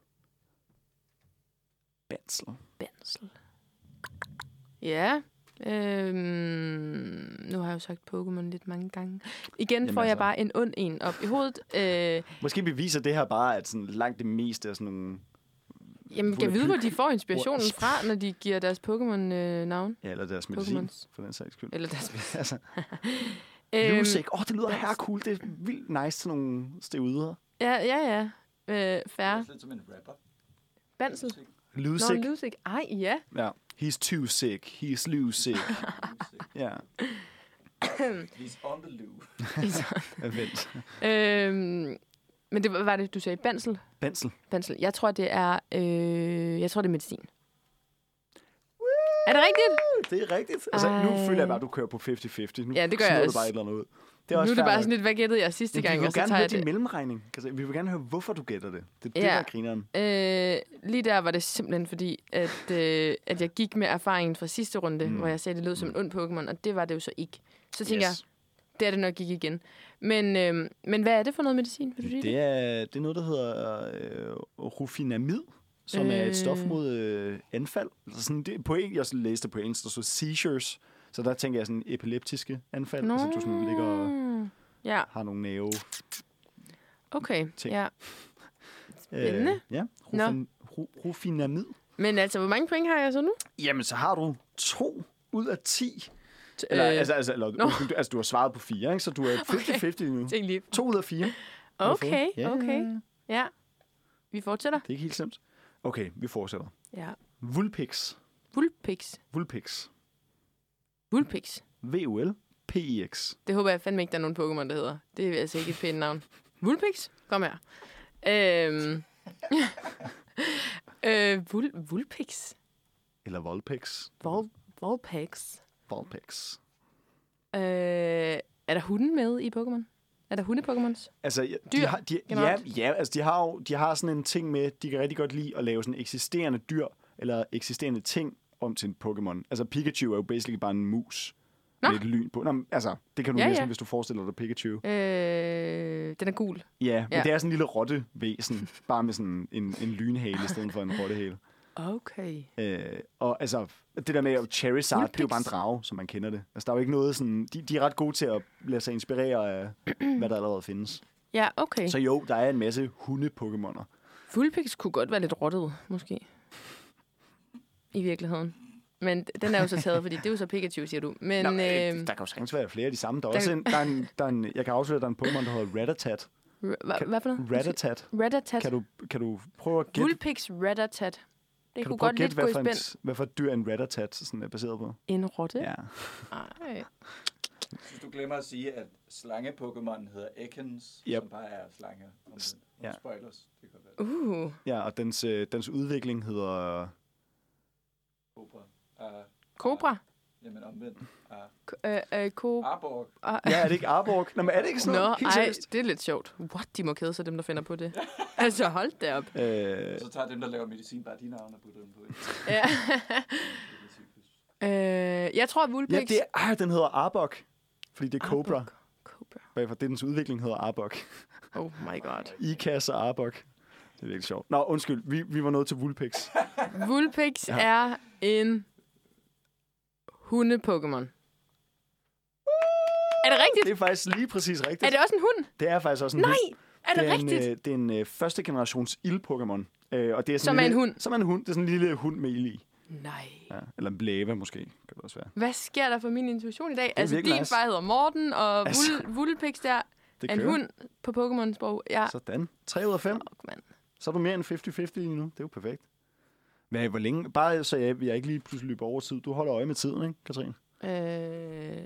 Speaker 4: Bansel.
Speaker 2: Bansel. Ja. Øhm, nu har jeg jo sagt Pokémon lidt mange gange. Igen
Speaker 4: Jamen
Speaker 2: får jeg
Speaker 4: altså.
Speaker 2: bare en ond en op i hovedet. Øh,
Speaker 4: Måske beviser det her bare, at sådan langt det meste er sådan nogle...
Speaker 2: jamen, kan vide, hvor de får inspirationen
Speaker 4: Hvor-
Speaker 2: fra, når de giver deres Pokémon-navn.
Speaker 4: Ja, eller deres medicin,
Speaker 2: Pokémons.
Speaker 4: for den sags skyld.
Speaker 2: Eller deres...
Speaker 4: altså,
Speaker 2: Øhm,
Speaker 4: Lusic. Åh, oh, det lyder her cool. Det er vildt nice til nogle steroider.
Speaker 2: ja, ja, ja. Øh, fair.
Speaker 3: lidt som en rapper.
Speaker 2: Bansel.
Speaker 4: Lusic.
Speaker 2: Nå, Lusic. Ej, ja.
Speaker 4: Ja. He's too sick. He's Lusic. Ja.
Speaker 3: He's on the loo.
Speaker 4: Vent.
Speaker 2: øhm, men det var, var det, du sagde? Bansel?
Speaker 4: Bansel.
Speaker 2: Bansel. Jeg tror, det er... Øh, jeg tror, det er medicin. Er det rigtigt?
Speaker 4: Det er rigtigt. Altså, nu
Speaker 2: Ej.
Speaker 4: føler jeg bare, at du kører på halvtreds halvtreds. Nu
Speaker 2: Ja, det gør jeg
Speaker 4: smider du
Speaker 2: også.
Speaker 4: bare et eller andet ud. Det
Speaker 2: Nu er
Speaker 4: også
Speaker 2: det
Speaker 4: fair
Speaker 2: bare
Speaker 4: nok.
Speaker 2: sådan lidt, hvad gættede jeg sidste
Speaker 4: Men
Speaker 2: gang?
Speaker 4: vi vil
Speaker 2: Og så
Speaker 4: gerne
Speaker 2: tager
Speaker 4: høre
Speaker 2: jeg
Speaker 4: din
Speaker 2: det.
Speaker 4: mellemregning. Altså, vi vil gerne høre, hvorfor du gætter det. Det er det,
Speaker 2: Ja.
Speaker 4: der er grineren.
Speaker 2: Øh, lige der var det simpelthen fordi, at, øh, at jeg gik med erfaringen fra sidste runde,
Speaker 4: Mm.
Speaker 2: mm. hvor jeg sagde, at det lød som en ond Pokémon, og det var det jo så ikke. Så tænker
Speaker 4: Yes.
Speaker 2: jeg, det er det nok gik igen. Men, øh, men hvad er det for noget medicin? Vil du sige det?
Speaker 4: Det er, det er noget, der hedder øh, rufinamid, som øh. er et stof
Speaker 2: Øh.
Speaker 4: mod øh, anfald. Altså sådan, det, på en, jeg læste på engelsk, der stod seizures. Så der tænker jeg sådan epileptiske anfald.
Speaker 2: Nå.
Speaker 4: Altså, du sådan ligger og
Speaker 2: Ja,
Speaker 4: har nogle nerve.
Speaker 2: okay.
Speaker 4: Ting.
Speaker 2: Ja. Spændende.
Speaker 4: Øh, ja, rufin, ru, rufinamid.
Speaker 2: Men altså, hvor mange point har jeg så nu?
Speaker 4: Jamen, så har du to ud af ti. Eller,
Speaker 2: Øh,
Speaker 4: altså, altså, eller,
Speaker 2: nå.
Speaker 4: undskyld, altså, du har svaret på fire, ikke? Så du er halvtreds halvtreds nu.
Speaker 2: Tænk lige.
Speaker 4: To ud af fire. har du fået.
Speaker 2: Okay,
Speaker 4: Ja,
Speaker 2: okay. Ja. Vi fortsætter.
Speaker 4: Det er ikke helt slemt. Okay, vi fortsætter.
Speaker 2: Ja.
Speaker 4: Vulpix.
Speaker 2: Vulpix.
Speaker 4: Vulpix.
Speaker 2: Vulpix.
Speaker 4: V U L P I X.
Speaker 2: Det håber jeg fandme ikke, der er nogen Pokémon, der hedder. Det er altså ikke et pænt navn. Vulpix? Kom her. Øhm. øh, Vul Vulpix?
Speaker 4: Eller Vulpix.
Speaker 2: Vol Vulpix?
Speaker 4: Vulpix.
Speaker 2: Øh, er der hunde med i Pokémon? Er der hunde-Pokémons?
Speaker 4: Altså, ja, de
Speaker 2: Dyr,
Speaker 4: har, de, ja,
Speaker 2: generelt.
Speaker 4: ja, altså, de har jo de har sådan en ting med, de kan rigtig godt lide at lave sådan eksisterende dyr, eller eksisterende ting om til en Pokémon. Altså, Pikachu er jo basically bare en mus.
Speaker 2: Nå.
Speaker 4: Med et lyn på. Nå, men, altså, det kan du
Speaker 2: Ja,
Speaker 4: næsten,
Speaker 2: ja.
Speaker 4: hvis du forestiller dig Pikachu.
Speaker 2: Øh, den er gul.
Speaker 4: Ja, men
Speaker 2: Ja.
Speaker 4: det er sådan en lille rottevæsen, bare med sådan en, en lynhale i stedet for en rottehale.
Speaker 2: Okay.
Speaker 4: Øh, og altså, det der med Charizard,
Speaker 2: Vulpix.
Speaker 4: det er jo bare en drage, som man kender det. Altså, der er jo ikke noget sådan... De, de er ret gode til at lade sig inspirere af, hvad der allerede findes.
Speaker 2: Ja, okay.
Speaker 4: Så jo, der er en masse hunde-pokémoner.
Speaker 2: Vulpix kunne godt være lidt rottet, måske. I virkeligheden. Men den er jo så taget, fordi det er jo så Pikachu, siger du. Men,
Speaker 4: Nå,
Speaker 2: øh,
Speaker 4: øh, der kan jo sagtens være flere af de samme. Der er
Speaker 2: der-
Speaker 4: også en, der er en, der er en, jeg kan afsløre, at der er en Pokémon, der hedder Rattata.
Speaker 2: hva- hvad for noget?
Speaker 4: Rattata.
Speaker 2: Rattata.
Speaker 4: Kan du, kan du prøve at gætte,
Speaker 2: Vulpix Rattata. Det
Speaker 4: kan
Speaker 2: kunne
Speaker 4: du prøve
Speaker 2: godt
Speaker 4: at gætte
Speaker 2: lidt gå i
Speaker 4: hvad, for
Speaker 2: spænd.
Speaker 4: en, hvad for et dyr en Rattata sådan er baseret på?
Speaker 2: En rotte?
Speaker 4: Ja.
Speaker 2: Ej.
Speaker 3: Hvis du glemmer at sige, at slange-Pokémon hedder Ekans,
Speaker 4: Yep.
Speaker 3: som bare er slange. Om det,
Speaker 4: Ja.
Speaker 3: Spoilers. Det kan godt være.
Speaker 2: Uh.
Speaker 4: Ja, og dens, øh, dens udvikling hedder...
Speaker 3: Cobra. Uh,
Speaker 2: Cobra.
Speaker 3: Jamen omvendt. Uh,
Speaker 2: K- øh, øh, ko-
Speaker 3: Arborg.
Speaker 2: ah.
Speaker 4: Ja, er det ikke Arborg? Nå, men er det ikke sådan
Speaker 2: Nå,
Speaker 4: noget? Helt
Speaker 2: ej,
Speaker 4: seriøst?
Speaker 2: det er lidt sjovt. What? De må kede sig, dem der finder på det. Altså, hold da op.
Speaker 4: Øh,
Speaker 3: Så tager dem, der laver medicin, bare de navne og putter dem på.
Speaker 2: Ja. øh, jeg tror, Vulpix...
Speaker 4: ja, det er, ah, den hedder Arbok, fordi det er Cobra.
Speaker 2: Arbok. Cobra.
Speaker 4: Bagfor det, dens udvikling hedder Arbok.
Speaker 2: Oh my god.
Speaker 4: Ikas og Arbok. Det er virkelig sjovt. Nå, undskyld, vi, vi var nået til Vulpix.
Speaker 2: Vulpix
Speaker 4: Ja.
Speaker 2: er en hunde-Pokémon. Er det rigtigt?
Speaker 4: Det er faktisk lige præcis rigtigt.
Speaker 2: Er det også en hund?
Speaker 4: Det er faktisk også en
Speaker 2: Nej!
Speaker 4: hund.
Speaker 2: Er det,
Speaker 4: det er
Speaker 2: rigtigt?
Speaker 4: En, øh, det er en øh, første generations ild-Pokémon. Øh, og det er sådan
Speaker 2: Som er en
Speaker 4: lille,
Speaker 2: hund?
Speaker 4: Som er en hund. Det er sådan en lille hund med ild i.
Speaker 2: Nej.
Speaker 4: Ja. Eller en blæve måske, kan det også være.
Speaker 2: Hvad sker der for min intuition i dag? Altså,
Speaker 4: virkelig
Speaker 2: din
Speaker 4: nice.
Speaker 2: far hedder Morten, og
Speaker 4: Altså,
Speaker 2: Vul- Vulpix der
Speaker 4: Det
Speaker 2: er en
Speaker 4: kører.
Speaker 2: hund på Pokémon-sprog. Ja.
Speaker 4: Sådan. tre ud af fem.
Speaker 2: Fuck, mand.
Speaker 4: Så er du mere end halvtreds halvtreds lige nu. Det er jo perfekt. Hvad, hvor længe? Bare så jeg, jeg ikke lige pludselig løber over tid. Du holder øje med tiden, ikke, Katrine?
Speaker 2: Øh...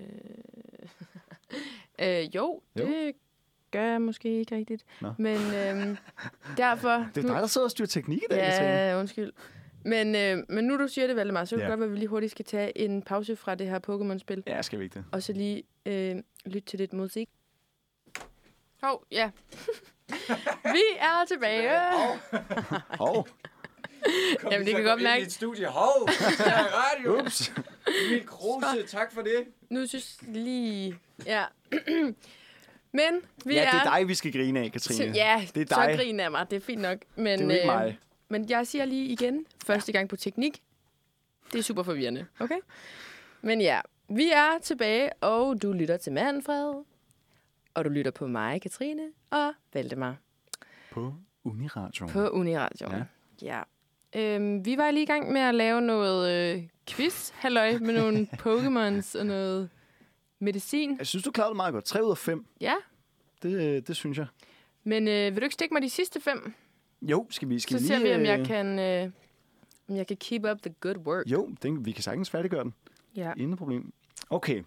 Speaker 2: øh, jo,
Speaker 4: Jo.
Speaker 2: det gør jeg måske ikke rigtigt.
Speaker 4: Nå.
Speaker 2: Men øhm, derfor...
Speaker 4: Det er dig, der sidder og styrer teknik i dag, Katrine.
Speaker 2: Ja, undskyld. Men, øh, men nu du siger det, Valdemar, så kan det
Speaker 4: Ja.
Speaker 2: godt være, at vi lige hurtigt skal tage en pause fra det her Pokémon-spil.
Speaker 4: Ja, skal vi ikke det?
Speaker 2: Og så lige øh, lytte til lidt musik. Hov, ja. Vi er tilbage.
Speaker 4: Hov.
Speaker 2: Jamen, det kan godt mærke.
Speaker 3: i et studie. Hov, der er radio.
Speaker 4: Ups.
Speaker 3: Emil Kruse, tak for det.
Speaker 2: Nu synes jeg lige... Ja. Men vi
Speaker 4: Ja,
Speaker 2: er...
Speaker 4: det er dig, vi skal grine af, Katrine.
Speaker 2: Ja,
Speaker 4: det er
Speaker 2: så
Speaker 4: dig.
Speaker 2: griner jeg mig. Det er fint nok. Men,
Speaker 4: Det er jo ikke mig.
Speaker 2: Men jeg siger lige igen, første gang på teknik. Det er super forvirrende, okay? Men ja, vi er tilbage, og du lytter til Manfred. Og du lytter på mig, Katrine, og Valdemar
Speaker 4: På Uniradio.
Speaker 2: på Uniradio.
Speaker 4: Ja.
Speaker 2: Ja. Øhm, vi var lige i gang med at lave noget øh, quiz, halløj, med nogle Pokémons og noget medicin.
Speaker 4: Jeg synes, du klarede det meget godt. tre ud af fem.
Speaker 2: Ja,
Speaker 4: Det, det synes jeg.
Speaker 2: men øh, vil du ikke stikke mig de sidste fem?
Speaker 4: Jo, skal vi, skal
Speaker 2: Så
Speaker 4: vi
Speaker 2: ser
Speaker 4: lige...
Speaker 2: vi, om jeg
Speaker 4: øh,
Speaker 2: kan, øh, om jeg kan keep up the good work.
Speaker 4: Jo, den, vi kan sagtens færdiggøre den.
Speaker 2: Ja.
Speaker 4: Ingen problem. Okay.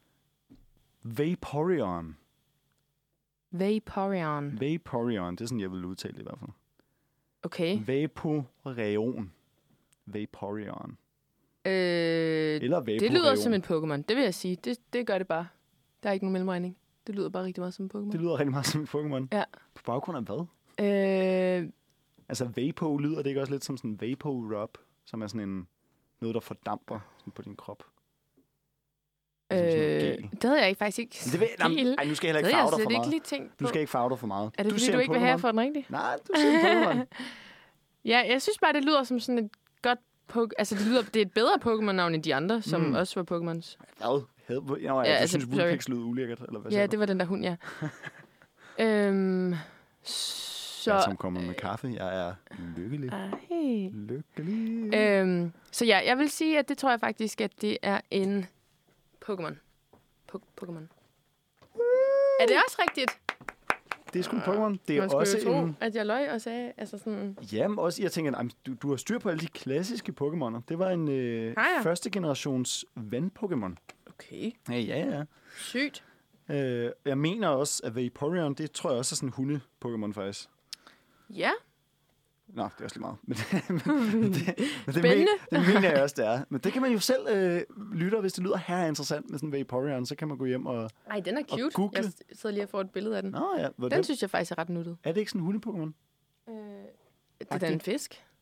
Speaker 4: Vaporeon.
Speaker 2: Vaporeon.
Speaker 4: Vaporeon, det er sådan, jeg vil udtale det i hvert fald.
Speaker 2: Okay.
Speaker 4: Vaporeon. Vaporeon.
Speaker 2: Øh,
Speaker 4: Eller Vaporeon.
Speaker 2: det lyder som en Pokémon, det vil jeg sige. Det, det gør det bare. Der er ikke nogen mellemregning. Det lyder bare rigtig meget som en Pokémon.
Speaker 4: Det lyder rigtig meget som en Pokémon.
Speaker 2: Ja.
Speaker 4: På baggrund af hvad?
Speaker 2: Øh,
Speaker 4: Altså, Vapo lyder det ikke også lidt som sådan en Vapo-rub, som er sådan en noget, der fordamper sådan på din krop?
Speaker 2: øh,
Speaker 4: Som sådan noget gel.
Speaker 2: det havde jeg ikke faktisk ikke.
Speaker 4: Men det ved, nej,
Speaker 2: Gel.
Speaker 4: ej, nu skal jeg heller
Speaker 2: Det
Speaker 4: ikke
Speaker 2: havde jeg
Speaker 4: farve dig
Speaker 2: slet
Speaker 4: for
Speaker 2: ikke
Speaker 4: meget.
Speaker 2: lige tænkt på.
Speaker 4: Du skal ikke farve dig for meget.
Speaker 2: Er det
Speaker 4: du
Speaker 2: fordi,
Speaker 4: ser
Speaker 2: du
Speaker 4: en
Speaker 2: ikke vil have
Speaker 4: Pokémon.
Speaker 2: for den rigtige?
Speaker 4: Nej, du ser en Pokémon.
Speaker 2: Ja, jeg synes bare, det lyder som sådan et godt Pokémon. Altså, det, lyder, det er et bedre Pokémon-navn end de andre, som
Speaker 4: Mm.
Speaker 2: også var Pokémons.
Speaker 4: Hvad? Hed, nå, ja,
Speaker 2: Ja,
Speaker 4: du
Speaker 2: altså,
Speaker 4: synes,
Speaker 2: sorry.
Speaker 4: Vulpix lød ulækkert, eller hvad
Speaker 2: Ja,
Speaker 4: siger
Speaker 2: det var den der hund, ja. øhm, så...
Speaker 4: Jeg som kommer med kaffe. Jeg er lykkelig.
Speaker 2: Ej.
Speaker 4: Lykkelig.
Speaker 2: Øhm, så ja, jeg vil sige, at det tror jeg faktisk, at det er en Pokémon. Po- Pokémon. Er det også rigtigt?
Speaker 4: Det er sgu en Pokémon. Det er
Speaker 2: Man skulle
Speaker 4: også
Speaker 2: jo tro,
Speaker 4: en...
Speaker 2: at jeg løg og sagde, altså sådan...
Speaker 4: Jamen, også, jeg tænker, ej, du, du har styr på alle de klassiske Pokémoner. Det var en øh,
Speaker 2: Ah, ja.
Speaker 4: første generations vand-Pokémon.
Speaker 2: Okay.
Speaker 4: Ja, ja, ja.
Speaker 2: Sygt.
Speaker 4: Øh, jeg mener også, at Vaporeon, det tror jeg også er sådan en hunde-Pokémon, faktisk.
Speaker 2: Ja.
Speaker 4: Nå, det er også lige meget. Men, men, men det, men det,
Speaker 2: Spændende.
Speaker 4: men, det mener jeg også, det er. Men det kan man jo selv øh, lytte, hvis det lyder her interessant med sådan en Vaporeon, så kan man gå hjem og...
Speaker 2: Ej, den er
Speaker 4: Og
Speaker 2: cute.
Speaker 4: google.
Speaker 2: Jeg s- sidder lige og får et billede af den.
Speaker 4: Nå ja, hvor
Speaker 2: Den
Speaker 4: den,
Speaker 2: synes jeg faktisk er ret nuttet.
Speaker 4: er det ikke sådan en hunde-Pokémon?
Speaker 2: Øh, det er da en fisk.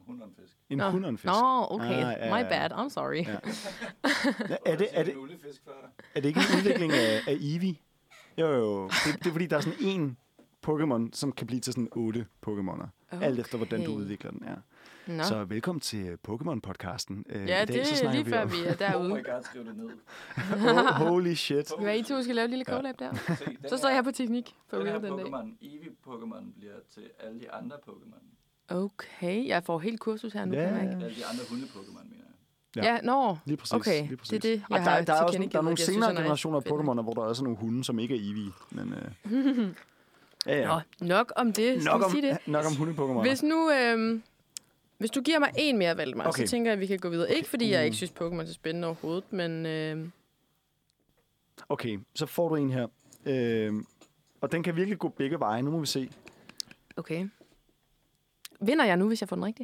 Speaker 3: hund og en fisk.
Speaker 4: En
Speaker 2: Nå.
Speaker 4: hund og en fisk.
Speaker 2: Nå, okay.
Speaker 4: Ah, ja, ja,
Speaker 2: My
Speaker 4: ja.
Speaker 2: bad. I'm sorry.
Speaker 4: Ja. er, det, er, det,
Speaker 3: En ullefisk før dig?
Speaker 4: er det ikke en udvikling af, af Eevee? Jo, jo. Det, det er fordi, der er sådan en Pokémon, som kan blive til sådan otte Pokémoner. Okay. Alt efter, hvordan du udvikler den. Ja.
Speaker 2: Nå.
Speaker 4: Så velkommen til Pokémon-podcasten. Uh,
Speaker 2: Ja,
Speaker 4: i dag,
Speaker 2: det
Speaker 4: så
Speaker 2: er
Speaker 4: snakker
Speaker 2: lige
Speaker 4: vi
Speaker 2: før,
Speaker 4: om-
Speaker 2: vi er derude.
Speaker 3: Oh my god, skriv det ned.
Speaker 4: oh, holy shit.
Speaker 2: Hvad I to skal lave et lille collab der?
Speaker 3: Se, den
Speaker 2: Så står jeg på teknik for
Speaker 3: Den her
Speaker 2: real den dag.
Speaker 3: Pokémon, Eevee-Pokémon, bliver til alle de andre Pokémon.
Speaker 2: Okay, jeg får helt kursus her nu.
Speaker 4: Ja,
Speaker 2: kan jeg
Speaker 4: ja.
Speaker 2: mærke.
Speaker 3: Alle de andre hunde-Pokémon, mener jeg.
Speaker 4: Ja.
Speaker 2: Ja, nå.
Speaker 4: Lige præcis.
Speaker 2: Okay,
Speaker 4: lige præcis.
Speaker 2: det er det,
Speaker 4: Og
Speaker 2: jeg
Speaker 4: der,
Speaker 2: har
Speaker 4: der, er også,
Speaker 2: tilkendegivet,
Speaker 4: der er nogle
Speaker 2: at jeg synes,
Speaker 4: senere
Speaker 2: han er
Speaker 4: generationer af
Speaker 2: fedt nok.
Speaker 4: Pokémoner, hvor der også er nogle hunde, som ikke er Eevee. Men, øh, ja, ja.
Speaker 2: Nå, nok om det. Skal
Speaker 4: Nok
Speaker 2: vi
Speaker 4: om,
Speaker 2: sige det?
Speaker 4: nok om hunde-Pokémoner.
Speaker 2: Hvis nu... Øhm, hvis du giver mig en mere, Valdemar,
Speaker 4: Okay.
Speaker 2: så tænker jeg, at vi kan gå videre. Ikke fordi jeg
Speaker 4: Uh.
Speaker 2: ikke synes, Pokémon er spændende overhovedet, men... Øhm,
Speaker 4: Okay, så får du en her. Øh, og den kan virkelig gå begge veje. Nu må vi se.
Speaker 2: okay. Vinder jeg nu, hvis jeg får den rigtig?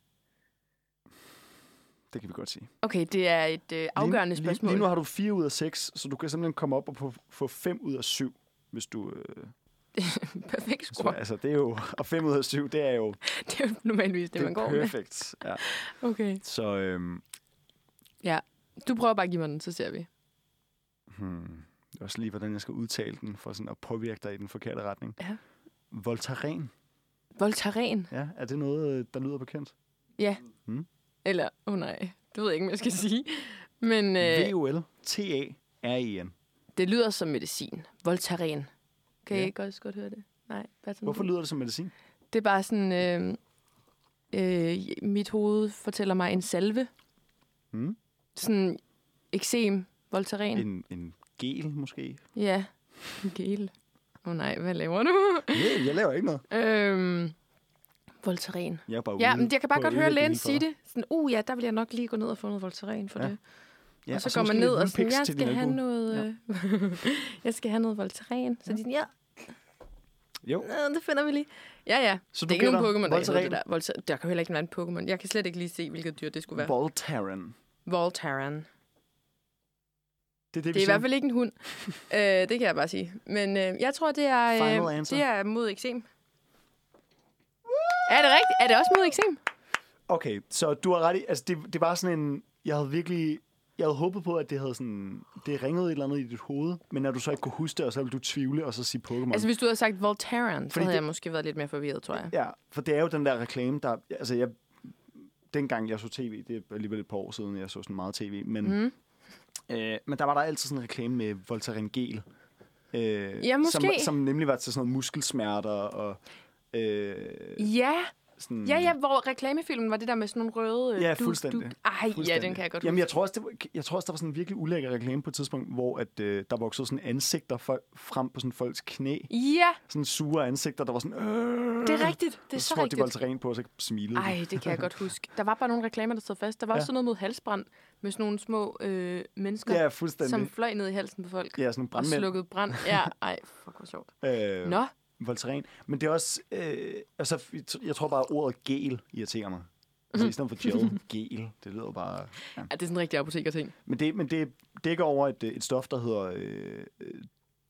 Speaker 4: Det kan vi godt sige.
Speaker 2: Okay, det er et øh, afgørende
Speaker 4: lige,
Speaker 2: spørgsmål.
Speaker 4: Lige, lige nu har du fire ud af seks, så du kan simpelthen komme op og få, få fem ud af syv, hvis du... Øh,
Speaker 2: Perfekt
Speaker 4: så,
Speaker 2: score.
Speaker 4: altså, det er jo... Og fem ud af syv, det er jo...
Speaker 2: Det er jo normalvis det,
Speaker 4: Det,
Speaker 2: man
Speaker 4: er
Speaker 2: går med.
Speaker 4: perfekt. Ja.
Speaker 2: Okay.
Speaker 4: Så... Øhm,
Speaker 2: Du prøver bare at give mig den, så ser vi.
Speaker 4: hmm, det er også lige, hvordan jeg skal udtale den, for sådan at påvirke dig i den forkerte retning.
Speaker 2: Ja.
Speaker 4: Voltaren.
Speaker 2: Voltaren.
Speaker 4: Ja, er det noget, øh, der lyder bekendt?
Speaker 2: Ja.
Speaker 4: Hmm.
Speaker 2: Eller, åh oh nej, det ved jeg ikke, hvad jeg skal sige. Men øh,
Speaker 4: V O L T A R E N.
Speaker 2: det lyder som medicin. Voltaren. Kan
Speaker 4: Ja.
Speaker 2: I ikke også godt høre det? Nej, hvad sådan
Speaker 4: Hvorfor lyder det som medicin?
Speaker 2: Det er bare sådan, øh, øh, mit hoved fortæller mig en salve.
Speaker 4: Hmm?
Speaker 2: Sådan eksem, Voltaren.
Speaker 4: En, en gel, måske?
Speaker 2: Ja, en gel. Åh oh nej, hvad laver du?
Speaker 4: Nej, jeg laver ikke noget.
Speaker 2: øhm, Voltaren.
Speaker 4: Jeg er bare
Speaker 2: Ja,
Speaker 4: ude
Speaker 2: men jeg kan bare
Speaker 4: på
Speaker 2: godt høre
Speaker 4: udviklingen
Speaker 2: lægen
Speaker 4: for
Speaker 2: sige
Speaker 4: dig.
Speaker 2: det. Sådan, uh ja, der vil jeg nok lige gå ned og få noget Voltaren for
Speaker 4: Ja.
Speaker 2: det.
Speaker 4: Ja,
Speaker 2: og så
Speaker 4: så
Speaker 2: går man
Speaker 4: måske
Speaker 2: ned
Speaker 4: lidt
Speaker 2: og sådan,
Speaker 4: Vulpix
Speaker 2: jeg
Speaker 4: til
Speaker 2: skal
Speaker 4: din
Speaker 2: have
Speaker 4: albue.
Speaker 2: noget, øh, jeg skal have noget Voltaren. Så de sådan, ja,
Speaker 4: Jo.
Speaker 2: øh, det finder vi lige. Ja, ja.
Speaker 4: Så
Speaker 2: Det
Speaker 4: du
Speaker 2: er ikke nogen
Speaker 4: gætter
Speaker 2: Pokémon, der hedder
Speaker 4: Voltaren?
Speaker 2: det der. Volta- der kan jo heller ikke være en Pokémon. Jeg kan slet ikke lige se, hvilket dyr det skulle være.
Speaker 4: Voltaren.
Speaker 2: Voltaren.
Speaker 4: Det er det,
Speaker 2: Det
Speaker 4: vi
Speaker 2: er i
Speaker 4: siger.
Speaker 2: hvert fald ikke en hund. øh, det kan jeg bare sige. Men øh, jeg tror, det er,
Speaker 4: Final
Speaker 2: øh,
Speaker 4: answer.
Speaker 2: det er mod eksem. Er det rigtigt? Er det også mod eksem?
Speaker 4: Okay, så du har ret i, altså det, det var sådan en, jeg havde virkelig, jeg havde håbet på, at det havde sådan, det ringede et eller andet i dit hoved, men når du så ikke kunne huske det, og så ville du tvivle, og så sige Pokémon.
Speaker 2: Altså, hvis du havde sagt Voltaren, så
Speaker 4: Fordi
Speaker 2: havde
Speaker 4: det-
Speaker 2: jeg måske været lidt mere forvirret, tror jeg.
Speaker 4: Ja, for det er jo den der reklame, der, altså jeg, dengang jeg så tv, det er alligevel et par år siden, jeg så sådan meget tv, men,
Speaker 2: Mm.
Speaker 4: øh, men der var der altid sådan en reklame med Voltaren Gel. Øh,
Speaker 2: Ja, måske.
Speaker 4: Som, som nemlig var til sådan noget muskelsmerter og øh,
Speaker 2: Ja,
Speaker 4: sådan...
Speaker 2: ja, ja, hvor reklamefilmen var det der med sådan nogle røde... øh,
Speaker 4: Ja,
Speaker 2: duk,
Speaker 4: fuldstændig.
Speaker 2: duk. Ej, ja,
Speaker 4: Fuldstændig.
Speaker 2: den kan jeg godt
Speaker 4: Jamen,
Speaker 2: huske.
Speaker 4: jeg tror også, det var, jeg tror også, der var sådan en virkelig ulækker reklame på et tidspunkt, hvor at, øh, der voksede sådan ansigter for, frem på sådan folks knæ.
Speaker 2: Ja,
Speaker 4: Sådan sure ansigter, der var sådan... Øh,
Speaker 2: det er rigtigt. Det er
Speaker 4: så
Speaker 2: så
Speaker 4: tror, de
Speaker 2: rigtigt.
Speaker 4: Voltaren på, og så smilede de.
Speaker 2: Ej, det kan jeg godt huske. Der var bare nogle reklamer, der stod fast. Der var
Speaker 4: Ja.
Speaker 2: også sådan noget mod halsbrand med sådan nogle små øh, mennesker,
Speaker 4: Ja, fuldstændig.
Speaker 2: som fløj ned i halsen på folk.
Speaker 4: Ja, sådan nogle
Speaker 2: Og
Speaker 4: brandmænd.
Speaker 2: slukkede brand. Ja, ej, fuck, hvor sjovt.
Speaker 4: Øh,
Speaker 2: Nå,
Speaker 4: Voltaren. Men det er også... Øh, altså, jeg tror bare, ordet gel irriterer mig. Altså, i stedet for gel, gel. Det lyder bare... Ja.
Speaker 2: ja, det er sådan en rigtig apotekerting.
Speaker 4: Men det, men det dækker over et, et stof, der hedder øh, øh,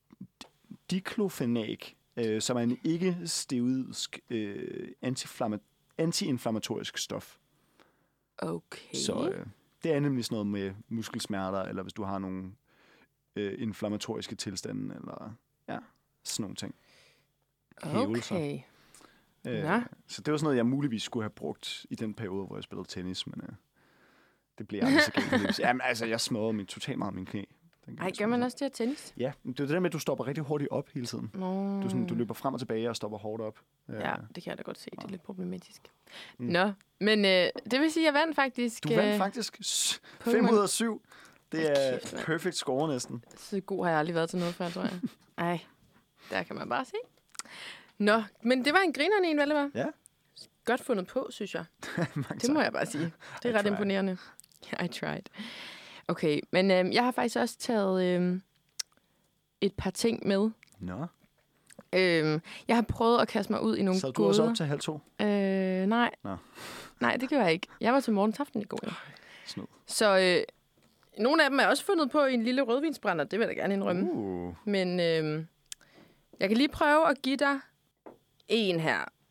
Speaker 4: diklofenak, øh, som er en ikke-steroidisk øh, antiflamma- antiinflammatorisk stof.
Speaker 2: Okay.
Speaker 4: Så øh, det er nemlig sådan noget med muskelsmerter, eller hvis du har nogle øh, inflammatoriske tilstande, eller ja, sådan nogle ting. hævelser.
Speaker 2: Okay.
Speaker 4: Øh,
Speaker 2: Ja.
Speaker 4: Så det var sådan noget, jeg muligvis skulle have brugt i den periode, hvor jeg spillede tennis, men øh, det blev aldrig så galt. Jamen altså, jeg smadrede min, totalt meget min knæ. dengang
Speaker 2: Ej,
Speaker 4: jeg
Speaker 2: gør
Speaker 4: spillede.
Speaker 2: man også det her tennis?
Speaker 4: Ja, men det er det der med, at du stopper rigtig hurtigt op hele tiden.
Speaker 2: Nå.
Speaker 4: Du, sådan, du løber frem og tilbage og stopper hårdt op. Øh,
Speaker 2: Ja, det kan jeg da godt se. Det er lidt problematisk.
Speaker 4: Mm.
Speaker 2: Nå, men øh, det vil sige, at jeg vandt faktisk.
Speaker 4: Du vandt
Speaker 2: øh,
Speaker 4: faktisk s-
Speaker 2: Pokémon.
Speaker 4: fem ud af syv. Det
Speaker 2: Hold
Speaker 4: er
Speaker 2: kæft, mand.
Speaker 4: perfect score næsten.
Speaker 2: Så god har jeg aldrig været til noget før, tror jeg. Ej, der kan man bare se. Nå, men det var en grinerne en, Valdemar.
Speaker 4: Ja.
Speaker 2: Godt fundet på, synes jeg.
Speaker 4: Mange
Speaker 2: Det må
Speaker 4: tak.
Speaker 2: jeg bare sige. Det
Speaker 4: I
Speaker 2: er ret
Speaker 4: tried.
Speaker 2: imponerende. I tried. Okay, men øh, jeg har faktisk også taget øh, et par ting med.
Speaker 4: Nå,
Speaker 2: Øh, jeg har prøvet at kaste mig ud i nogle
Speaker 4: så du også
Speaker 2: gåder.
Speaker 4: op til halv to?
Speaker 2: Øh, nej.
Speaker 4: Nå.
Speaker 2: Nej, det gjorde jeg ikke. Jeg var til morgensaften i går.
Speaker 4: Snyd.
Speaker 2: Så øh, nogle af dem er også fundet på i en lille rødvinsbrænder. Det vil jeg da gerne indrømme.
Speaker 4: Uh.
Speaker 2: Men øh, jeg kan lige prøve at give dig en her.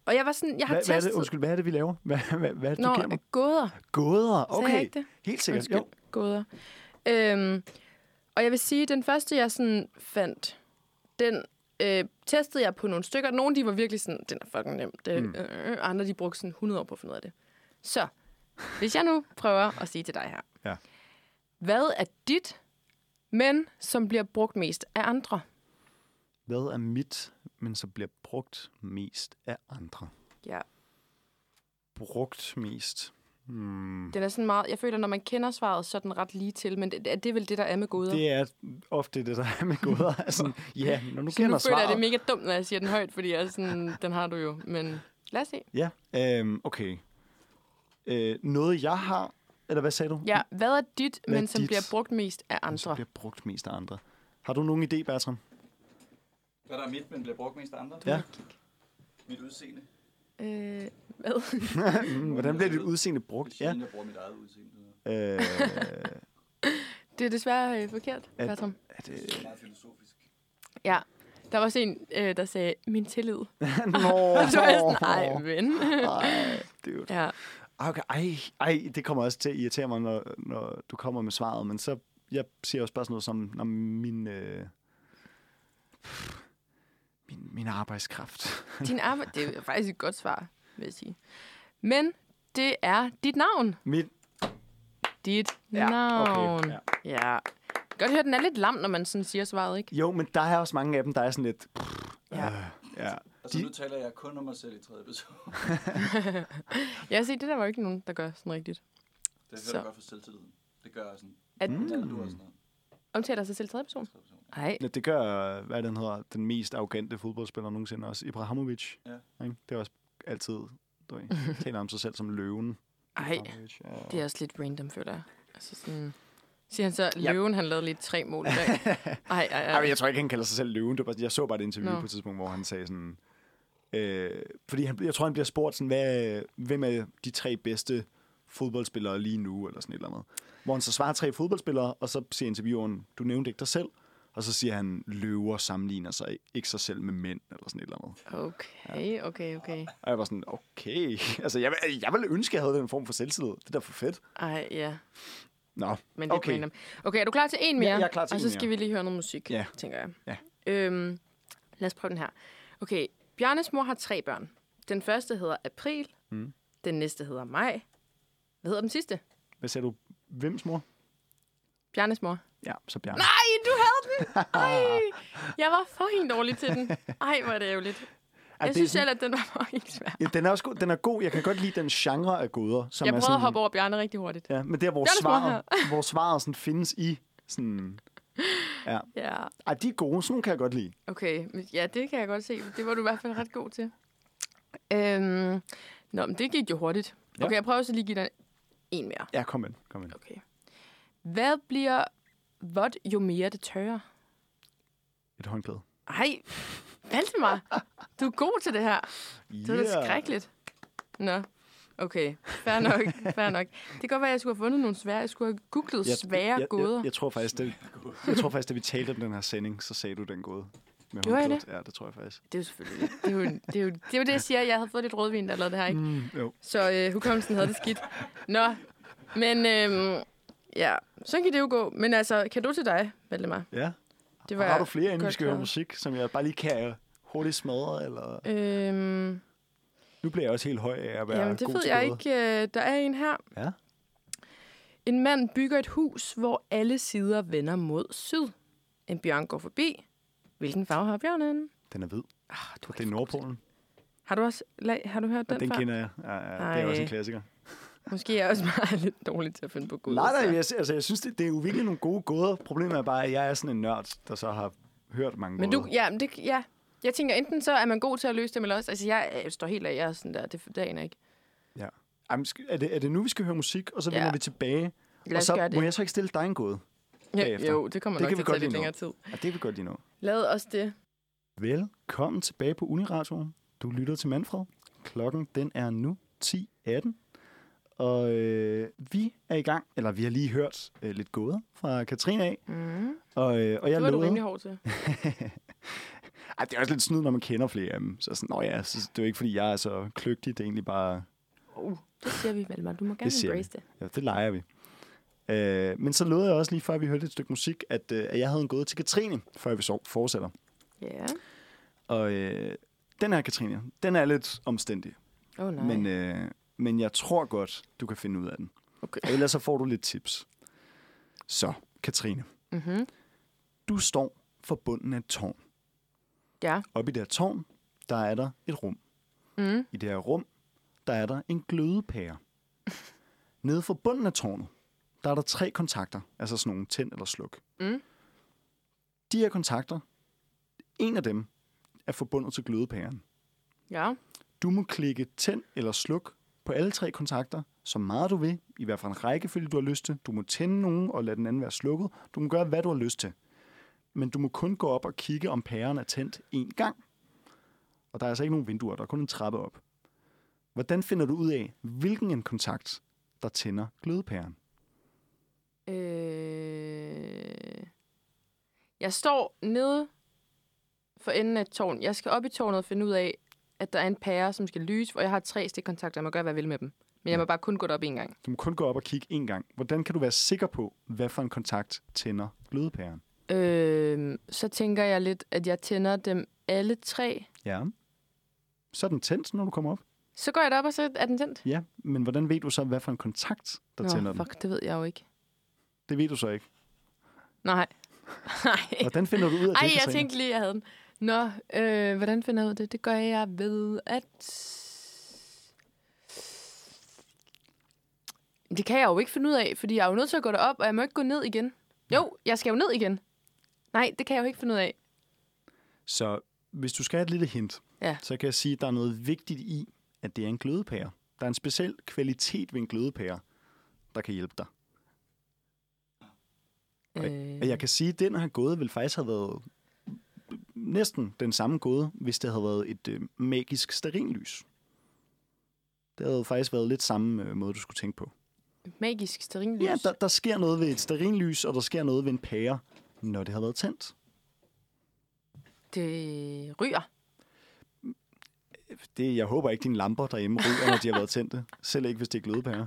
Speaker 2: Og jeg var sådan, jeg har
Speaker 4: Hva,
Speaker 2: testet...
Speaker 4: hvad er det, undskyld, hvad er det, vi laver? Hvad, hvad, hvad er det,
Speaker 2: Nå,
Speaker 4: du giver mig?
Speaker 2: gåder.
Speaker 4: Gåder,
Speaker 2: Sagde jeg
Speaker 4: okay.
Speaker 2: ikke det?
Speaker 4: Helt sikkert,
Speaker 2: Undskyld,
Speaker 4: jo.
Speaker 2: gåder. Øhm, og jeg vil sige, den første, jeg sådan fandt, den øh, testede jeg på nogle stykker. Nogle, de var virkelig sådan, den er fucking nem. Det,
Speaker 4: Mm.
Speaker 2: øh, andre, de brugte sådan hundrede år på at finde ud af det. Så, hvis jeg nu prøver at sige til dig her.
Speaker 4: Ja.
Speaker 2: Hvad er dit, men som bliver brugt mest af andre?
Speaker 4: Hvad er mit, men så bliver brugt mest af andre?
Speaker 2: Ja.
Speaker 4: Brugt mest? Hmm.
Speaker 2: Den er sådan meget, jeg føler, når man kender svaret, så er den ret lige til. Men det, det er vel det, der er med gåder.
Speaker 4: Det er ofte det, der er med gåder. Altså, ja, når du
Speaker 2: så
Speaker 4: kender
Speaker 2: nu føler
Speaker 4: svaret.
Speaker 2: jeg, det er mega dumt, når jeg siger den højt, fordi jeg er sådan, den har du jo. Men lad os se.
Speaker 4: Ja, øhm, okay. Øh, noget, jeg har... Eller hvad sagde du?
Speaker 2: Ja, hvad er dit,
Speaker 4: Hvad er
Speaker 2: men som
Speaker 4: dit?
Speaker 2: bliver brugt mest af
Speaker 4: Men som
Speaker 2: andre?
Speaker 4: bliver brugt mest af andre. Har du nogen idé, Bertram?
Speaker 3: Hvad der er mit, men bliver brugt mest af andre?
Speaker 4: Ja.
Speaker 3: Mit udseende.
Speaker 2: Øh, hvad?
Speaker 4: Mm, Hvordan bliver dit udseende brugt? Ja.
Speaker 3: Jeg bruger mit eget udseende.
Speaker 4: Øh,
Speaker 2: Det er desværre øh, forkert,
Speaker 4: Er-
Speaker 2: Bertram.
Speaker 4: er det...
Speaker 3: Det er meget filosofisk.
Speaker 2: Ja, der var også en, øh, der sagde, min tillid.
Speaker 4: Nå,
Speaker 2: Så var jeg sådan, ej, ven.
Speaker 4: Ej, dude.
Speaker 2: Ja,
Speaker 4: Okay, ej, ej, det kommer også til at irritere mig, når, når du kommer med svaret, men så, jeg siger også bare sådan noget som, når min, øh, min, min arbejdskraft.
Speaker 2: din arbejde, det er faktisk et godt svar, vil jeg sige. Men det er dit navn.
Speaker 4: Mit,
Speaker 2: Dit
Speaker 4: ja,
Speaker 2: navn.
Speaker 4: okay, ja.
Speaker 2: Ja. Godt høre, den er lidt lam, når man sådan siger svaret, ikke?
Speaker 4: Jo, men der er også mange af dem, der er sådan lidt,
Speaker 2: Ja.
Speaker 4: øh, ja.
Speaker 3: Altså,
Speaker 4: De-
Speaker 3: nu taler jeg kun om mig selv i tredje person.
Speaker 2: Jeg se, det der var jo ikke nogen, der gør sådan rigtigt.
Speaker 3: Det er
Speaker 2: Så.
Speaker 3: veldig godt for selvtilliden. Det gør jeg sådan.
Speaker 2: At
Speaker 4: Mm.
Speaker 3: Ja, du også noget.
Speaker 2: omtaler sig selv tredje person.
Speaker 3: Tredje person.
Speaker 2: Nej.
Speaker 4: Ja, det gør, hvad er den hedder, den mest arrogante fodboldspiller nogensinde også, Ibrahimovic.
Speaker 3: Ja.
Speaker 4: Ikke? Det er også altid, du ved, taler om sig selv som løven.
Speaker 2: Ej,
Speaker 4: Ibrahimovic, ja.
Speaker 2: det er også lidt random, føler jeg. Altså sådan... Siger han så,
Speaker 4: Ja.
Speaker 2: løven, han lavede lige tre mål i dag. Ej, ej, ej.
Speaker 4: Ej, men jeg tror ikke, han kalder sig selv løven. Det var bare, jeg så bare et interview
Speaker 2: Nå.
Speaker 4: på et tidspunkt, hvor han sagde sådan... Øh, fordi han, jeg tror, han bliver spurgt sådan, hvad, hvem er de tre bedste fodboldspillere lige nu, eller sådan et eller andet. Hvor han så svarer tre fodboldspillere, og så siger intervieweren, du nævnte ikke dig selv. Og så siger han, løver sammenligner sig ikke sig selv med mænd, eller sådan et eller andet.
Speaker 2: Okay, okay, okay.
Speaker 4: Og jeg var sådan, okay. Altså, jeg, jeg ville ønske, jeg havde den form for selvtillid. Det er da for fedt.
Speaker 2: Ej, ja.
Speaker 4: Nå,
Speaker 2: Men det er
Speaker 4: okay.
Speaker 2: random. Okay, er du klar til en mere?
Speaker 4: Ja, jeg er klar til
Speaker 2: Og så
Speaker 4: en
Speaker 2: skal
Speaker 4: mere.
Speaker 2: vi lige høre noget musik,
Speaker 4: Ja.
Speaker 2: tænker jeg.
Speaker 4: Ja.
Speaker 2: Øhm, lad os prøve den her. Okay, Bjarnes mor har tre børn. Den første hedder April.
Speaker 4: Mm.
Speaker 2: Den næste hedder Maj. Hvad hedder den sidste?
Speaker 4: Hvad sagde du? Hvems mor?
Speaker 2: Bjarnes mor.
Speaker 4: Ja, så Bjarne.
Speaker 2: Nej, du havde den! Ej, jeg var fucking dårlig til den. Ej, hvor er det ærgerligt.
Speaker 4: Ej,
Speaker 2: Jeg
Speaker 4: det er
Speaker 2: synes
Speaker 4: sådan-
Speaker 2: selv, at den var fucking svær.
Speaker 4: Ja, den er også god. Den er god. Jeg kan godt lide den genre af gåder, som
Speaker 2: Jeg
Speaker 4: er
Speaker 2: prøvede
Speaker 4: sådan...
Speaker 2: at hoppe over Bjarne rigtig hurtigt.
Speaker 4: Ja, men der, hvor
Speaker 2: Bjarnes mor
Speaker 4: svaret, hvor svaret sådan findes i sådan... Ja.
Speaker 2: Ja,
Speaker 4: Ej, de er gode. Sådan nogle kan jeg godt lide.
Speaker 2: okay. Men ja, det kan jeg godt se. Det var du i hvert fald ret god til. Øhm, nå, men det gik jo hurtigt.
Speaker 4: Ja.
Speaker 2: Okay, jeg prøver så lige at give dig en mere.
Speaker 4: Ja, kom ind. Kom ind.
Speaker 2: Okay. Hvad bliver vådt, jo mere det tørrer?
Speaker 4: Et håndklæde.
Speaker 2: Ej, Valdemar, du er god til det her. Det er da skrækkeligt. Nå, okay. Fair nok, fair nok. Det kan godt være, at jeg skulle have fundet nogle svære. Jeg skulle have googlet
Speaker 4: Jeg,
Speaker 2: svære
Speaker 4: jeg, jeg,
Speaker 2: gåder.
Speaker 4: jeg, jeg, tror faktisk, det, jeg tror faktisk, da vi talte om den her sending, så sagde du den gåde. Med
Speaker 2: Gjorde jeg
Speaker 4: håndklædet. Ja, det tror jeg faktisk.
Speaker 2: Det er jo selvfølgelig det. Er jo, det, er jo, det er jo det, jeg siger. Jeg havde fået lidt rødvin, der lavede det her, ikke?
Speaker 4: Mm, jo.
Speaker 2: Så øh, hukommelsen havde det skidt. Nå, men øhm, ja, så kan det jo gå. Men altså, kan du til dig, Valdemar?
Speaker 4: Ja.
Speaker 2: Det
Speaker 4: Har du flere, inden vi
Speaker 2: godt
Speaker 4: skal høre
Speaker 2: klaret.
Speaker 4: musik, som jeg bare lige kan hurtigt smadre? Eller...
Speaker 2: Øhm,
Speaker 4: Nu bliver jeg også helt høj af at være
Speaker 2: jamen, det
Speaker 4: god
Speaker 2: ved
Speaker 4: til
Speaker 2: jeg
Speaker 4: gåder.
Speaker 2: ikke. Der er en her.
Speaker 4: Ja.
Speaker 2: En mand bygger et hus, hvor alle sider vender mod syd. En bjørn går forbi. Hvilken farve har bjørnen?
Speaker 4: Den er hvid.
Speaker 2: Ah, du
Speaker 4: Det er Nordpolen.
Speaker 2: Har du også lag, har du hørt
Speaker 4: Ja,
Speaker 2: den,
Speaker 4: den
Speaker 2: før?
Speaker 4: kender jeg. Ja, ja, det er
Speaker 2: Ej.
Speaker 4: også en klassiker.
Speaker 2: Måske er jeg også meget lidt dårlig til at finde på gåder.
Speaker 4: Nej, nej,
Speaker 2: så.
Speaker 4: jeg, altså, jeg synes, det, det er jo virkelig nogle gode gåder. Problemet er bare, at jeg er sådan en nørd, der så har hørt mange
Speaker 2: Men
Speaker 4: gåder.
Speaker 2: du, ja, men det, ja. Jeg tænker, enten så er man god til at løse dem, eller også... Altså, jeg, jeg står helt af, jeg er sådan der, det, det aner jeg ikke.
Speaker 4: Jamen, skal- er, det, er det nu, vi skal høre musik, og så vender
Speaker 2: Ja.
Speaker 4: vi tilbage?
Speaker 2: Lad
Speaker 4: Og
Speaker 2: os
Speaker 4: så
Speaker 2: gøre
Speaker 4: må
Speaker 2: det.
Speaker 4: jeg så ikke stille dig en gåde?
Speaker 2: Ja,
Speaker 4: bagefter.
Speaker 2: jo, det kommer
Speaker 4: Det
Speaker 2: nok
Speaker 4: kan
Speaker 2: til
Speaker 4: vi
Speaker 2: at
Speaker 4: godt
Speaker 2: tage lidt
Speaker 4: lige nå.
Speaker 2: længere tid.
Speaker 4: Ja, det vil godt lige nå.
Speaker 2: Lad os det.
Speaker 4: Velkommen tilbage på Uniradioen. Du lytter til Manfred. Klokken, den er nu ti atten. Og øh, vi er i gang, eller vi har lige hørt øh, lidt gåder fra Katrine af.
Speaker 2: Mm.
Speaker 4: Og, øh, og jeg
Speaker 2: Det var du
Speaker 4: lovede...
Speaker 2: rimelig hård til.
Speaker 4: Ej, det er også lidt snyd, når man kender flere af dem. Så sådan, nå ja, så det er jo ikke, fordi jeg er så kløgtig. Det er egentlig bare...
Speaker 2: Uh, det siger vi, Valdemar. Du må gerne
Speaker 4: Det
Speaker 2: embrace det.
Speaker 4: Ja, det leger vi. Øh, men så lovede jeg også lige, før vi hørte et stykke musik, at, øh, at jeg havde en gåde til Katrine, før vi så fortsætter.
Speaker 2: Ja. Yeah.
Speaker 4: Og øh, den her, Katrine, den er lidt omstændig.
Speaker 2: Åh oh, nej.
Speaker 4: Men, øh, men jeg tror godt, du kan finde ud af den.
Speaker 2: Okay.
Speaker 4: Og ellers så får du lidt tips. Så, Katrine.
Speaker 2: Mm-hmm.
Speaker 4: Du står for bunden af et tårn.
Speaker 2: Ja.
Speaker 4: Oppe i det her tårn, der er der et rum.
Speaker 2: Mm.
Speaker 4: I det her rum, der er der en glødepære. Nede for bunden af tårnet, der er der tre kontakter, altså sådan nogle tænd eller sluk.
Speaker 2: Mm.
Speaker 4: De her kontakter, en af dem er forbundet til glødepæren.
Speaker 2: Ja.
Speaker 4: Du må klikke tænd eller sluk på alle tre kontakter, så meget du vil, i hvert fald en rækkefølge, du har lyst til. Du må tænde nogen og lade den anden være slukket. Du må gøre, hvad du har lyst til. Men du må kun gå op og kigge, om pæren er tændt én gang. Og der er altså ikke nogen vinduer, der er kun en trappe op. Hvordan finder du ud af, hvilken en kontakt, der tænder glødepæren?
Speaker 2: Øh... Jeg står nede for enden af et tårn. Jeg skal op i tårnet og finde ud af, at der er en pære, som skal lyse, hvor jeg har tre stikkontakter. Jeg må gøre, hvad jeg vil med dem. Men jeg må bare kun gå derop en gang.
Speaker 4: Du må kun gå op og kigge én gang. Hvordan kan du være sikker på, hvad for en kontakt tænder glødepæren?
Speaker 2: Øh... Så tænker jeg lidt, at jeg tænder dem alle tre.
Speaker 4: Ja. Så er den tændt, når du kommer op.
Speaker 2: Så går jeg derop, og så er den tændt.
Speaker 4: Ja, men hvordan ved du så, hvad for en kontakt, der
Speaker 2: Nå,
Speaker 4: tænder den?
Speaker 2: fuck, det ved jeg jo ikke.
Speaker 4: Det ved du så ikke.
Speaker 2: Nej. Nej.
Speaker 4: Hvordan finder du ud af det,
Speaker 2: Ej,
Speaker 4: Katrine?
Speaker 2: jeg tænkte lige, jeg havde den. Nå, øh, hvordan finder jeg ud af det? Det gør jeg ved, at... Det kan jeg jo ikke finde ud af, fordi jeg er jo nødt til at gå derop, og jeg må ikke gå ned igen. Jo, jeg skal jo ned igen. Nej, det kan jeg jo ikke finde ud af.
Speaker 4: Så hvis du skal have et lille hint,
Speaker 2: Ja.
Speaker 4: så kan jeg sige, at der er noget vigtigt i, at det er en glødepære. Der er en speciel kvalitet ved en glødepære, der kan hjælpe dig.
Speaker 2: Øh,
Speaker 4: Og jeg kan sige, at den her gåde vil faktisk have været næsten den samme gåde, hvis det havde været et øh, magisk stearinlys. Det havde faktisk været lidt samme øh, måde, du skulle tænke på.
Speaker 2: magisk stearinlys.
Speaker 4: Ja, der, der sker noget ved et stearinlys, og der sker noget ved en pære, når det har været tændt.
Speaker 2: Det ryger.
Speaker 4: Det, jeg håber ikke, dine lamper derhjemme ryger, når de har været tændte. Selv ikke, hvis det er glødepærer.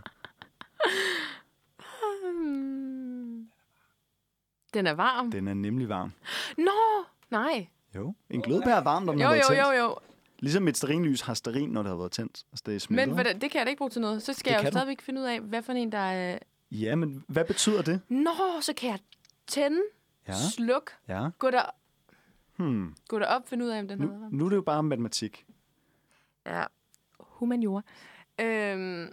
Speaker 2: Hmm. Den er varm.
Speaker 4: Den er nemlig varm.
Speaker 2: Nå, nej.
Speaker 4: Jo, en glødepære er varm, når den
Speaker 2: Jo,
Speaker 4: har været
Speaker 2: jo,
Speaker 4: tændt.
Speaker 2: jo, jo.
Speaker 4: Ligesom et stearinlys har stearin, når det har været tændt. Altså, det er smeltet.
Speaker 2: Men hvordan, det kan jeg da ikke bruge til noget. Så skal
Speaker 4: Det
Speaker 2: jeg
Speaker 4: kan
Speaker 2: jo
Speaker 4: du.
Speaker 2: stadigvæk finde ud af, hvad for en, der er...
Speaker 4: Ja, men hvad betyder det?
Speaker 2: Nå, så kan jeg tænde,
Speaker 4: Ja.
Speaker 2: sluk,
Speaker 4: Ja.
Speaker 2: gå der,
Speaker 4: Hmm.
Speaker 2: gå derop, finde ud af, om den har været
Speaker 4: Nu,
Speaker 2: varm.
Speaker 4: nu er det jo bare matematik.
Speaker 2: Ja, humaniora. Øhm.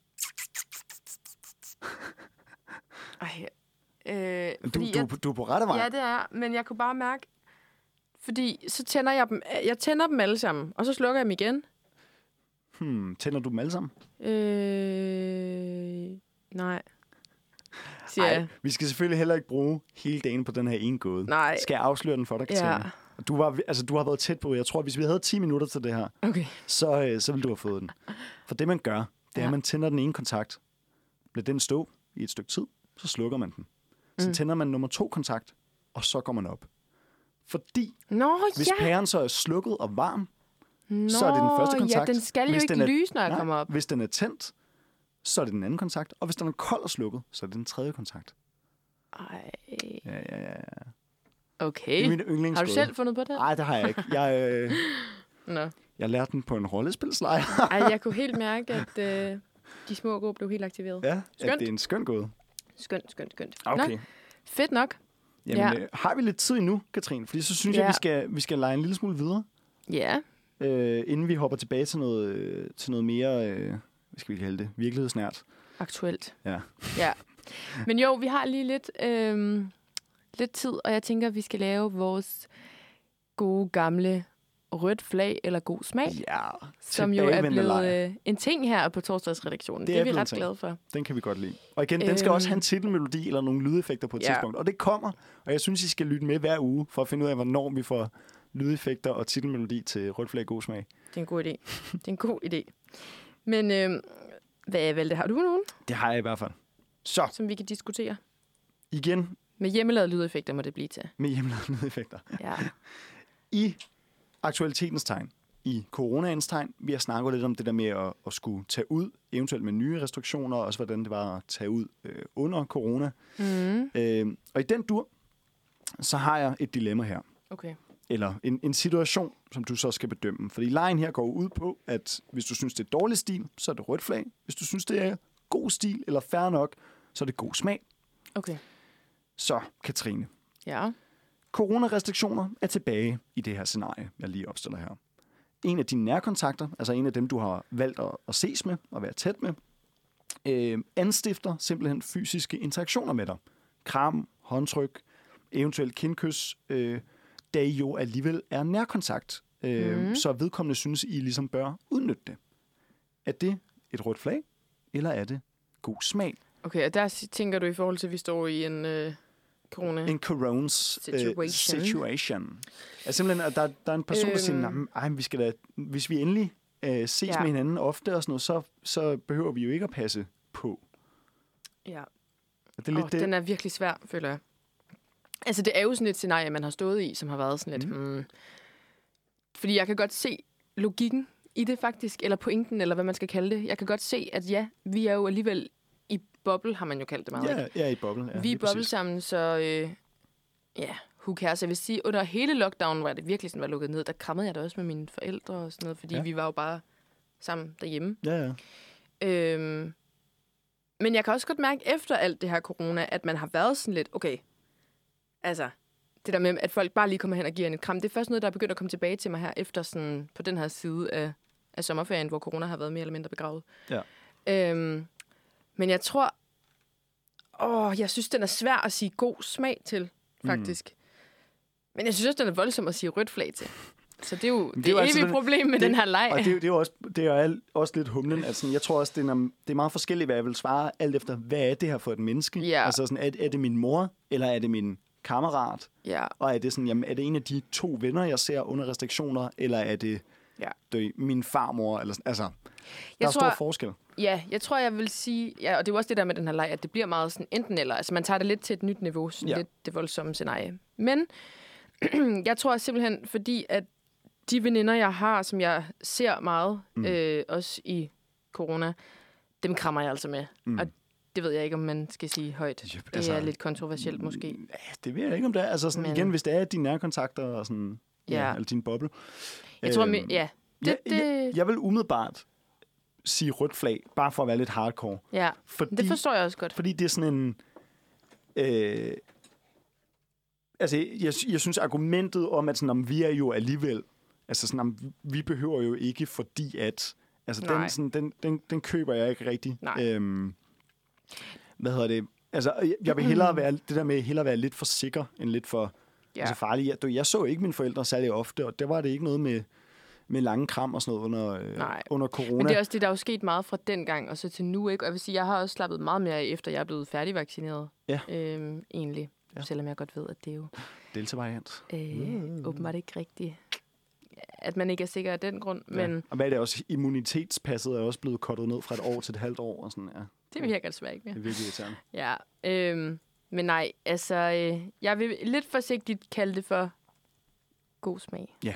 Speaker 2: Ej, øh,
Speaker 4: Du,
Speaker 2: fordi
Speaker 4: du,
Speaker 2: jeg,
Speaker 4: du er på rette vej.
Speaker 2: ja, det er, men jeg kunne bare mærke, fordi så tænder jeg dem, jeg tænder dem alle sammen, og så slukker jeg dem igen.
Speaker 4: Hmm. Tænder du dem alle sammen?
Speaker 2: Øh, nej. Siger jeg.
Speaker 4: Vi skal selvfølgelig heller ikke bruge hele dagen på den her ene gåde.
Speaker 2: Nej.
Speaker 4: Skal jeg afsløre den for dig, Katrine?
Speaker 2: Ja.
Speaker 4: Du, var, altså, du har været tæt på. Jeg tror, hvis vi havde ti minutter til det her,
Speaker 2: Okay.
Speaker 4: så, øh, så ville du have fået den. For det, man gør, det er,
Speaker 2: Ja.
Speaker 4: at man tænder den ene kontakt. Lad den stå i et stykke tid, så slukker man den. Så
Speaker 2: Mm.
Speaker 4: tænder man nummer to kontakt, og så går man op. Fordi
Speaker 2: Nå,
Speaker 4: hvis
Speaker 2: ja.
Speaker 4: pæren så er slukket og varm,
Speaker 2: Nå,
Speaker 4: så er det den første kontakt.
Speaker 2: ja, den skal jo
Speaker 4: Hvis
Speaker 2: ikke
Speaker 4: den er-
Speaker 2: lyse, når jeg
Speaker 4: Nej,
Speaker 2: kommer op.
Speaker 4: Hvis den er tændt, så er det den anden kontakt. Og hvis den er kold og slukket, så er det den tredje kontakt.
Speaker 2: Ej,
Speaker 4: Ja, ja, ja. ja.
Speaker 2: okay.
Speaker 4: Det er min yndlingsgåde.
Speaker 2: Har du selv fundet på det?
Speaker 4: Nej, det har jeg ikke. Jeg, øh,
Speaker 2: Nå.
Speaker 4: jeg lærte den på en rollespilslejr.
Speaker 2: Ej, jeg kunne helt mærke, at øh, de små gå blev helt aktiveret.
Speaker 4: Ja,
Speaker 2: Skønt.
Speaker 4: at det er en skøn gåde.
Speaker 2: Skønt, skønt, skønt.
Speaker 4: Okay.
Speaker 2: Nå, fedt nok.
Speaker 4: Jamen,
Speaker 2: Ja.
Speaker 4: øh, har vi lidt tid endnu, Katrine? Fordi så synes
Speaker 2: Ja.
Speaker 4: jeg, vi skal, vi skal lege en lille smule videre,
Speaker 2: Ja.
Speaker 4: øh, inden vi hopper tilbage til noget, øh, til noget mere, øh, hvad skal vi kalde det, virkelighedsnært.
Speaker 2: Aktuelt.
Speaker 4: Ja.
Speaker 2: Ja. Men jo, vi har lige lidt, øh, lidt tid, og jeg tænker, at vi skal lave vores gode gamle rødt flag eller god smag,
Speaker 4: Ja,
Speaker 2: som jo er
Speaker 4: tilbagevendende leg.
Speaker 2: blevet øh, en ting her på torsdagsredaktionen.
Speaker 4: Det
Speaker 2: Det
Speaker 4: er
Speaker 2: er vi
Speaker 4: blevet en
Speaker 2: ret
Speaker 4: ting.
Speaker 2: glade for.
Speaker 4: Den kan vi godt lide. Og igen, den skal
Speaker 2: Øhm.
Speaker 4: også have en titelmelodi eller nogle lydeffekter på et
Speaker 2: Ja.
Speaker 4: tidspunkt. Og det kommer, og jeg synes, I skal lytte med hver uge, for at finde ud af, hvornår vi får lydeffekter og titelmelodi til Rødt Flag God Smag.
Speaker 2: Det er en god idé. Det er en god idé. Men øh, hvad, Valde, har du nogen,
Speaker 4: Det har jeg i hvert fald. Så,
Speaker 2: som vi kan diskutere?
Speaker 4: igen
Speaker 2: Med hjemmelavede lydeffekter må det blive til.
Speaker 4: med hjemmelavede lydeffekter.
Speaker 2: Ja.
Speaker 4: I aktualitetens tegn. I coronaens tegn. Vi har snakket lidt om det der med at, at skulle tage ud, eventuelt med nye restriktioner, og også hvordan det var at tage ud øh, under corona.
Speaker 2: Mm.
Speaker 4: Øh, og i den dur, så har jeg et dilemma her.
Speaker 2: Okay.
Speaker 4: Eller en, en situation, som du så skal bedømme. Fordi lejen her går ud på, at hvis du synes, det er dårlig stil, så er det rødt flag. Hvis du synes, det er god stil eller fair nok, så er det god smag.
Speaker 2: Okay.
Speaker 4: Så, Katrine.
Speaker 2: Ja.
Speaker 4: Coronarestriktioner er tilbage i det her scenarie, jeg lige opstiller her. En af dine nærkontakter, altså en af dem, du har valgt at, at ses med og være tæt med, øh, anstifter simpelthen fysiske interaktioner med dig. Kram, håndtryk, eventuelt kindkys, øh, da I jo alligevel er nærkontakt. Øh, mm. Så vedkommende synes, I ligesom bør udnytte det. Er det et rødt flag, eller er det god smag?
Speaker 2: Okay, og der tænker du i forhold til, at vi står i en øh, corona...
Speaker 4: En coronas
Speaker 2: situation.
Speaker 4: Øh, situation. Altså simpelthen, at der, der er en person, øhm. der siger, ej, vi skal da, hvis vi endelig øh, ses ja. med hinanden ofte og sådan noget, så, så behøver vi jo ikke at passe på.
Speaker 2: Ja.
Speaker 4: Er det lidt
Speaker 2: oh,
Speaker 4: det?
Speaker 2: Den er virkelig svær, føler jeg. Altså, det er jo sådan et scenarie, man har stået i, som har været sådan lidt... Mm. Hmm, fordi jeg kan godt se logikken i det faktisk, eller pointen, eller hvad man skal kalde det. Jeg kan godt se, at ja, vi er jo alligevel i boble, har man jo kaldt det meget.
Speaker 4: Ja, ja, i boble. Ja,
Speaker 2: vi er i boble sammen, så øh, ja, who cares? Jeg vil sige, under hele lockdown, hvor det virkelig sådan var lukket ned, der krammede jeg da også med mine forældre og sådan noget, fordi ja. vi var jo bare sammen derhjemme.
Speaker 4: Ja, ja.
Speaker 2: Øhm, men jeg kan også godt mærke efter alt det her corona, at man har været sådan lidt, okay, altså, det der med, at folk bare lige kommer hen og giver en et kram, det er først noget, der er begyndt at komme tilbage til mig her, efter sådan, på den her side af, af sommerferien, hvor corona har været mere eller mindre begravet.
Speaker 4: Ja.
Speaker 2: Øhm, men jeg tror, åh, jeg synes, den er svær at sige god smag til, faktisk. Mm. Men jeg synes også, den er voldsom at sige rødt flag til. Så det er jo det, det er evige altså problem med
Speaker 4: det,
Speaker 2: den her leg.
Speaker 4: Og det, det er jo også, det er også lidt humlen. Altså, jeg tror også, det er, det er meget forskelligt, hvad jeg vil svare, alt efter, hvad er det her for et menneske?
Speaker 2: Ja.
Speaker 4: Altså, sådan, er, er det min mor, eller er det min kammerat?
Speaker 2: Ja.
Speaker 4: Og er det, sådan, jamen, er det en af de to venner, jeg ser under restriktioner, eller er det,
Speaker 2: ja.
Speaker 4: det min farmor? Eller sådan, altså, der
Speaker 2: jeg
Speaker 4: er
Speaker 2: tror,
Speaker 4: stor forskel.
Speaker 2: Ja, jeg tror, jeg vil sige... Ja, og det er også det der med den her leg, at det bliver meget sådan enten eller. Altså, man tager det lidt til et nyt niveau, sådan ja. lidt det voldsomme scenarie. Men jeg tror simpelthen, fordi at de veninder, jeg har, som jeg ser meget, mm. øh, også i corona, dem krammer jeg altså med. Mm. Og det ved jeg ikke, om man skal sige højt. Det er altså, lidt kontroversielt, måske.
Speaker 4: Ja, det ved jeg ikke, om det er. Altså, sådan, igen, hvis det er dine nærkontakter og sådan... Ja. Ja, eller din boble.
Speaker 2: Jeg tror, øhm, ja. Det,
Speaker 4: jeg,
Speaker 2: det...
Speaker 4: Jeg, jeg vil umiddelbart sige rødt flag, bare for at være lidt hardcore.
Speaker 2: Ja,
Speaker 4: fordi,
Speaker 2: det forstår jeg også godt.
Speaker 4: Fordi det er sådan en... Øh, altså, jeg, jeg synes, argumentet om, at sådan, om vi er jo alligevel... Altså, sådan, om, vi behøver jo ikke, fordi at... Altså, den, sådan, den, den, den køber jeg ikke rigtig. Øhm, hvad hedder det? Altså, jeg, jeg vil hellere være... Det der med hellere være lidt for sikker, end lidt for ja. altså, farlig. Jeg, jeg så ikke mine forældre særlig ofte, og der var det ikke noget med... med lange kram og sådan noget under, øh, under corona.
Speaker 2: Men det er også det, der er jo sket meget fra den gang og så til nu, ikke? Og jeg vil sige, jeg har også slappet meget mere af, efter jeg er blevet færdigvaccineret. Ja. Øhm, egentlig. Ja. Selvom jeg godt ved, at det er jo...
Speaker 4: Delta-variant.
Speaker 2: Øh, mm. Åbenbart ikke rigtigt. At man ikke er sikker af den grund,
Speaker 4: ja.
Speaker 2: men...
Speaker 4: Og hvad er det også? Immunitetspasset er også blevet kortet ned fra et år til et halvt år og sådan, ja.
Speaker 2: Det virker desværre ikke mere.
Speaker 4: Det er virkelig irriterende.
Speaker 2: Ja, øhm, men nej, altså... Øh, jeg vil lidt forsigtigt kalde det for god smag.
Speaker 4: Ja.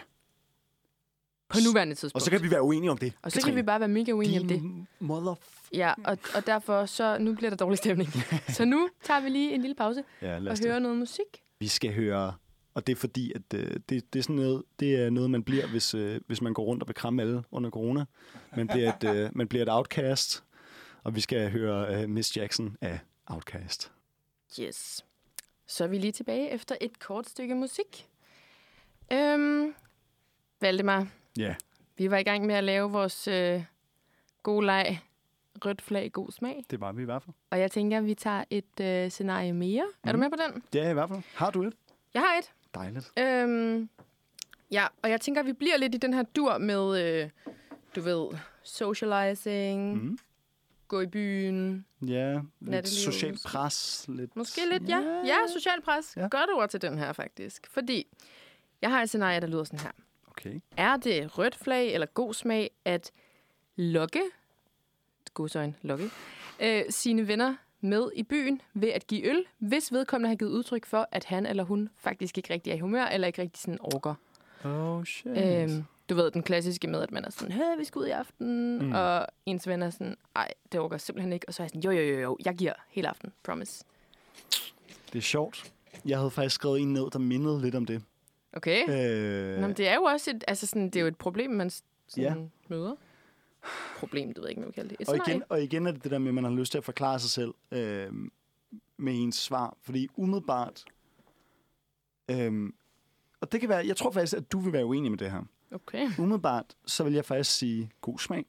Speaker 2: På nuværende tidspunkt.
Speaker 4: Og så kan vi være uenige om det.
Speaker 2: Og så Katrine. Kan vi bare være mega uenige om det.
Speaker 4: Mother...
Speaker 2: Ja, og, og derfor så... Nu bliver der dårlig stemning. Så nu tager vi lige en lille pause
Speaker 4: ja,
Speaker 2: og hører noget musik.
Speaker 4: Vi skal høre... Og det er fordi, at øh, det, det, er sådan noget, det er noget, man bliver, hvis, øh, hvis man går rundt og vil kramme alle under corona. Man bliver et, øh, man bliver et outcast, og vi skal høre øh, Miss Jackson af Outcast.
Speaker 2: Yes. Så er vi lige tilbage efter et kort stykke musik. Øhm, Valdemar.
Speaker 4: Ja. Yeah.
Speaker 2: Vi var i gang med at lave vores øh, gode leg. Rødt flag, god smag.
Speaker 4: Det var vi i hvert fald.
Speaker 2: Og jeg tænker, at vi tager et øh, scenarie mere. Mm. Er du med på den?
Speaker 4: Ja, i hvert fald. Har du et?
Speaker 2: Jeg har et.
Speaker 4: Dejligt.
Speaker 2: Øhm, ja, og jeg tænker, at vi bliver lidt i den her dur med, øh, du ved, socializing, mm. gå i byen.
Speaker 4: Ja, lidt socialt pres. Lidt.
Speaker 2: Måske lidt, ja. Ja, socialt pres. Ja. Godt ord til den her, faktisk. Fordi jeg har et scenarie, der lyder sådan her.
Speaker 4: Okay.
Speaker 2: Er det rødt flag eller god smag at lokke, godsøjne, lokke, øh, sine venner med i byen ved at give øl, hvis vedkommende har givet udtryk for, at han eller hun faktisk ikke rigtig er i humør, eller ikke rigtig sådan orker.
Speaker 4: Oh, shit.
Speaker 2: Øhm, du ved, den klassiske med, at man er sådan, hey, vi skal ud i aften. Mm. Og ens ven er sådan, ej, det overgår simpelthen ikke. Og så er jeg sådan, jo, jo, jo, jo, jeg giver hele aften, promise.
Speaker 4: Det er sjovt. Jeg havde faktisk skrevet en ned, der mindede lidt om det.
Speaker 2: Okay.
Speaker 4: Øh...
Speaker 2: Nå, men det er jo også et, altså sådan, det er jo et problem, man sådan
Speaker 4: Ja.
Speaker 2: møder. Problem, det ved jeg ikke, hvad vi kalder det. Et
Speaker 4: Og
Speaker 2: scenarie.
Speaker 4: igen, og igen er det det der med, at man har lyst til at forklare sig selv øh, med ens svar. Fordi umiddelbart... Øh, og det kan være... Jeg tror faktisk, at du vil være uenig med det her.
Speaker 2: Okay.
Speaker 4: Umiddelbart, så vil jeg faktisk sige god smag.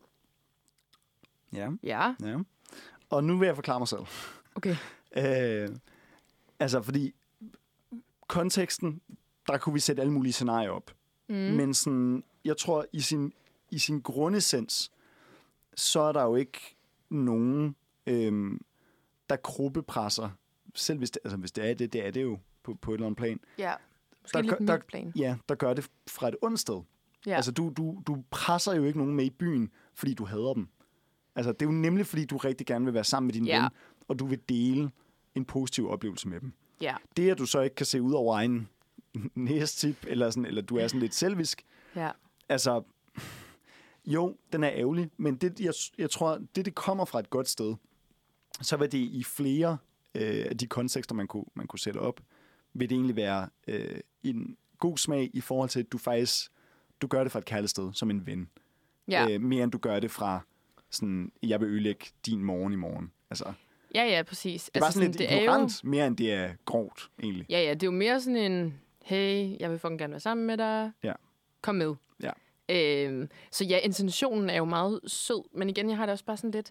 Speaker 4: Ja,
Speaker 2: Ja,
Speaker 4: ja. Og nu vil jeg forklare mig selv.
Speaker 2: okay.
Speaker 4: Øh, altså, fordi konteksten, der kunne vi sætte alle mulige scenarier op.
Speaker 2: Mm.
Speaker 4: Men sådan, jeg tror, i sin, i sin grundessens, så er der jo ikke nogen, øhm, der gruppepresser. Selv hvis det, altså, hvis det er det, det er det jo på, på et eller andet plan.
Speaker 2: Ja, måske
Speaker 4: Der
Speaker 2: lidt
Speaker 4: gør- der-
Speaker 2: mildt plan.
Speaker 4: Ja, der gør det fra et ondt sted.
Speaker 2: Ja.
Speaker 4: Altså, du, du, du presser jo ikke nogen med i byen, fordi du hader dem. Altså, det er jo nemlig, fordi du rigtig gerne vil være sammen med din
Speaker 2: Ja.
Speaker 4: ven, og du vil dele en positiv oplevelse med dem.
Speaker 2: Ja,
Speaker 4: Det, at du så ikke kan se ud over egen næstip, eller, sådan, eller du er sådan lidt selvisk,
Speaker 2: ja.
Speaker 4: altså, jo, den er ærgerlig, men det, jeg, jeg tror, det, det kommer fra et godt sted, så vil det i flere øh, af de kontekster, man kunne, man kunne sætte op, vil det egentlig være øh, en god smag i forhold til, at du faktisk, du gør det fra et kærligt sted, som en ven.
Speaker 2: Ja.
Speaker 4: Øh, mere end du gør det fra sådan, jeg vil ødelægge din morgen i morgen. Altså,
Speaker 2: Ja, ja, præcis.
Speaker 4: det er bare sådan lidt
Speaker 2: det er jo,
Speaker 4: ignorant, mere end det er grovt, egentlig.
Speaker 2: ja, ja, det er jo mere sådan en, hey, jeg vil fucking gerne være sammen med dig.
Speaker 4: Ja.
Speaker 2: Kom med.
Speaker 4: Ja.
Speaker 2: Øhm, så ja, intentionen er jo meget sød, men igen, jeg har det også bare sådan lidt,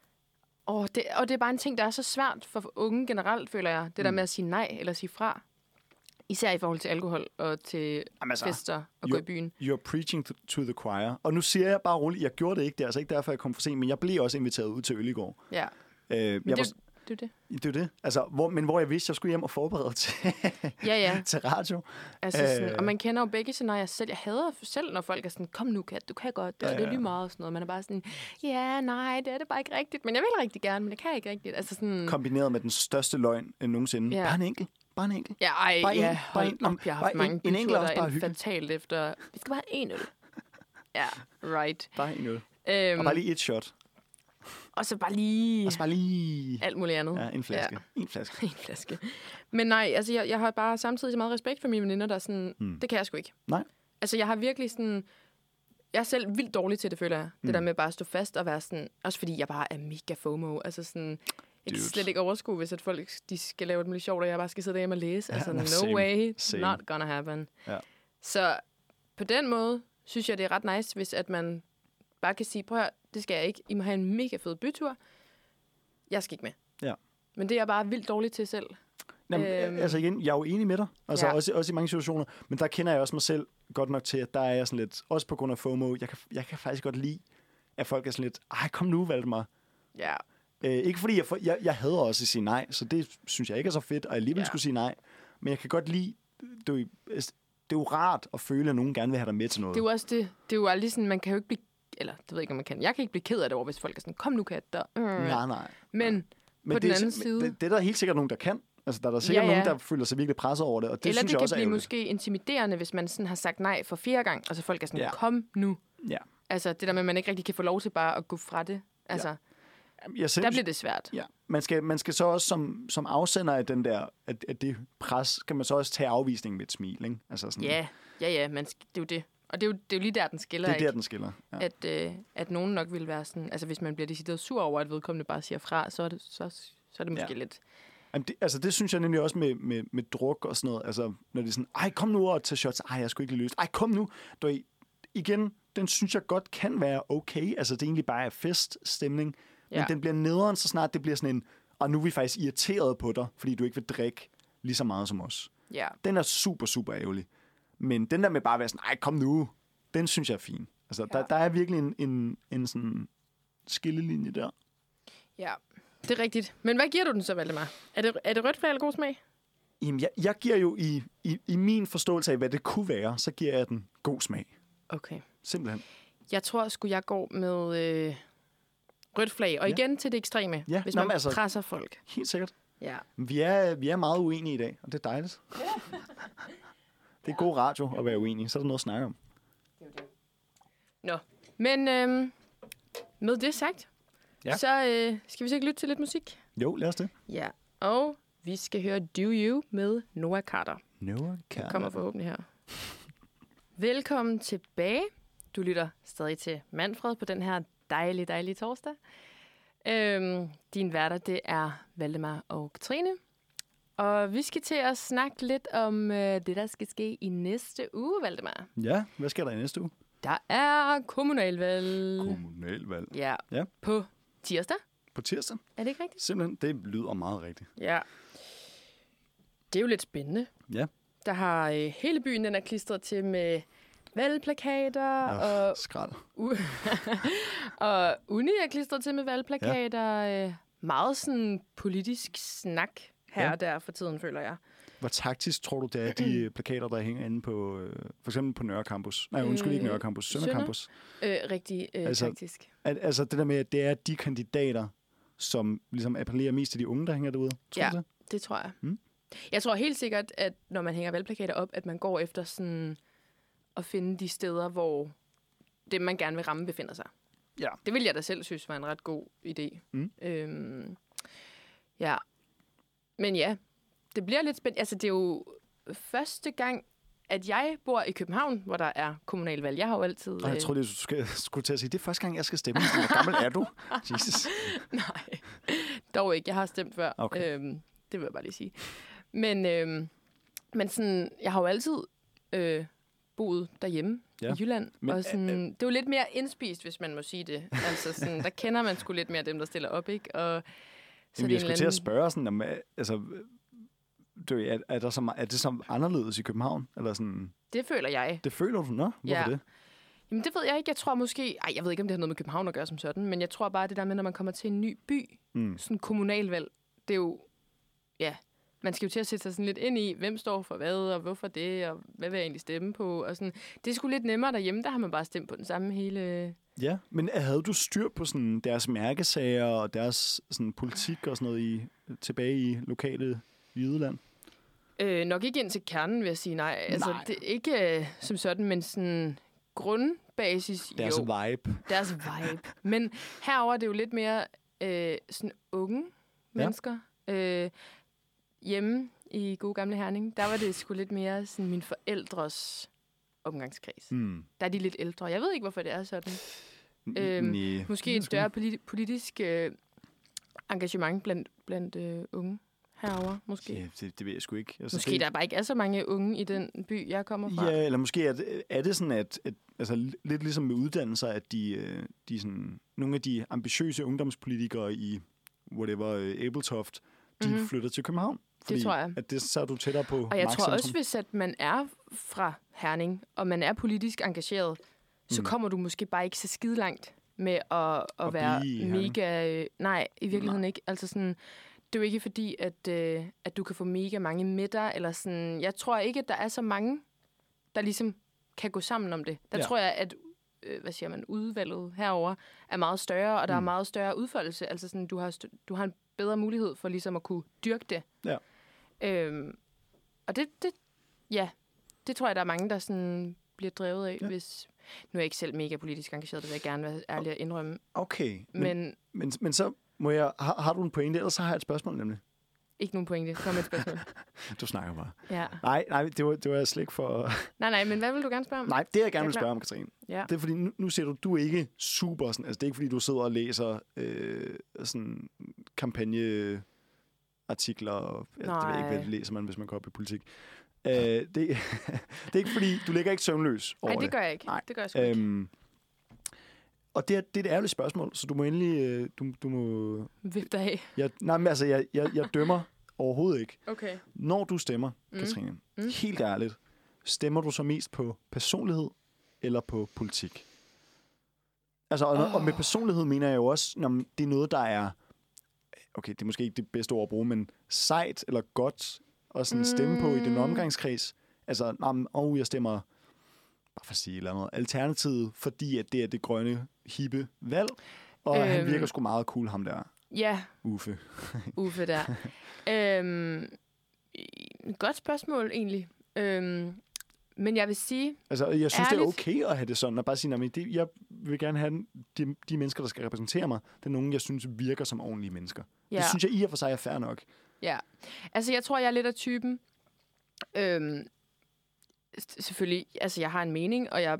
Speaker 2: åh, det, og det er bare en ting, der er så svært for unge generelt, føler jeg. Det mm. der med at sige nej eller sige fra. Især i forhold til alkohol og til
Speaker 4: Jamen, altså,
Speaker 2: fester og
Speaker 4: jo-
Speaker 2: gå i byen.
Speaker 4: You're preaching to, to the choir. Og nu siger jeg bare roligt, jeg gjorde det ikke, det er altså ikke derfor, jeg kom for sent, men jeg blev også inviteret ud til øl i går.
Speaker 2: Ja,
Speaker 4: Øh,
Speaker 2: men
Speaker 4: jeg
Speaker 2: det,
Speaker 4: var,
Speaker 2: det er det.
Speaker 4: det er jo det. Altså, hvor, men hvor jeg vidste, jeg skulle hjem og forberede til,
Speaker 2: Ja, ja.
Speaker 4: til radio.
Speaker 2: Altså sådan,
Speaker 4: Øh.
Speaker 2: og man kender jo begge scenarier selv. Jeg hader selv, når folk er sådan, kom nu, Kat, du kan godt, og
Speaker 4: Ja,
Speaker 2: det er
Speaker 4: ja.
Speaker 2: lige meget og sådan noget. Man er bare sådan, ja, nej, det er det bare ikke rigtigt, men jeg vil rigtig gerne, men det kan jeg ikke rigtigt. Altså sådan,
Speaker 4: Kombineret med den største løgn end nogensinde.
Speaker 2: Ja.
Speaker 4: Bare en enkelt. Bare en enkelt.
Speaker 2: ja, ej,
Speaker 4: bare en-
Speaker 2: ja,
Speaker 4: bare
Speaker 2: hold
Speaker 4: en-
Speaker 2: op, jeg har
Speaker 4: bare
Speaker 2: haft mange
Speaker 4: en- en enkelt
Speaker 2: byture,
Speaker 4: er også
Speaker 2: der
Speaker 4: bare
Speaker 2: er
Speaker 4: hyggeligt.
Speaker 2: fatalt efter, vi skal bare have en øl. Ja, right.
Speaker 4: Bare en øl.
Speaker 2: Øhm,
Speaker 4: Og bare lige et shot.
Speaker 2: og så bare lige
Speaker 4: Og så bare lige...
Speaker 2: alt muligt andet.
Speaker 4: Ja, en flaske. Ja. En flaske.
Speaker 2: En flaske. Men nej, altså jeg, jeg har bare samtidig så meget respekt for mine veninder, der er sådan,
Speaker 4: Mm.
Speaker 2: det kan jeg sgu ikke.
Speaker 4: Nej.
Speaker 2: Altså jeg har virkelig sådan, jeg er selv vildt dårlig til det, føler jeg. Det
Speaker 4: Mm.
Speaker 2: der med bare at stå fast og være sådan, også fordi jeg bare er mega FOMO. Altså sådan, jeg kan
Speaker 4: Dude.
Speaker 2: slet ikke overskue, hvis at folk de skal lave det muligt sjovt, og jeg bare skal sidde derhjemme og læse.
Speaker 4: Ja,
Speaker 2: altså
Speaker 4: no,
Speaker 2: no
Speaker 4: same.
Speaker 2: way,
Speaker 4: Same.
Speaker 2: not gonna happen.
Speaker 4: Ja.
Speaker 2: Så på den måde, synes jeg, det er ret nice, hvis at man bare kan sige, prøv at høre, det skal jeg ikke. I må have en mega fed bytur. Jeg skal ikke med.
Speaker 4: Ja.
Speaker 2: Men det er jeg bare vildt dårlig til selv.
Speaker 4: Jamen,
Speaker 2: Øhm.
Speaker 4: altså igen, jeg er jo enig med dig. Altså
Speaker 2: Ja.
Speaker 4: også, også i mange situationer. Men der kender jeg også mig selv godt nok til, at der er jeg sådan lidt, også på grund af FOMO, jeg kan, jeg kan faktisk godt lide, at folk er sådan lidt, ej, kom nu, Valdemar.
Speaker 2: Ja.
Speaker 4: Øh, ikke fordi, jeg, for, jeg, jeg hader også at sige nej, så det synes jeg ikke er så fedt, og alligevel
Speaker 2: Ja.
Speaker 4: skulle sige nej. Men jeg kan godt lide, det er, jo, det er jo rart at føle, at nogen gerne vil have dig med til noget.
Speaker 2: Det er jo også det. Det er jo aldrig sådan, man kan jo ikke blive... Eller, det ved jeg ikke, om man kan. Jeg kan ikke blive ked af det over, hvis folk er sådan, kom nu, Kat. Der. Øh.
Speaker 4: Nej, nej.
Speaker 2: Men
Speaker 4: Men
Speaker 2: på
Speaker 4: det
Speaker 2: den
Speaker 4: er,
Speaker 2: anden
Speaker 4: sim-
Speaker 2: side-
Speaker 4: Det, det er der helt sikkert nogen, der kan. Altså, der er der sikkert
Speaker 2: Ja, ja.
Speaker 4: nogen, der føler sig virkelig presset over det, og det
Speaker 2: eller
Speaker 4: synes
Speaker 2: det
Speaker 4: jeg
Speaker 2: kan
Speaker 4: også er
Speaker 2: blive
Speaker 4: ærgerligt.
Speaker 2: måske intimiderende, hvis man sådan har sagt nej for fjerde gang, og så folk er sådan,
Speaker 4: Ja.
Speaker 2: kom nu.
Speaker 4: Ja.
Speaker 2: Altså, det der med, at man ikke rigtig kan få lov til bare at gå fra det. Altså,
Speaker 4: Jeg
Speaker 2: der
Speaker 4: synes,
Speaker 2: bliver det svært.
Speaker 4: ja. man, skal, man skal så også som, som afsender af den der, at, at det pres, skal man så også tage afvisningen med et smil, ikke? Altså sådan,
Speaker 2: Ja, ja, ja, man, sk- det er jo det. Og det er jo, det er jo lige der, den skiller,
Speaker 4: det er
Speaker 2: ikke?
Speaker 4: der, den skiller. Ja.
Speaker 2: At, øh, at nogen nok vil være sådan... Altså, hvis man bliver decideret sur over, at vedkommende bare siger fra, så er det, så, så er det måske
Speaker 4: Ja.
Speaker 2: lidt...
Speaker 4: Jamen, det, altså, det synes jeg nemlig også med, med, med druk og sådan noget. Altså, når det er sådan, ej, kom nu og tage shots. Ej, jeg skulle ikke lige lyst. Ej, kom nu. Du, ved, igen, den synes jeg godt kan være okay. Altså, det er egentlig bare feststemning. Men
Speaker 2: Ja.
Speaker 4: den bliver nederen, så snart det bliver sådan en, og nu er vi faktisk irriteret på dig, fordi du ikke vil drikke lige så meget som os.
Speaker 2: Ja,
Speaker 4: Den er super, super ærgerlig. Men den der med bare at være sådan, ej, kom nu, den synes jeg er fin. Altså, ja. der, der er virkelig en, en, en sådan skillelinje der.
Speaker 2: ja. Det er rigtigt. Men hvad giver du den så, Valdemar? Er det, er det rødt flag eller god smag?
Speaker 4: Jamen, jeg, jeg giver jo i, i, i min forståelse af, hvad det kunne være, så giver jeg den god smag.
Speaker 2: Okay.
Speaker 4: Simpelthen.
Speaker 2: Jeg tror sgu, jeg går med øh, rødt flag. Og
Speaker 4: Ja.
Speaker 2: igen til det ekstreme.
Speaker 4: Ja,
Speaker 2: Hvis
Speaker 4: nå,
Speaker 2: man
Speaker 4: men altså-
Speaker 2: presser folk.
Speaker 4: Helt sikkert.
Speaker 2: Ja.
Speaker 4: Vi er, vi er meget uenige i dag, og det er dejligt. Det er god radio at være uenig. Så er der noget at snakke om.
Speaker 2: Det er det. Nå, men øhm, med det sagt,
Speaker 4: ja.
Speaker 2: så øh, skal vi så ikke lytte til lidt musik?
Speaker 4: Jo, lad os det.
Speaker 2: Ja, og vi skal høre Do You med Noah Carter.
Speaker 4: Noah Carter.
Speaker 2: Det kommer forhåbentlig her. Velkommen tilbage. Du lytter stadig til Manfred på den her dejlige, dejlige torsdag. Øhm, din værter, det er Valdemar og Katrine. Og vi skal til at snakke lidt om øh, det, der skal ske i næste uge, Valdemar.
Speaker 4: Ja, hvad sker der i næste uge?
Speaker 2: Der er kommunalvalg.
Speaker 4: Kommunalvalg.
Speaker 2: Ja,
Speaker 4: ja.
Speaker 2: På tirsdag.
Speaker 4: På tirsdag?
Speaker 2: Er det ikke rigtigt?
Speaker 4: Simpelthen, det lyder meget rigtigt.
Speaker 2: Ja. Det er jo lidt spændende.
Speaker 4: Ja.
Speaker 2: Der har øh, hele byen, den er klistret til med valgplakater.
Speaker 4: Ja,
Speaker 2: og
Speaker 4: skrald.
Speaker 2: U- og Uni er klistret til med valgplakater. Ja. Øh, meget sådan politisk snak her ja. og der for tiden, føler jeg.
Speaker 4: Hvor taktisk tror du, det er, de plakater, der hænger inde på, øh, for eksempel på Nørre Campus? Nej, undskyld, ikke Nørre Campus, Sønder Campus.
Speaker 2: Øh, rigtig øh,
Speaker 4: altså,
Speaker 2: taktisk.
Speaker 4: At, altså det der med, at det er de kandidater, som ligesom appellerer mest til de unge, der hænger derude. Tror
Speaker 2: ja,
Speaker 4: du det?
Speaker 2: det tror jeg.
Speaker 4: Hmm?
Speaker 2: Jeg tror helt sikkert, at når man hænger valgplakater op, at man går efter sådan at finde de steder, hvor det, man gerne vil ramme, befinder sig.
Speaker 4: Ja.
Speaker 2: Det vil jeg da selv synes var en ret god idé.
Speaker 4: Mm.
Speaker 2: Øhm, ja. Men ja, det bliver lidt spændende. Altså, det er jo første gang, at jeg bor i København, hvor der er kommunalvalg. Jeg har jo altid...
Speaker 4: Og jeg tror, du skulle, skulle til at sige, det er første gang, jeg skal stemme. Hvor gammel er du? Jesus.
Speaker 2: Nej, dog ikke. Jeg har stemt før.
Speaker 4: Okay.
Speaker 2: Øhm, det vil jeg bare lige sige. Men, øhm, men sådan, jeg har jo altid øh, boet derhjemme ja. i Jylland. Men, og sådan, øh, øh, det er jo lidt mere indspist, hvis man må sige det. Altså, sådan, der kender man sgu lidt mere dem, der stiller op, ikke? Og
Speaker 4: så Jamen, jeg skulle til at spørge sådan, om, altså, er, er, der så, er det så anderledes i København? Eller sådan?
Speaker 2: Det føler jeg.
Speaker 4: Det føler du? Nå, hvorfor
Speaker 2: ja.
Speaker 4: det?
Speaker 2: Jamen, det ved jeg ikke. Jeg tror måske... Ej, jeg ved ikke, om det har noget med København at gøre som sådan, men jeg tror bare, det der med, når man kommer til en ny by, mm. sådan kommunalvalg, det er jo... Ja, man skal jo til at sætte sig sådan lidt ind i, hvem står for hvad, og hvorfor det, og hvad vil jeg egentlig stemme på, og sådan. Det er sgu lidt nemmere derhjemme, der har man bare stemt på den samme hele...
Speaker 4: Ja, men havde du styr på sådan deres mærkesager og deres sådan politik og sådan noget i, tilbage i lokale Jydeland?
Speaker 2: Øh, nok ikke ind til kernen, vil jeg sige nej. Altså, nej. Det er ikke øh, som sådan, men sådan grundbasis,
Speaker 4: deres
Speaker 2: jo.
Speaker 4: vibe.
Speaker 2: Deres vibe. Men herover er det jo lidt mere øh, sådan unge mennesker. Ja. Øh, hjemme i gode gamle Herning, der var det sgu lidt mere sådan min forældres omgangskreds. Mm. Der er de lidt ældre. Jeg ved ikke, hvorfor det er sådan. N- øhm,
Speaker 4: nee.
Speaker 2: Måske et større politi- politisk øh, engagement blandt, blandt øh, unge herovre, måske.
Speaker 4: Ja, det, det ved jeg sgu ikke. Altså,
Speaker 2: måske
Speaker 4: det...
Speaker 2: der bare ikke er så mange unge i den by, jeg kommer fra.
Speaker 4: Ja, eller måske er det, er det sådan, at, at altså, lidt ligesom med uddannelser, at de, de sådan, nogle af de ambitiøse ungdomspolitikere i whatever, Abeltoft, de mm-hmm. flytter til København. Fordi
Speaker 2: det tror jeg.
Speaker 4: At det, så er du tættere på
Speaker 2: og jeg tror også, hvis at man er fra Herning, og man er politisk engageret, så mm. kommer du måske bare ikke så skide langt med at, at, at være mega... Øh, nej, i virkeligheden nej. ikke. Altså sådan, det er jo ikke fordi, at, øh, at du kan få mega mange midter, eller sådan... Jeg tror ikke, at der er så mange, der ligesom kan gå sammen om det. Der ja. tror jeg, at øh, hvad siger man, udvalget herover er meget større, og der mm. er meget større udfoldelse. Altså sådan, du har, st- du har en bedre mulighed for ligesom at kunne dyrke det.
Speaker 4: Ja.
Speaker 2: Øhm, og det, det, ja, det tror jeg, der er mange, der sådan bliver drevet af, ja. hvis... Nu er jeg ikke selv mega politisk engageret, det vil jeg gerne være ærlig at indrømme.
Speaker 4: Okay, men,
Speaker 2: men,
Speaker 4: men, men så må jeg... Har, har du en pointe, ellers så har jeg et spørgsmål nemlig.
Speaker 2: Ikke nogen pointe, kom med et spørgsmål.
Speaker 4: Du snakker bare.
Speaker 2: Ja.
Speaker 4: Nej, nej, det var, det var slik for...
Speaker 2: nej, nej, men hvad vil du gerne spørge om?
Speaker 4: Nej, det jeg gerne vil spørge om, Katrine.
Speaker 2: Ja.
Speaker 4: Det er fordi, nu, nu siger du, du er ikke super... Sådan, altså det er ikke fordi, du sidder og læser øh, sådan kampagneartikler. Og, ja, det ved jeg ikke, hvad læser man, hvis man går op i politik. Uh, det, det er ikke fordi, du ligger ikke søvnløs over det.
Speaker 2: Nej, det gør jeg ikke. Nej. Det gør jeg sgu ikke. Øhm,
Speaker 4: og det er, det er et ærligt spørgsmål, så du må endelig... Du, du må...
Speaker 2: Vifte af.
Speaker 4: Jeg, nej, men altså, jeg, jeg, jeg dømmer overhovedet ikke.
Speaker 2: Okay.
Speaker 4: Når du stemmer, mm. Katrine, mm. helt ærligt, stemmer du så mest på personlighed eller på politik? Altså, og, oh. og med personlighed mener jeg jo også, når det er noget, der er... Okay, det er måske ikke det bedste ord at bruge, men sejt eller godt at sådan stemme mm. på i den omgangskreds. Altså, nah, oh, jeg stemmer, bare for at sige eller noget, Alternativet, fordi at det er det grønne, hippe valg. Og øhm, han virker sgu meget cool, ham der.
Speaker 2: Ja.
Speaker 4: Uffe.
Speaker 2: Uffe der. øhm, godt spørgsmål, egentlig. Øhm, Men jeg vil sige...
Speaker 4: Altså, jeg synes,
Speaker 2: ærligt,
Speaker 4: det er okay at have det sådan, og bare sige, at jeg vil gerne have den, de, de mennesker, der skal repræsentere mig, det er nogen, jeg synes virker som ordentlige mennesker.
Speaker 2: Ja.
Speaker 4: Det synes jeg i og for sig er fair nok.
Speaker 2: Ja. Altså, jeg tror, jeg er lidt af typen... Øhm, selvfølgelig, altså, jeg har en mening, og jeg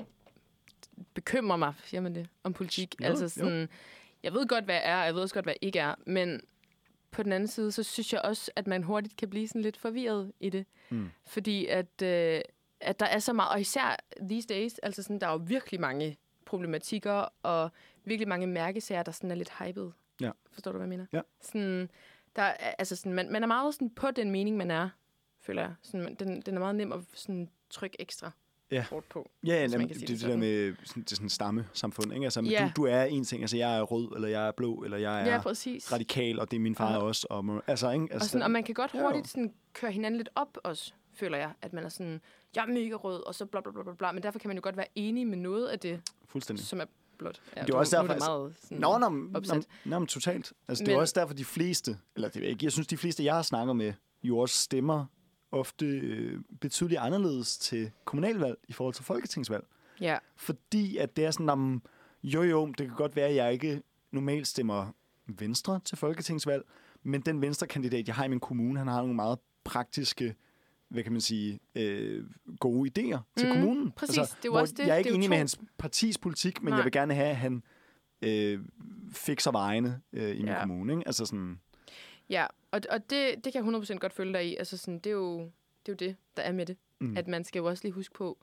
Speaker 2: bekymrer mig, siger man det, om politik.
Speaker 4: Jo,
Speaker 2: altså sådan...
Speaker 4: jo.
Speaker 2: Jeg ved godt, hvad jeg er, og jeg ved også godt, hvad jeg ikke er, men på den anden side, så synes jeg også, at man hurtigt kan blive sådan lidt forvirret i det.
Speaker 4: Mm.
Speaker 2: Fordi at, øh, at der er så meget, og især these days, altså sådan, der er jo virkelig mange problematikker, og virkelig mange mærkesager, der sådan er lidt hyped.
Speaker 4: Ja.
Speaker 2: Forstår du, hvad jeg mener?
Speaker 4: Ja.
Speaker 2: Sådan, der er, altså sådan, man, man er meget sådan på den mening, man er, føler jeg. Sådan, den, den er meget nem at sådan, trykke ekstra
Speaker 4: Ja.
Speaker 2: hårdt på.
Speaker 4: Ja,
Speaker 2: hvis man
Speaker 4: jamen,
Speaker 2: kan
Speaker 4: det,
Speaker 2: sige
Speaker 4: det,
Speaker 2: det
Speaker 4: det der
Speaker 2: sådan.
Speaker 4: med sådan, det er sådan stammesamfund, ikke? Altså,
Speaker 2: Ja.
Speaker 4: du, du er en ting, altså jeg er rød, eller jeg er blå, eller jeg er
Speaker 2: Ja, præcis.
Speaker 4: radikal, og det er min far
Speaker 2: Ja.
Speaker 4: også. Og, må- altså, ikke? Altså,
Speaker 2: Og, sådan, og man kan godt
Speaker 4: Ja, jo.
Speaker 2: hurtigt sådan, køre hinanden lidt op også, føler jeg. At man er sådan, jeg er mega rød, og så bla bla bla bla bla. Men derfor kan man jo godt være enig med noget af det,
Speaker 4: fuldstændig.
Speaker 2: som er blåt. Ja,
Speaker 4: Det er også
Speaker 2: nu, nu
Speaker 4: derfor,
Speaker 2: er det
Speaker 4: altså-
Speaker 2: meget sådan,
Speaker 4: Nå, nå, nå,
Speaker 2: opsat.
Speaker 4: nå, nå, men totalt. Altså, det
Speaker 2: Men-
Speaker 4: er også derfor, de fleste, eller det ved jeg ikke, jeg synes, de fleste, jeg har snakket med, jo også stemmer ofte øh, betydeligt anderledes til kommunalvalg i forhold til folketingsvalg.
Speaker 2: Ja,
Speaker 4: Fordi at det er sådan, om, jo jo, det kan godt være, at jeg ikke normalt stemmer venstre til folketingsvalg, men den venstre kandidat, jeg har i min kommune, han har nogle meget praktiske, hvad kan man sige, øh, gode idéer til
Speaker 2: Mhm,
Speaker 4: kommunen.
Speaker 2: præcis. Det er jo
Speaker 4: hvor
Speaker 2: også det.
Speaker 4: Jeg er ikke
Speaker 2: Det er jo
Speaker 4: enig med
Speaker 2: to-
Speaker 4: hans partis politik, men
Speaker 2: Nej.
Speaker 4: jeg vil gerne have, at han øh, fikser vejene øh, i min
Speaker 2: Ja.
Speaker 4: kommune. Ikke? Altså sådan,
Speaker 2: ja. Og, og det, det kan jeg hundrede procent godt følge dig i. Altså sådan, det, er jo, det er jo det, der er med det.
Speaker 4: mm.
Speaker 2: Mm. At man skal jo også lige huske på,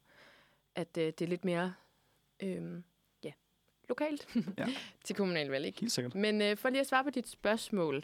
Speaker 2: at øh, det er lidt mere øhm, ja, lokalt
Speaker 4: Ja.
Speaker 2: til kommunalvalg, ikke?
Speaker 4: helt sikkert.
Speaker 2: Men øh, for lige at svare på dit spørgsmål,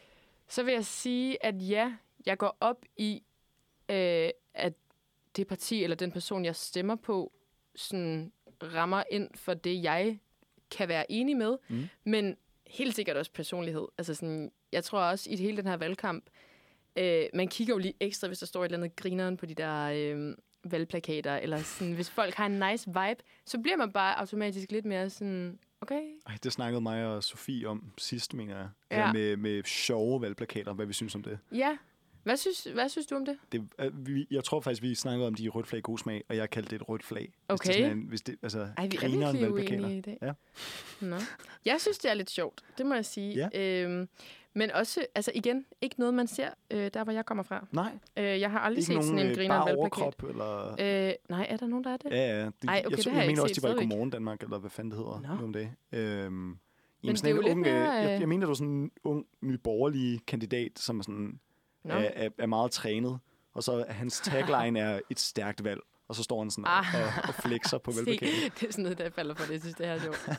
Speaker 2: så vil jeg sige, at ja, jeg går op i, øh, at det parti eller den person, jeg stemmer på, sådan rammer ind for det, jeg kan være enig med.
Speaker 4: Mm.
Speaker 2: Men helt sikkert også personlighed. Altså sådan, jeg tror også, i hele den her valgkamp, øh, man kigger jo lige ekstra, hvis der står et eller andet grineren på de der øh, valgplakater, eller sådan, hvis folk har en nice vibe, så bliver man bare automatisk lidt mere sådan, okay.
Speaker 4: Ej, det snakkede mig og Sofie om sidst, mener jeg.
Speaker 2: Ja.
Speaker 4: Ja. Med, med sjove valgplakater, hvad vi synes om det.
Speaker 2: Ja. Hvad synes, hvad synes du om det?
Speaker 4: det øh, vi, jeg tror faktisk, vi snakkede om de rødt flag god smag, og jeg kaldte det et rødt flag. Hvis
Speaker 2: Okay.
Speaker 4: det er sådan en, hvis det, altså,
Speaker 2: Ej, vi er
Speaker 4: grineren
Speaker 2: virkelig
Speaker 4: valgplakater.
Speaker 2: uenige i det.
Speaker 4: Ja.
Speaker 2: Nå. Jeg synes, det er lidt sjovt. Det må jeg sige.
Speaker 4: Ja.
Speaker 2: Øhm, men også, altså igen, ikke noget, man ser, øh, der hvor jeg kommer fra.
Speaker 4: Nej,
Speaker 2: Øh, jeg har aldrig
Speaker 4: ikke
Speaker 2: set
Speaker 4: nogen
Speaker 2: sådan en
Speaker 4: øh,
Speaker 2: griner
Speaker 4: bare
Speaker 2: valgplakat.
Speaker 4: overkrop, eller...
Speaker 2: Øh, nej, er der nogen, der er det?
Speaker 4: Ja, ja. Det,
Speaker 2: Ej, okay,
Speaker 4: jeg,
Speaker 2: det
Speaker 4: tror-
Speaker 2: har
Speaker 4: jeg
Speaker 2: jeg
Speaker 4: mener
Speaker 2: ikke
Speaker 4: også,
Speaker 2: set
Speaker 4: de var i
Speaker 2: stadigvæk.
Speaker 4: Godmorgen Danmark, eller hvad fanden det hedder
Speaker 2: Nå.
Speaker 4: nu om det. Øhm,
Speaker 2: Men
Speaker 4: jamen,
Speaker 2: det er jo
Speaker 4: sådan en
Speaker 2: lidt
Speaker 4: ung,
Speaker 2: mere,
Speaker 4: øh, jeg,
Speaker 2: øh,
Speaker 4: jeg mener, du er sådan en ung, nyborgerlig kandidat, som er, sådan,
Speaker 2: Nå.
Speaker 4: er, er, er meget trænet. Og så er hans tagline er et stærkt valg. Og så står han sådan
Speaker 2: Ah.
Speaker 4: og, og flexer på
Speaker 2: Se,
Speaker 4: valgplakaten.
Speaker 2: det er sådan noget, der falder for det. Jeg synes, det her er sjovt.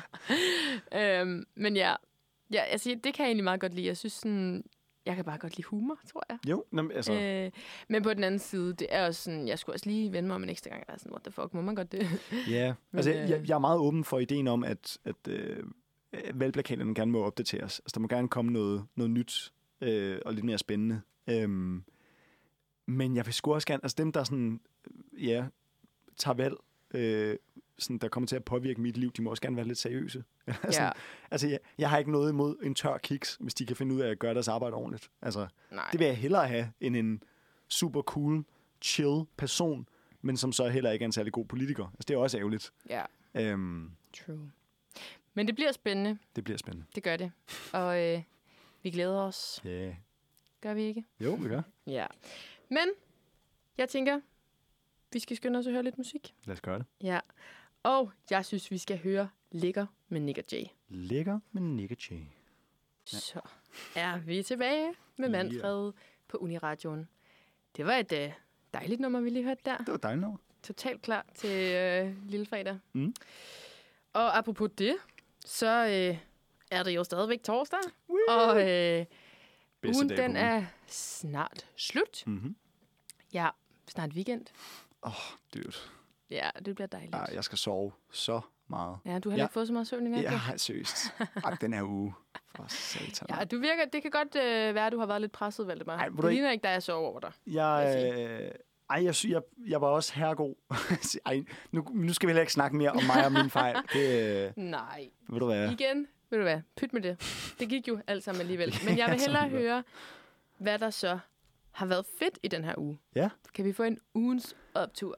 Speaker 2: øhm, men ja, ja altså, det kan jeg egentlig meget godt lide. Jeg synes sådan, jeg kan bare godt lide humor, tror jeg.
Speaker 4: Jo, jamen, altså...
Speaker 2: Øh, men på den anden side, det er også sådan, jeg skulle også lige vende mig om en ekstra gang, og være sådan, what the fuck, må man godt det?
Speaker 4: Ja,
Speaker 2: Men,
Speaker 4: altså
Speaker 2: øh,
Speaker 4: jeg, jeg er meget åben for ideen om, at, at øh, valgplakaterne gerne må opdateres. Altså der må gerne komme noget, noget nyt øh, og lidt mere spændende. Øhm, men jeg vil sgu også gerne, altså dem der sådan, øh, ja, tager valg, øh, sådan, der kommer til at påvirke mit liv, de må også gerne være lidt seriøse. altså,
Speaker 2: Ja,
Speaker 4: altså jeg, jeg har ikke noget imod en tør kiks, hvis de kan finde ud af at gøre deres arbejde ordentligt. Altså
Speaker 2: nej.
Speaker 4: det vil jeg hellere have, end en super cool, chill person, men som så heller ikke er en særlig god politiker. Altså det er også ærgerligt.
Speaker 2: Ja,
Speaker 4: Øhm,
Speaker 2: true. Men det bliver spændende.
Speaker 4: det bliver spændende.
Speaker 2: Det gør det. Og øh, vi glæder os.
Speaker 4: Ja. Yeah.
Speaker 2: Gør vi ikke?
Speaker 4: Jo, vi gør.
Speaker 2: Ja. Men jeg tænker, vi skal skynde os at høre lidt musik.
Speaker 4: Lad os gøre det.
Speaker 2: Ja. Og jeg synes, vi skal høre Lækker med Nick og Jay.
Speaker 4: Lækker med Nick Jay.
Speaker 2: Ja. Så er vi tilbage med Manfred på Uniradioen. Det var et øh, dejligt nummer, vi lige hørte der.
Speaker 4: Det var dejligt nummer.
Speaker 2: Totalt klar til øh, lille fredag.
Speaker 4: Mm.
Speaker 2: Og apropos det, så øh, er det jo stadigvæk torsdag. Og øh,
Speaker 4: Bedste
Speaker 2: ugen
Speaker 4: dag på
Speaker 2: den
Speaker 4: ugen.
Speaker 2: er snart slut.
Speaker 4: Mm-hmm.
Speaker 2: Ja, snart weekend.
Speaker 4: Åh, oh, dude.
Speaker 2: Ja, det bliver dejligt.
Speaker 4: Ej, jeg skal sove så meget.
Speaker 2: Ja, du har
Speaker 4: Ja.
Speaker 2: ikke fået så meget søvn i nat.
Speaker 4: Ja,
Speaker 2: du?
Speaker 4: ej, seriøst. Ej, den her uge. For satan.
Speaker 2: Ja, du virker, det kan godt øh, være, at du har været lidt presset, Valdemar.
Speaker 4: Ej, ved du
Speaker 2: Det
Speaker 4: ikke-
Speaker 2: ligner ikke, der jeg sover over dig.
Speaker 4: Jeg,
Speaker 2: vil jeg
Speaker 4: øh, ej, jeg, sy- jeg, jeg var også herregod. Ej, nu, nu skal vi heller ikke snakke mere om mig og min fejl. Det, øh,
Speaker 2: Nej.
Speaker 4: ved du hvad?
Speaker 2: Igen, ved du hvad, pyt med det. Det gik jo alt sammen alligevel. Men jeg vil
Speaker 4: alt sammen
Speaker 2: hellere
Speaker 4: alligevel.
Speaker 2: høre, hvad der så har været fedt i den her uge.
Speaker 4: Ja.
Speaker 2: Kan vi få en ugens optur?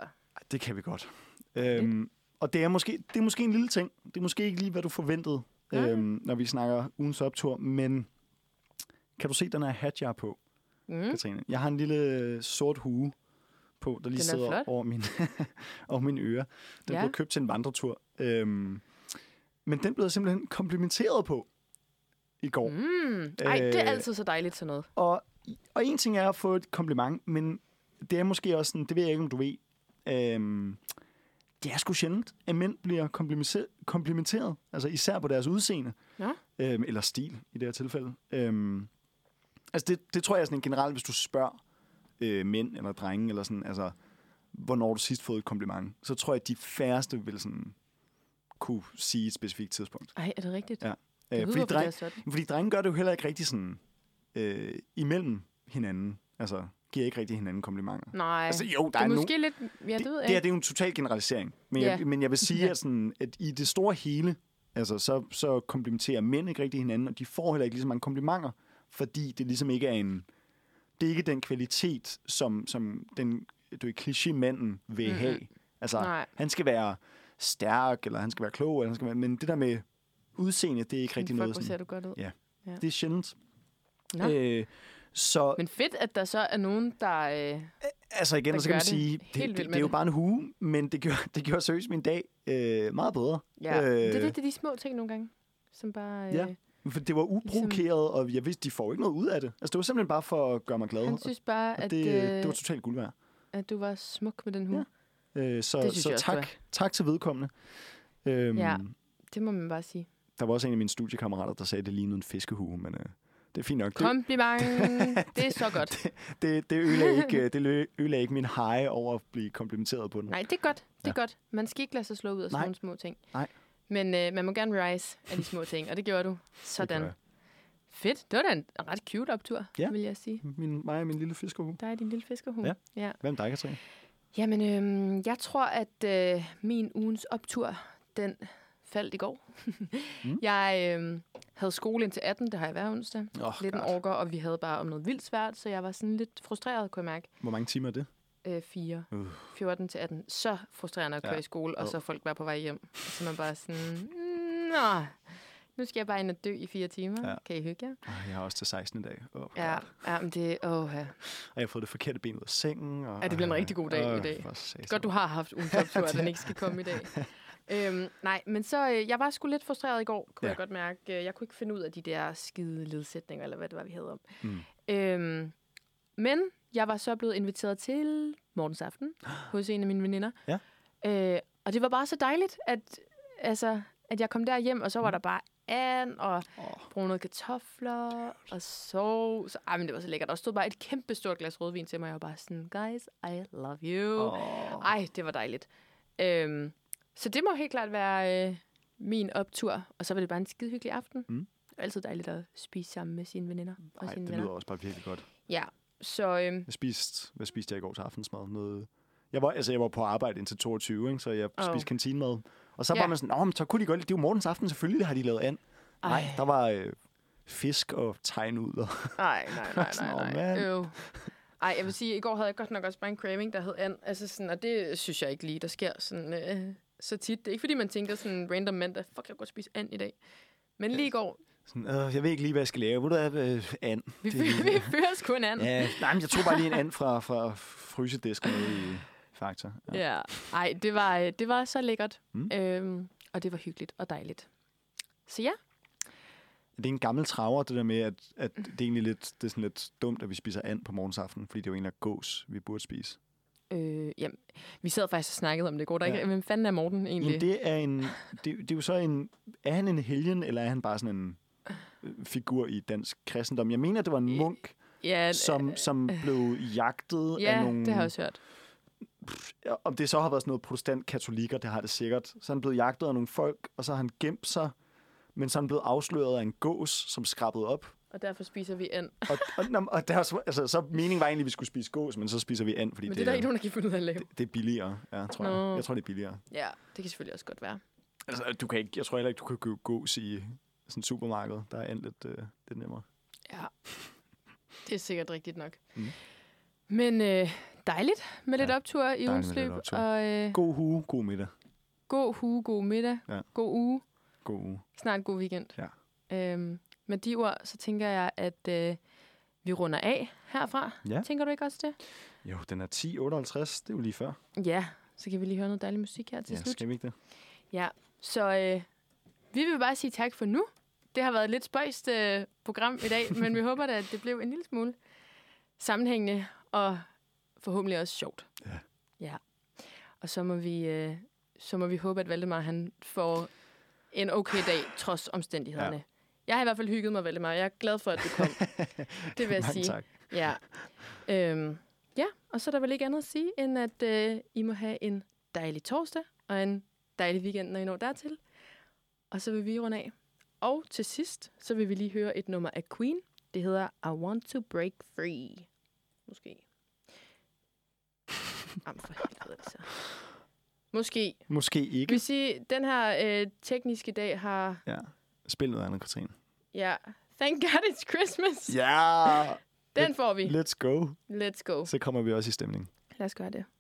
Speaker 4: Det kan vi godt. Øhm, og det er, måske, det er måske en lille ting. Det er måske ikke lige, hvad du forventede,
Speaker 2: Ja.
Speaker 4: øhm, når vi snakker ugens optur. Men kan du se, den her hat, jeg har på,
Speaker 2: Mm.
Speaker 4: Katrine? Jeg har en lille sort hue på, der lige
Speaker 2: Den er
Speaker 4: sidder
Speaker 2: flot.
Speaker 4: over min, over mine ører. Den
Speaker 2: Ja.
Speaker 4: blev købt til en vandretur. Øhm, men den blev simpelthen komplimenteret på i går.
Speaker 2: Mm. Ej, det er
Speaker 4: Øh,
Speaker 2: altid så dejligt sådan noget.
Speaker 4: Og, og en ting er at få et kompliment, men det er måske også sådan, det ved jeg ikke, om du ved, øhm, det er sgu sjældent, at mænd bliver komplimenteret, komplimenteret altså især på deres udseende,
Speaker 2: Ja.
Speaker 4: øhm, eller stil i det her tilfælde. Øhm, altså det, det tror jeg er sådan generelt, hvis du spørger øh, mænd eller drenge, eller sådan, altså, hvornår du sidst fået et kompliment, så tror jeg, at de færreste vil sådan kunne sige et specifikt tidspunkt.
Speaker 2: Ej, er det rigtigt?
Speaker 4: Ja.
Speaker 2: Jeg
Speaker 4: Øh,
Speaker 2: ved,
Speaker 4: fordi,
Speaker 2: hvorfor det
Speaker 4: dreng,
Speaker 2: er sådan.
Speaker 4: fordi drenge gør det jo heller ikke rigtig sådan øh, imellem hinanden. Altså, giver ikke rigtig hinanden komplimenter.
Speaker 2: Nej,
Speaker 4: Altså, jo, der
Speaker 2: det
Speaker 4: er,
Speaker 2: er
Speaker 4: no-
Speaker 2: måske lidt... Ja, det,
Speaker 4: det,
Speaker 2: ved jeg
Speaker 4: det, er,
Speaker 2: ikke.
Speaker 4: det er jo en total generalisering. Men,
Speaker 2: Ja.
Speaker 4: jeg, men jeg vil sige,
Speaker 2: Ja.
Speaker 4: at, sådan, at i det store hele, altså, så, så komplimenterer mænd ikke rigtig hinanden, og de får heller ikke lige så mange komplimenter, fordi det ligesom ikke er en... Det er ikke den kvalitet, som, som den du, kliché-manden vil
Speaker 2: Mhm.
Speaker 4: have. Altså,
Speaker 2: Nej.
Speaker 4: han skal være stærk, eller han skal være klog, eller han skal være, men det der med udseende, det er ikke rigtig
Speaker 2: Fuck,
Speaker 4: noget
Speaker 2: hvor ser
Speaker 4: sådan.
Speaker 2: du godt ud.
Speaker 4: Ja.
Speaker 2: Ja.
Speaker 4: Det er sjældent.
Speaker 2: Nå.
Speaker 4: Øh, så
Speaker 2: Men fedt, at der så er nogen, der... Øh,
Speaker 4: altså igen,
Speaker 2: der
Speaker 4: så kan
Speaker 2: gør
Speaker 4: man
Speaker 2: det
Speaker 4: sige,
Speaker 2: helt
Speaker 4: det,
Speaker 2: vildt
Speaker 4: det,
Speaker 2: med
Speaker 4: det er jo
Speaker 2: det.
Speaker 4: bare en hue, men det gjorde, det gjorde seriøst min dag øh, meget bedre.
Speaker 2: ja,
Speaker 4: Øh,
Speaker 2: det, er det, det er de små ting nogle gange, som bare... Øh,
Speaker 4: Ja. For det var uprovokeret, og jeg vidste, de får ikke noget ud af det. Altså, det var simpelthen bare for at gøre mig glad.
Speaker 2: Han synes bare,
Speaker 4: og
Speaker 2: at,
Speaker 4: det,
Speaker 2: øh,
Speaker 4: det var totalt guld værd.
Speaker 2: at du var smuk med den hue.
Speaker 4: Ja. Øh, så
Speaker 2: Det synes
Speaker 4: så
Speaker 2: jeg også,
Speaker 4: tak,
Speaker 2: du er.
Speaker 4: tak til vedkommende. Øhm,
Speaker 2: Ja. Det må man bare sige.
Speaker 4: Der var også en af mine studiekammerater, der sagde, at det lignede en fiskehue, men øh, det er fint nok. Det,
Speaker 2: Kompliment. Det er så godt.
Speaker 4: det, det, ødelagde ikke, øh, det lø- ødelagde ikke min high over at blive komplimenteret på den.
Speaker 2: Nej, det er godt. Det er
Speaker 4: Ja.
Speaker 2: godt. Man skal ikke lade sig slå ud af sådan
Speaker 4: Nej.
Speaker 2: nogle små ting.
Speaker 4: Nej.
Speaker 2: Men øh, man må gerne rise af de små ting, og det gjorde du. Sådan.
Speaker 4: gør jeg.
Speaker 2: Fedt. Det var da en ret cute optur,
Speaker 4: Ja.
Speaker 2: vil jeg sige.
Speaker 4: Min, mig og min lille fiskehue.
Speaker 2: Der er din lille fiskerhue.
Speaker 4: Ja.
Speaker 2: ja.
Speaker 4: Hvad med dig, Katrine?
Speaker 2: Jamen, øhm, jeg tror, at øh, min ugens optur, den faldt i går.
Speaker 4: Mm.
Speaker 2: Jeg øh, havde skole indtil atten, det har jeg hver onsdag.
Speaker 4: Oh,
Speaker 2: Lidt en orker, og vi havde bare om noget vildt svært, så jeg var sådan lidt frustreret, kunne jeg mærke.
Speaker 4: Hvor mange timer er det?
Speaker 2: Øh, fire.
Speaker 4: Uh.
Speaker 2: fjorten til atten. Så frustrerende at køre
Speaker 4: Ja.
Speaker 2: i skole, og
Speaker 4: Oh.
Speaker 2: så er folk bare på vej hjem. Og så er man bare sådan, nå, nu skal jeg bare ind og dø i fire timer.
Speaker 4: Ja.
Speaker 2: Kan I hygge jer?
Speaker 4: Ej, jeg har også til sekstende dag. Oh,
Speaker 2: Ja, ja, men det, åh, ja.
Speaker 4: Og jeg har fået det forkerte ben ud af sengen. Og,
Speaker 2: Ja, det bliver en rigtig god dag i dag. Godt, du har haft ugens optur, at den ikke skal komme i dag. øhm, nej, men så, øh, jeg var sgu lidt frustreret i går, kunne
Speaker 4: Ja.
Speaker 2: jeg godt mærke. Øh, Jeg kunne ikke finde ud af de der skide ledsætninger, eller hvad det var, vi havde om.
Speaker 4: Mm.
Speaker 2: Øhm, men jeg var så blevet inviteret til Mortens Aften hos en af mine veninder.
Speaker 4: Ja.
Speaker 2: Øh, og det var bare så dejligt, at, altså, at jeg kom der hjem, og så var der bare and og
Speaker 4: Oh.
Speaker 2: brune kartofler og sovs. Ej, men det var så lækkert. Der stod bare et kæmpe stort glas rødvin til mig, og jeg var bare sådan, guys, I love you.
Speaker 4: Oh.
Speaker 2: Ej, det var dejligt. Øhm, så det må helt klart være øh, min optur. Og så var det bare en skide hyggelig aften.
Speaker 4: Mm.
Speaker 2: Det er altid dejligt at spise sammen med sine veninder og
Speaker 4: Ej,
Speaker 2: sine
Speaker 4: det
Speaker 2: venner.
Speaker 4: lyder også bare virkelig godt.
Speaker 2: Ja, så øhm,
Speaker 4: Jeg spiste, hvad spiste jeg i går til aftensmad? Noget... Jeg var, altså, jeg var på arbejde indtil toogtyve, ikke? Så jeg
Speaker 2: Oh.
Speaker 4: spiste kantinemad. Og så
Speaker 2: Ja.
Speaker 4: var man sådan, åh, men så kunne de godt lide, det er jo Mortens Aften, selvfølgelig har de lavet and. Nej,
Speaker 2: ej,
Speaker 4: der var øh, fisk og tegn ud. Og
Speaker 2: nej, nej, nej,
Speaker 4: Sådan,
Speaker 2: nej,
Speaker 4: åh,
Speaker 2: nej.
Speaker 4: mand.
Speaker 2: Øv. Ej, jeg vil sige, i går havde jeg godt nok også bare en craving, der hed and. Altså sådan, og det synes jeg ikke lige, der sker sådan øh, så tit. Det er ikke fordi, man tænker sådan random mandag, fuck, jeg kan godt spise and i dag. Men lige i går,
Speaker 4: sådan, øh, jeg ved ikke lige, hvad jeg skal lave. Ved du hvad, øh, and?
Speaker 2: vi,
Speaker 4: Det er
Speaker 2: fyrer,
Speaker 4: lige-
Speaker 2: vi fyrer sgu en and.
Speaker 4: Ja, nej, men jeg tog bare lige en and fra, fra frysedisken nede i Fakta. Ja.
Speaker 2: Ja, ej, det var, øh, det var så lækkert.
Speaker 4: Mm.
Speaker 2: Øhm, og det var hyggeligt og dejligt. Så ja,
Speaker 4: Det er en gammel traver, det der med, at, at det er egentlig lidt, det er sådan lidt dumt, at vi spiser and på morgensaften, fordi det er jo egentlig er gås, vi burde spise.
Speaker 2: øh, jamen, vi sad faktisk og snakkede om det i går. Der
Speaker 4: Ja.
Speaker 2: ikke, hvem fanden er Morten egentlig?
Speaker 4: Men det er en, det, det er jo så en, er han en helgen, eller er han bare sådan en øh, figur i dansk kristendom? Jeg mener, det var en
Speaker 2: Øh,
Speaker 4: munk,
Speaker 2: ja,
Speaker 4: som, som blev jagtet af
Speaker 2: ja,
Speaker 4: nogle...
Speaker 2: det har jeg også hørt.
Speaker 4: Ja, om det så har været sådan noget protestant-katolikker, det har det sikkert. Så er han blevet jagtet af nogle folk, og så har han gemt sig, men så er han blevet afsløret af en gås, som skrabede op.
Speaker 2: Og derfor spiser vi and.
Speaker 4: Og, og, og, og der, så- altså, så meningen var egentlig, at vi skulle spise gås, men så spiser vi and, fordi
Speaker 2: Men
Speaker 4: det,
Speaker 2: det er der ikke nogen, der kan finde ud af at lave.
Speaker 4: det, det er billigere. Ja, tror
Speaker 2: Nå.
Speaker 4: jeg. Jeg tror, det er billigere.
Speaker 2: Ja, det kan selvfølgelig også godt være.
Speaker 4: Altså, du kan ikke, jeg tror heller ikke, du kan købe gås i sådan et supermarked. Der er and lidt, øh, lidt nemmere.
Speaker 2: Ja, det er sikkert rigtigt nok.
Speaker 4: Mm.
Speaker 2: Men øh, Dejligt med lidt
Speaker 4: Ja,
Speaker 2: optur i ugens
Speaker 4: med lidt
Speaker 2: løb.
Speaker 4: optur.
Speaker 2: Og øh,
Speaker 4: God hue, god middag.
Speaker 2: god hue, god middag,
Speaker 4: Ja.
Speaker 2: god uge,
Speaker 4: God uge.
Speaker 2: snart god weekend.
Speaker 4: Ja.
Speaker 2: Øhm, med de ord, så tænker jeg, at øh, vi runder af herfra.
Speaker 4: Ja.
Speaker 2: Tænker du ikke også det?
Speaker 4: Jo, den er ti otteoghalvtreds. Det er jo lige før.
Speaker 2: Ja, så kan vi lige høre noget dejlig musik her til
Speaker 4: Ja,
Speaker 2: slut.
Speaker 4: skal vi ikke det?
Speaker 2: Ja, så øh, vi vil bare sige tak for nu. Det har været et lidt spøjst øh, program i dag, men vi håber da, at det blev en lille smule sammenhængende og forhåbentlig også sjovt.
Speaker 4: Ja.
Speaker 2: Ja. Og så må vi, øh, så må vi håbe, at Valdemar han får en okay dag, trods omstændighederne. Ja. Jeg har i hvert fald hygget mig, Valdemar. Jeg er glad for, at du kom. Det vil jeg
Speaker 4: Mange
Speaker 2: sige.
Speaker 4: tak.
Speaker 2: Ja. Øhm, ja, og så er der vel ikke andet at sige, end at øh, I må have en dejlig torsdag og en dejlig weekend, når I når dertil. Og så vil vi runde af. Og til sidst, så vil vi lige høre et nummer af Queen. Det hedder I Want to Break Free. Måske. Jamen for helvede, altså. Måske.
Speaker 4: Måske ikke.
Speaker 2: Vi siger, den her øh, tekniske dag har...
Speaker 4: Ja. Spil noget andet, Katrine.
Speaker 2: Ja. Thank God it's Christmas.
Speaker 4: Ja!
Speaker 2: Den får vi.
Speaker 4: Let's go.
Speaker 2: Let's go.
Speaker 4: Så kommer vi også i stemning.
Speaker 2: Lad os gøre det.